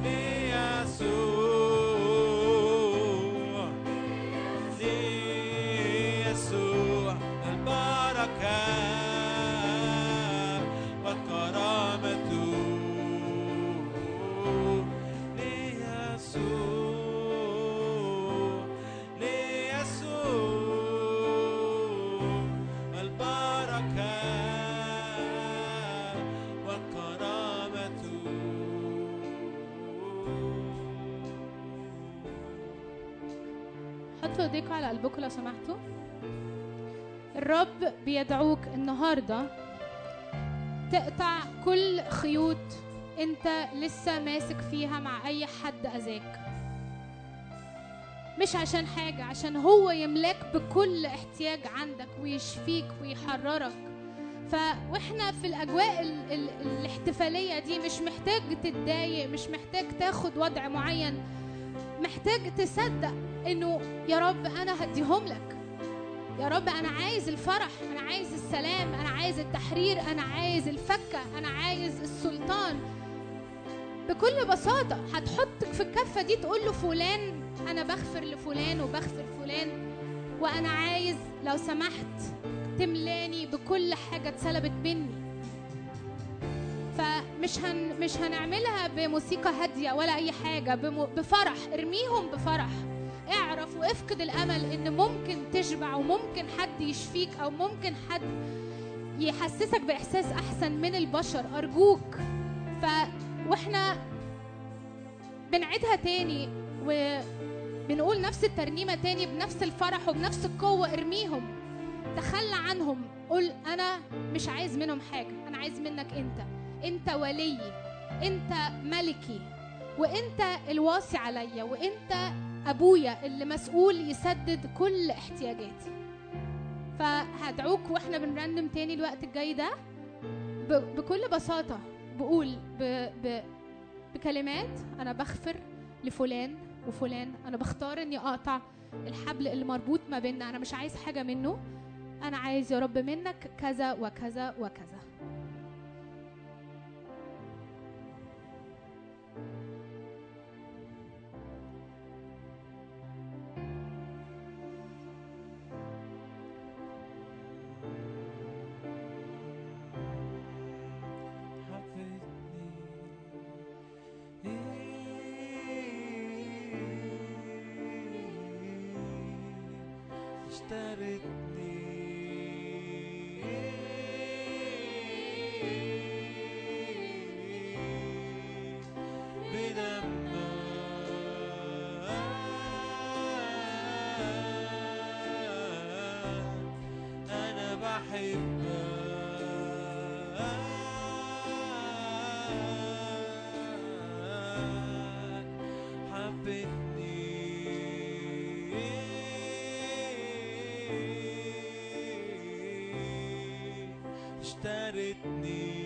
ليسوع ليسوع البركة والكرامة ليسوع ليسوع البركة والكرامة حطوا ايديكم على قلبكم لو سمحتوا. الرب بيدعوك النهارده تقطع كل خيوط انت لسه ماسك فيها مع اي حد اذاك، مش عشان حاجه، عشان هو يملاك بكل احتياج عندك ويشفيك ويحررك. فاحنا في الاجواء ال ال الاحتفاليه دي مش محتاج تتضايق، مش محتاج تاخد وضع معين، محتاج تصدق انه يا رب انا هديهم لك، يا رب انا عايز الفرح، انا عايز السلام، انا عايز التحرير، انا عايز الفكه، انا عايز السلطان. بكل بساطه هتحطك في الكفه دي تقول له فلان انا بغفر لفلان وبغفر فلان، وانا عايز لو سمحت تملاني بكل حاجه اتسلبت مني. فمش هن مش هنعملها بموسيقى هاديه ولا اي حاجه، بفرح. ارميهم بفرح. اعرف وافقد الامل ان ممكن تشبع وممكن حد يشفيك او ممكن حد يحسسك باحساس احسن من البشر. ارجوك. ف واحنا بنعيدها تاني وبنقول نفس الترنيمه تاني بنفس الفرح وبنفس القوه. ارميهم، تخلى عنهم، قول انا مش عايز منهم حاجه، انا عايز منك انت. انت ولي، انت ملكي، وانت الواصي عليا، وانت ابويا اللي مسؤول يسدد كل احتياجاتي. فهدعوك واحنا بنرنم تاني الوقت الجاي ده بكل بساطه بقول ب... ب... بكلمات انا بغفر لفلان وفلان، انا بختار اني اقطع الحبل اللي مربوط ما بيننا، انا مش عايز حاجه منه، انا عايز يا رب منك كذا وكذا وكذا. اشترتني أنا بحبك حبتني اشترتني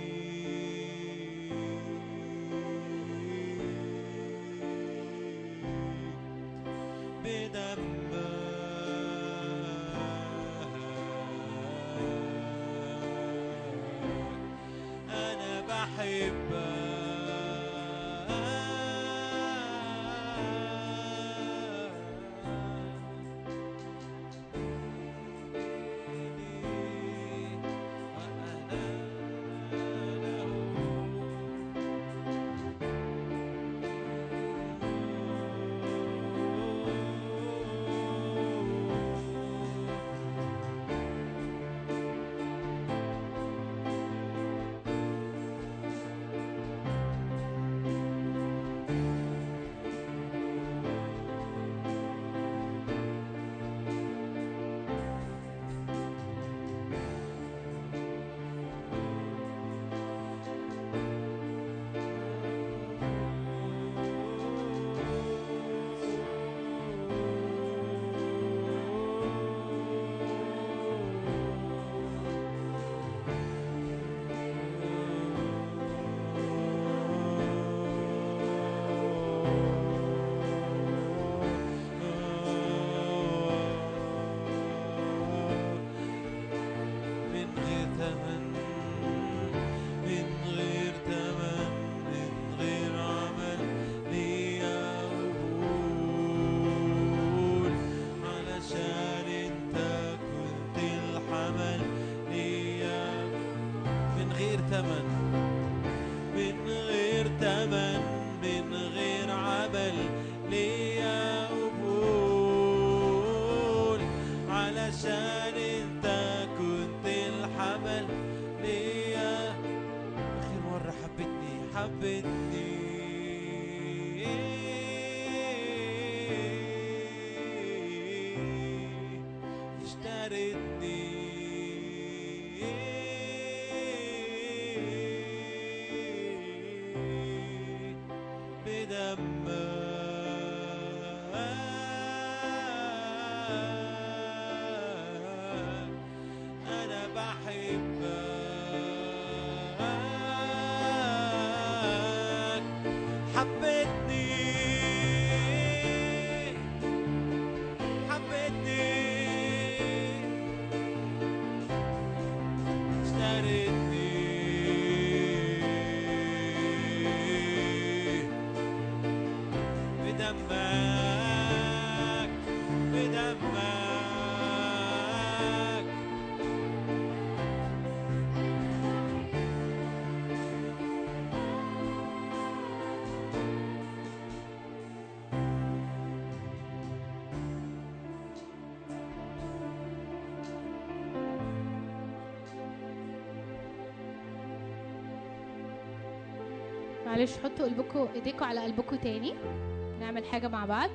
معلش حطوا قلبكم ايديكم على قلبكم تاني، نعمل حاجة مع بعض.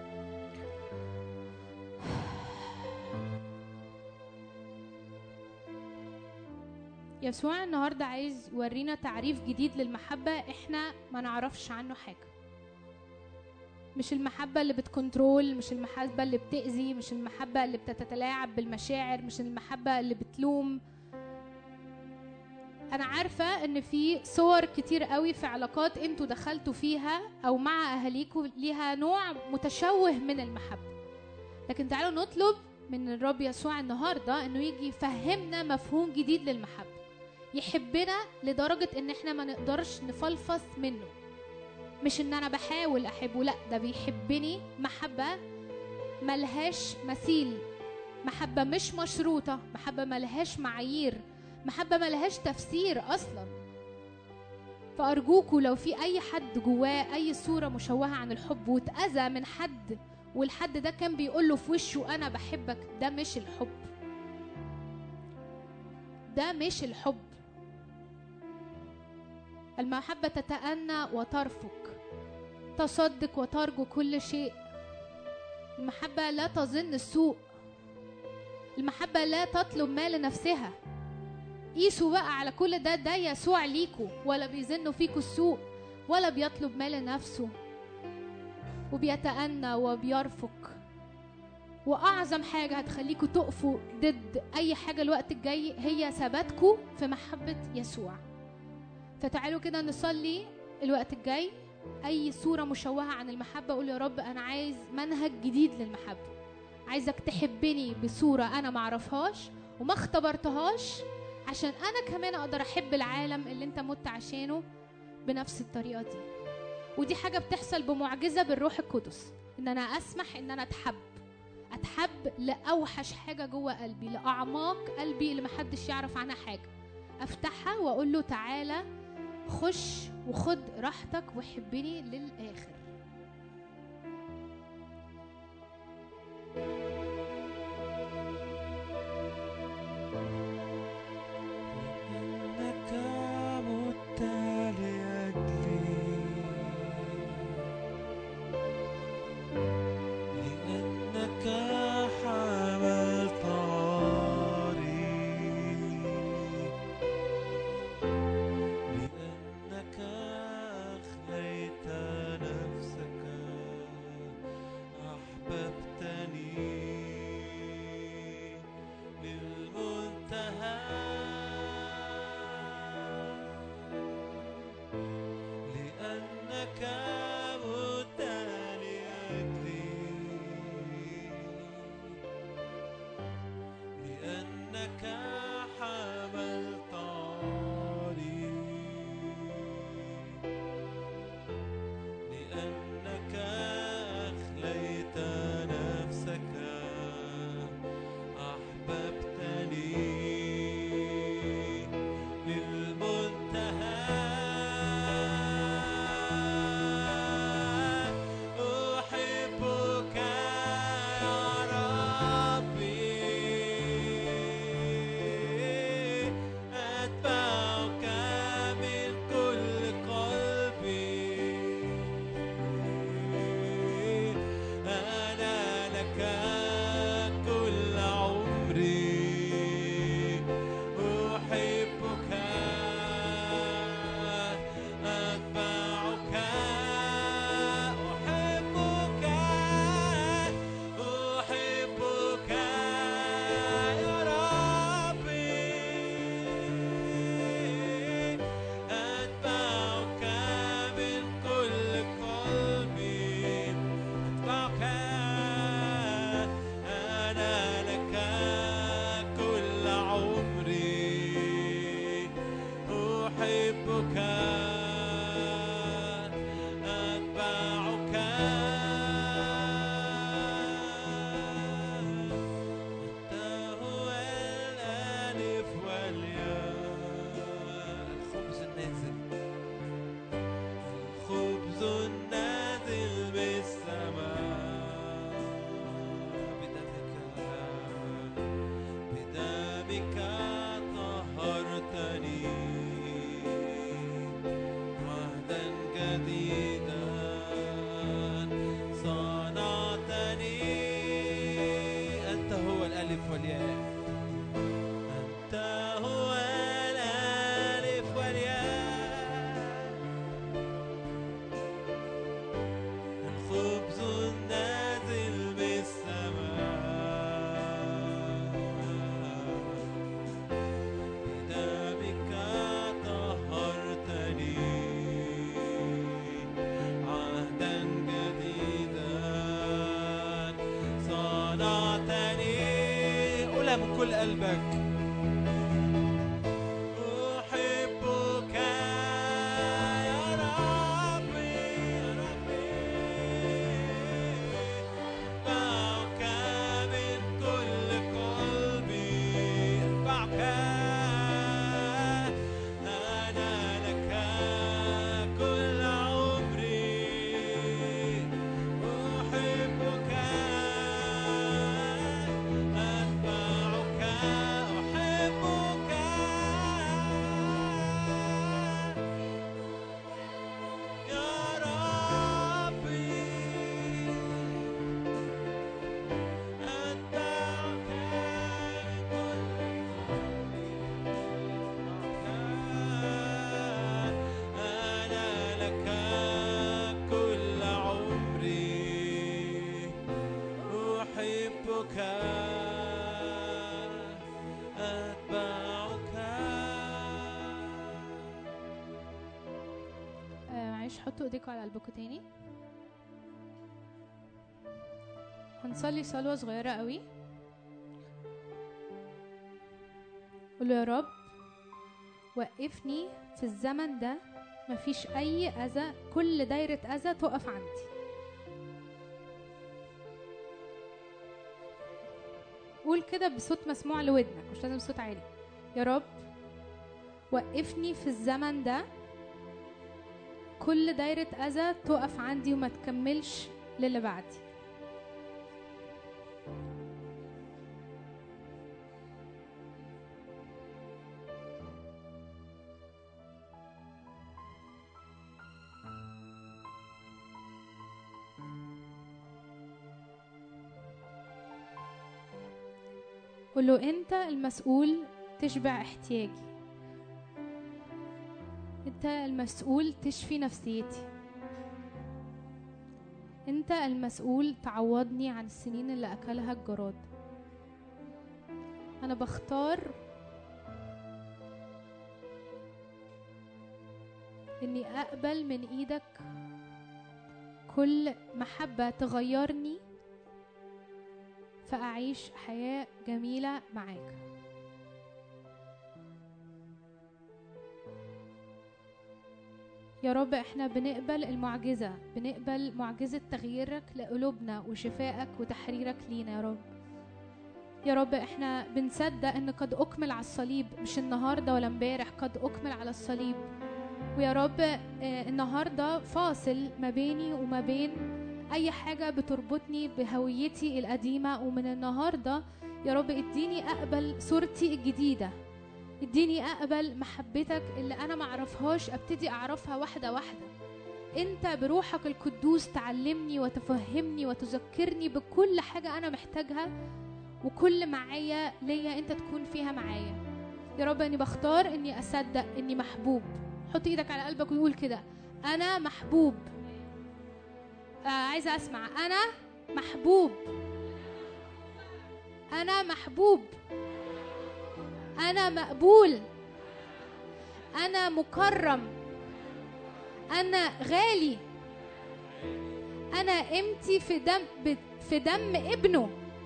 يسوع النهارده عايز يورينا تعريف جديد للمحبة احنا ما نعرفش عنه حاجة. مش المحبة اللي بتكنترول، مش المحبة اللي بتأذي، مش المحبة اللي بتتلاعب بالمشاعر، مش المحبة اللي بتلوم. أنا عارفة إن في صور كتير قوي في علاقات أنتوا دخلتوا فيها أو مع أهاليكوا ليها نوع متشوه من المحبة، لكن تعالوا نطلب من الرب يسوع النهاردة إنه يجي يفهمنا مفهوم جديد للمحبة، يحبنا لدرجة إن إحنا ما نقدرش نفلفص منه. مش إن أنا بحاول أحبه، لأ، ده بيحبني محبة ملهاش مثيل، محبة مش مشروطة، محبة ملهاش معايير، محبة ملهاش تفسير أصلا. فأرجوكوا لو في أي حد جواه أي صورة مشوهة عن الحب واتأذى من حد والحد ده كان بيقول له في وشه انا بحبك، ده مش الحب، ده مش الحب. المحبة تتأنى وترفق، تصدق وترجو كل شيء. المحبة لا تظن السوء، المحبة لا تطلب ما لنفسها. قيسوا بقى على كل ده، ده يسوع ليكوا، ولا بيظن فيكوا السوء ولا بيطلب ما لنفسه، وبيتأنى وبيرفق. وأعظم حاجة هتخليكوا تقفوا ضد أي حاجة الوقت الجاي هي ثباتكوا في محبة يسوع. فتعالوا كده نصلي الوقت الجاي أي صورة مشوهة عن المحبة. قول يا رب أنا عايز منهج جديد للمحبة، عايزك تحبني بصورة أنا معرفهاش وما اختبرتهاش، عشان أنا كمان أقدر أحب العالم اللي أنت مت عشانه بنفس الطريقة دي. ودي حاجة بتحصل بمعجزة بالروح القدس، إن أنا أسمح إن أنا أتحب أتحب لأوحش حاجة جوه قلبي، لأعماق قلبي اللي محدش يعرف عنها حاجة، أفتحها وأقول له تعالى خش وخد راحتك وحبني للآخر. إنك مت لأجلي، لأنك حملت عاري، لأنك أخليت نفسك أحببتني للمنتهى، لأنك مت لأجلي، لأنك حملت عاري، لأنك أخليت نفسك أحببتني للمنتهى. أحبك يا ربي، أتبعك من كل قلبي، أنا لك كل عمري. أحبك أتبعك، أحبك أحبك يا ربي، أتبعك من كل قلبي، أتبعك أنا لك كل عمري. أحبك أتبعك، أنت هو الألف والياء، الخبز النازل، الخبز النازل بالسماء، بدمك بدمك طهرتني عهدا جديدا صنعتني. أنت هو الألف والياء، أنت هو الألف والياء، الخبز النازل بالسماء، بدمك طهرتني عهدا جديدا صنعتني. قولها من كل قلبك. أحبك يا ربي، يا ربي، أتبعك من كل قلبي، أتبعك أنا لك كل عمري. أحبك حطوا ايديكم على قلبكم تاني. هنصلي صلوة صغيرة قوي. قولوا يا رب وقفني في الزمن ده، مفيش اي اذى، كل دايرة اذى تقف عندي. قول كده بصوت مسموع لودنك، مش لازم صوت عالي. يا رب وقفني في الزمن ده، كل دايرة اذى تقف عندي وما تكملش للي بعدي. قل له انت المسؤول تشبع احتياجي، انت المسؤول تشفي نفسيتي، انت المسؤول تعوضني عن السنين اللي اكلها الجراد. انا بختار اني اقبل من ايدك كل محبة تغيرني فأعيش حياة جميلة معاك. يا رب احنا بنقبل المعجزة، بنقبل معجزة تغييرك لقلوبنا وشفائك وتحريرك لينا يا رب. يا رب احنا بنصدق ان قد أكمل على الصليب، مش النهاردة ولا امبارح، قد أكمل على الصليب. ويا رب اه النهاردة فاصل ما بيني وما بين أي حاجة بتربطني بهويتي القديمة، ومن النهاردة يا رب اديني أقبل صورتي الجديدة، اديني أقبل محبتك اللي أنا معرفهاش، أبتدي أعرفها واحدة واحدة. أنت بروحك القدوس تعلمني وتفهمني وتذكرني بكل حاجة أنا محتاجها، وكل معايا ليا أنت تكون فيها معايا. يا رب أني بختار أني أصدق أني محبوب. حط إيدك على قلبك ويقول كده: أنا محبوب. آه عايزة أسمع: أنا محبوب، أنا محبوب، أنا مقبول، أنا مكرم، أنا غالي، أنا قيمتي في دم في دم ابنه.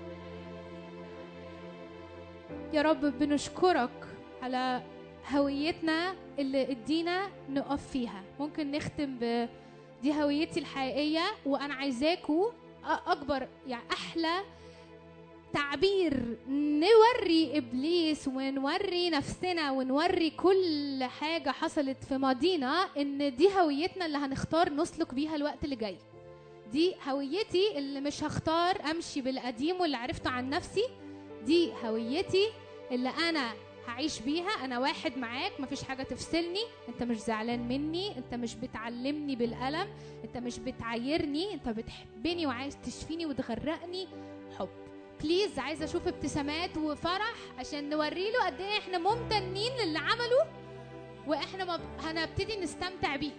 يا رب بنشكرك على هويتنا اللي ادينا نقف فيها. ممكن نختم ب دي هويتي الحقيقية، وأنا عايزاكوا أكبر يعني أحلى تعبير نوري إبليس ونوري نفسنا ونوري كل حاجة حصلت في ماضينا إن دي هويتنا اللي هنختار نسلك بيها الوقت اللي جاي. دي هويتي اللي مش هختار أمشي بالقديم واللي عرفته عن نفسي. دي هويتي اللي أنا هعيش بيها. أنا واحد معاك، مفيش حاجة تفصلني. أنت مش زعلان مني، أنت مش بتعلمني بالألم، أنت مش بتعايرني، أنت بتحبني وعايز تشفيني وتغرقني حب. بليز عايزة أشوف ابتسامات وفرح عشان نوري له قد إيه إحنا ممتنين للي عمله، وإحنا هنبتدي نستمتع بيه.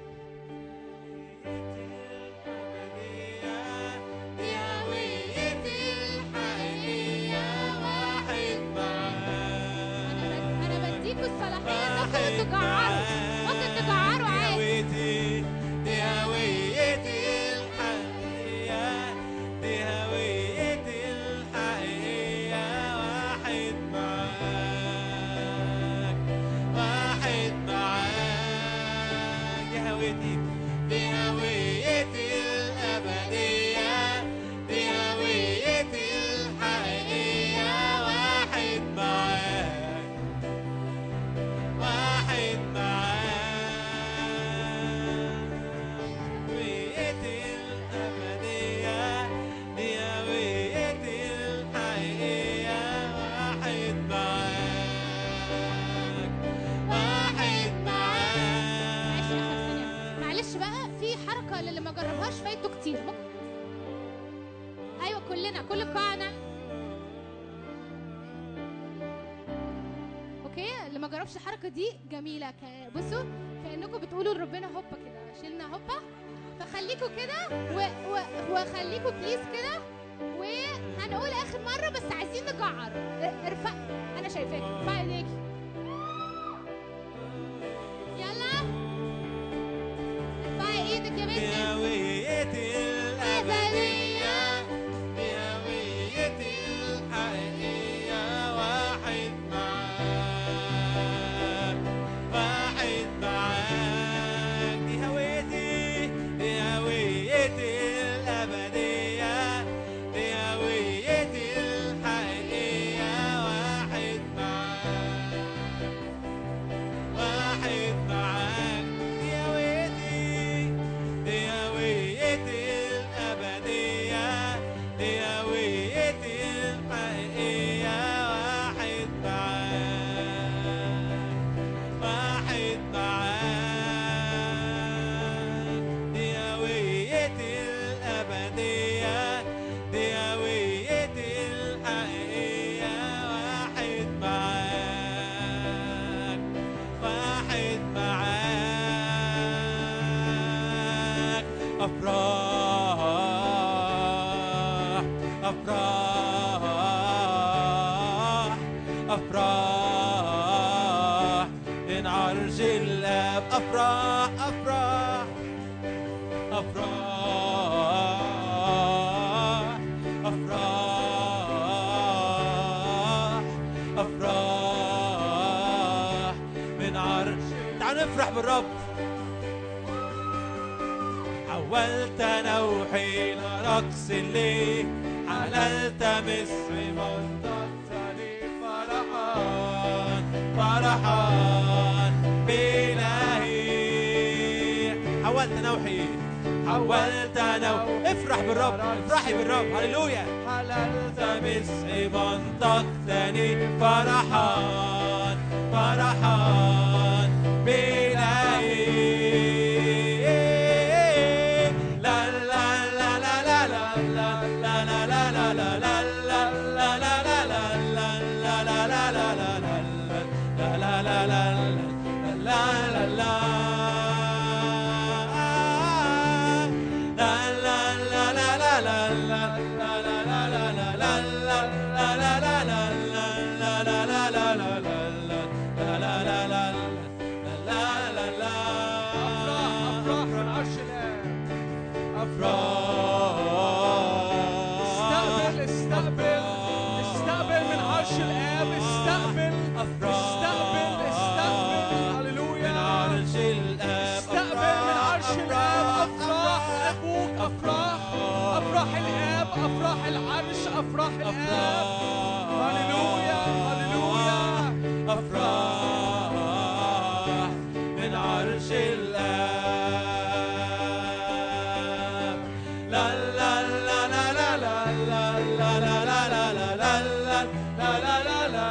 الصلاحية انكم تجعروا، ممكن تجعروا عادي. دي هويتي الحقيقية، دي هويتي الحقيقية، واحد معاك، واحد معاك. دي هويتي، دي هويتي الأبدية، دي هويتي الحقيقية، واحد معاك، واحد معاك. هويتي الأبدية، دي هويتي الحقيقية، واحد معاك، واحد معاك. معلش بقى، في حركة اللي ما جربهاش فايته كتير. ممكن أيوة كلنا، كل القاعة. اللي ما جربش الحركه دي جميله. ك... بصوا كانكم بتقولوا لربنا هوبا كده، شلنا هوبا. فخليكوا كده و... و... وخليكوا بليز كده، وهنقول اخر مره بس عايزين نجعر. ارفع، انا شايفاك، ارفع ايديكي. يلا ارفع بهويتي الأبدية بهويتي الحقيقية واحد معاك واحد معاك دي هويتي دي هويتي الأبدية دي هويتي الحقيقية واحد معاك واحد معاك دي هويتي دي هويتي الأبدية دي هويتي الحقيقية واحد معاك واحد معاك دي هويتي الأبدية دي هويتي الحقيقية واحد معاك واحد معاك أفراح أفراح أفراح من عرش الآب أفراح أفراح أفراح أفراح أفراح من عرش تعالوا نفرح بالرب حولت نوحي لرقص لي حللت مصري منتصري فرحان فرحان بإلهي حولت نوحي حولت نوحي افرح بالرب افرحي بالرب هللويا حللت مصري منطقتني فرحان فرحان بإلهي أفراح العرش أفراح الآب هللويا هللويا أفراح من عرش الآب لا لا لا لا لا لا لا لا لا لا لا لا لا لا لا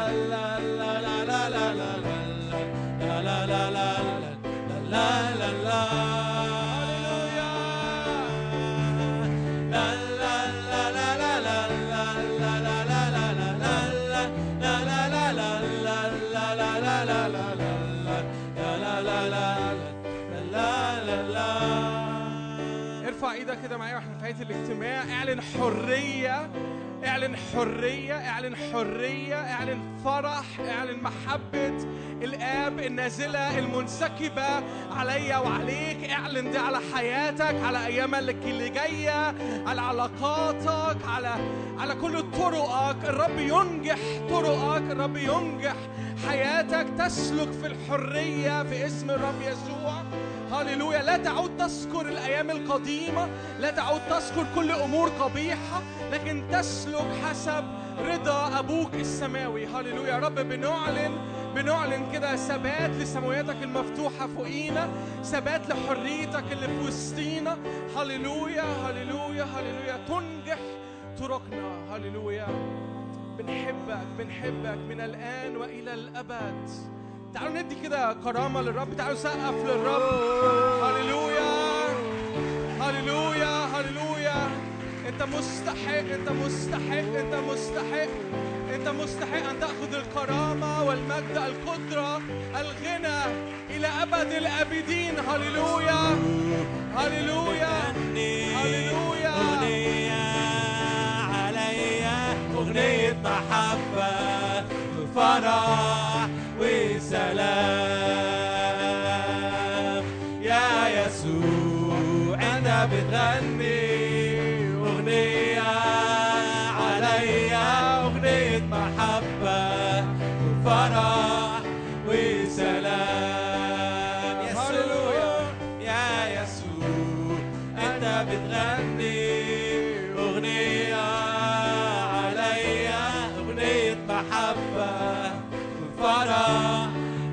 ارفع ايدك كده معايا واحنا في نهاية الاجتماع. اعلن حرية، اعلن حرية، اعلن حرية، اعلن فرح، اعلن محبة الآب النازلة المنسكبة عليا وعليك. اعلن ده على حياتك، على أيامك اللي جاية، على علاقاتك، على على كل طرقك. الرب ينجح طرقك، الرب ينجح حياتك، تسلك في الحرية في اسم الرب يسوع. هاليلويا. لا تعود تذكر الأيام القديمة، لا تعود تذكر كل أمور قبيحة، لكن تسلك حسب رضا أبوك السماوي. هاليلويا. رب بنعلن بنعلن كده ثبات لسماوياتك المفتوحة فوقينا، ثبات لحريتك اللي في وسطينا. هاليلويا هاليلويا هاليلويا. تنجح طرقنا. هاليلويا. بنحبك بنحبك من الآن وإلى الأبد. تعالوا ندي كده كرامة للرب، تعالوا سقف للرب. هاليلويا هاليلويا هاليلويا. انت مستحق انت مستحق انت مستحق انت مستحق ان تأخذ الكرامة والمجد، القدرة، الغنى إلى أبد الآبدين. هاليلويا هاليلويا هاليلويا. أغنية عليا، أغنية محبة وفرح وسلام يا يسوع انت بتغني اغنية عليا، اغنية محبة وفرح وسلام. يسوع يا يسوع انت بتغني اغنية عليا، اغنية محبة وفرح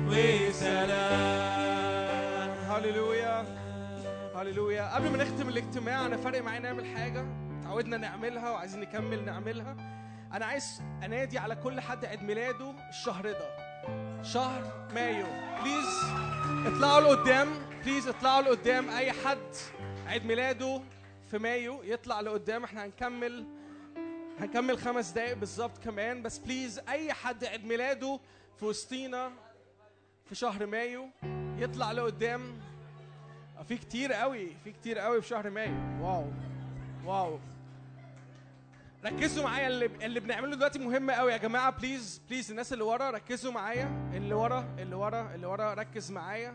وسلام. هللويا هللويا. قبل ما نختم الاجتماع انا فارق معايا نعمل حاجه تعودنا نعملها وعايزين نكمل نعملها. انا عايز انادي على كل حد عيد ميلاده الشهر ده، شهر مايو. بليز اطلعوا لقدام، بليز اطلعوا لقدام. اي حد عيد ميلاده في مايو يطلع لقدام. احنا هنكمل هنكمل خمس دقايق بالظبط كمان، بس بليز اي حد عيد ميلاده في وسطينا في شهر مايو يطلع لقدام. في كتير قوي في كتير قوي في شهر مايو. واو واو. ركزوا معايا، اللي اللي بنعمله دلوقتي مهم قوي يا جماعه. بليز بليز الناس اللي ورا ركزوا معايا، اللي ورا اللي ورا اللي ورا ركز معايا.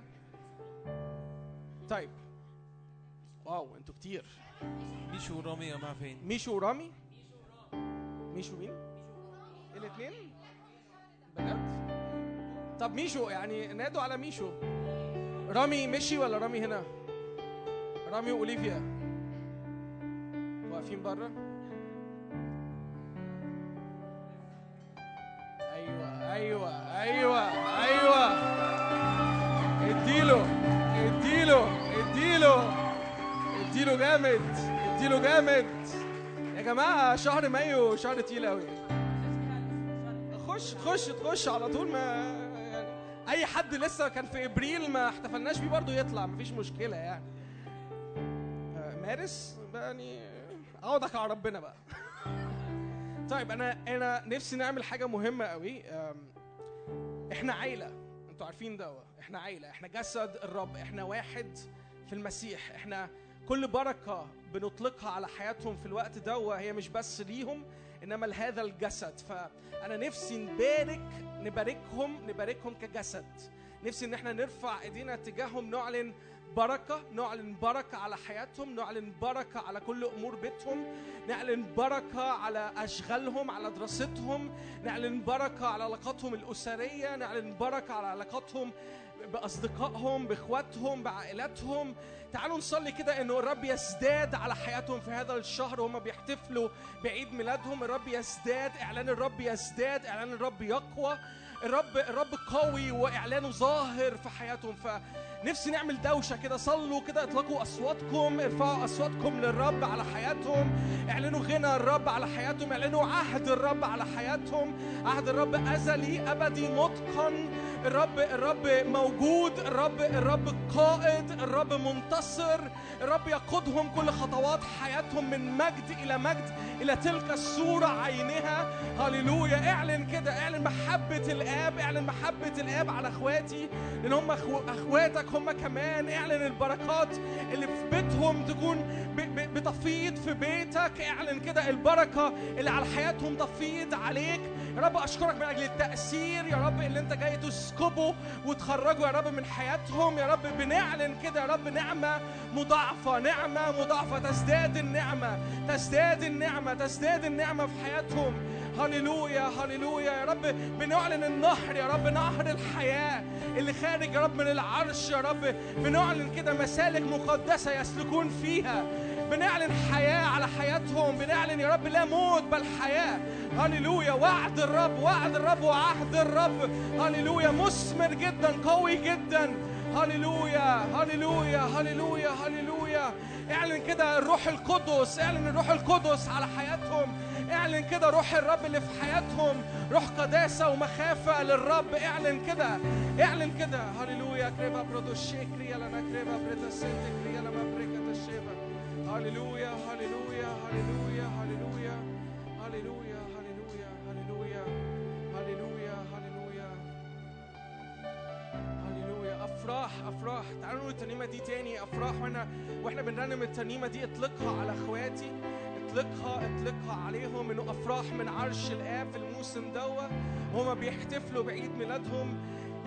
طيب واو انتوا كتير. ميشو ورامي يا جماعه فين؟ ميشو ورامي. ميشو مين؟ الاثنين بجد؟ طب ميشو يعني نادوا على ميشو. رامي مشي ولا رامي هنا؟ رامي واوليفيا واقفين بره. ايوه ايوه ايوه ايوه. اديله اديله اديله اديله جامد اديله جامد يا جماعه. شهر مايو شهر تقيل قوي. خش تخش تخش على طول. ما يعني اي حد لسه كان في ابريل ما احتفلناش بيه برضه يطلع، مفيش مشكله يعني. مارس يعني عوضك على ربنا بقى. طيب انا انا نفسي نعمل حاجه مهمه قوي. احنا عيله، انتوا عارفين ده. احنا عيله، احنا جسد الرب، احنا واحد في المسيح. احنا كل بركه بنطلقها على حياتهم في الوقت ده هي مش بس ليهم انما لهذا الجسد. فانا نفسي نبارك نباركهم نباركهم كجسد. نفسي ان احنا نرفع ايدينا تجاههم، نعلن بركه نعلن بركه على حياتهم، نعلن بركه على كل امور بيتهم، نعلن بركه على اشغالهم، على دراستهم، نعلن بركه على علاقاتهم الاسريه، نعلن بركه على علاقاتهم باصدقائهم، باخواتهم، بعائلاتهم. تعالوا نصلي كده انه الرب يزداد على حياتهم في هذا الشهر وهم بيحتفلوا بعيد ميلادهم. الرب يزداد، اعلان الرب يزداد، اعلان الرب يقوى. الرب الرب قوي واعلانه ظاهر في حياتهم. فنفسي نعمل دوشه كده. صلوا كده، اطلقوا اصواتكم، ارفعوا اصواتكم للرب على حياتهم، اعلنوا غنى الرب على حياتهم، اعلنوا عهد الرب على حياتهم. عهد الرب ازلي ابدي متقن. الرب الرب موجود، الرب الرب قائد، الرب منتصر. الرب يقودهم كل خطوات حياتهم من مجد الى مجد الى تلك الصوره عينها. هللويا. اعلن كده، اعلن محبه الاب، اعلن محبه الاب على اخواتي لان هم اخواتك هم كمان. اعلن البركات اللي في بيتهم تكون بتفيض في بيتك. اعلن كده البركه اللي على حياتهم تفيض عليك. يا رب اشكرك من اجل التاثير يا رب اللي انت جاي تسكبه وتخرجه يا رب من حياتهم. يا رب بنعلن كده يا رب نعمه مضاعفه، نعمه مضاعفه، تزداد النعمه تزداد النعمه تزداد النعمه في حياتهم. هللويا هللويا. يا رب بنعلن النهر يا رب، نهر الحياه اللي خارج يا رب من العرش. يا رب بنعلن كده مسالك مقدسه يسلكون فيها. بنعلن حياه على حياتهم. بنعلن يا رب لا موت بل حياه. هللويا. وعد الرب وعد الرب وعهد الرب هللويا مثمر جدا، قوي جدا. هللويا هللويا هللويا هللويا. اعلن كده الروح القدس، اعلن الروح القدس على حياتهم. اعلن كده روح الرب اللي في حياتهم، روح قداسة ومخافة للرب. اعلن كده اعلن كده. هللويا. كريبا برودو شيكريا لنا كريبا بريتا سنتكريا لما بريكا تشيبا. هللويا هللويا هللويا هللويا هللويا هللويا هللويا هللويا هللويا هللويا. افراح افراح. تعالوا نقول الترنيمه دي تاني. افراح. واحنا واحنا بنرنم الترنيمه دي اطلقها على اخواتي، اطلقها اطلقها عليهم انه افراح من عرش الاب في الموسم دوت وهما بيحتفلوا بعيد ميلادهم.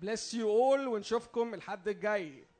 bless you all ونشوفكم الحد الجاي.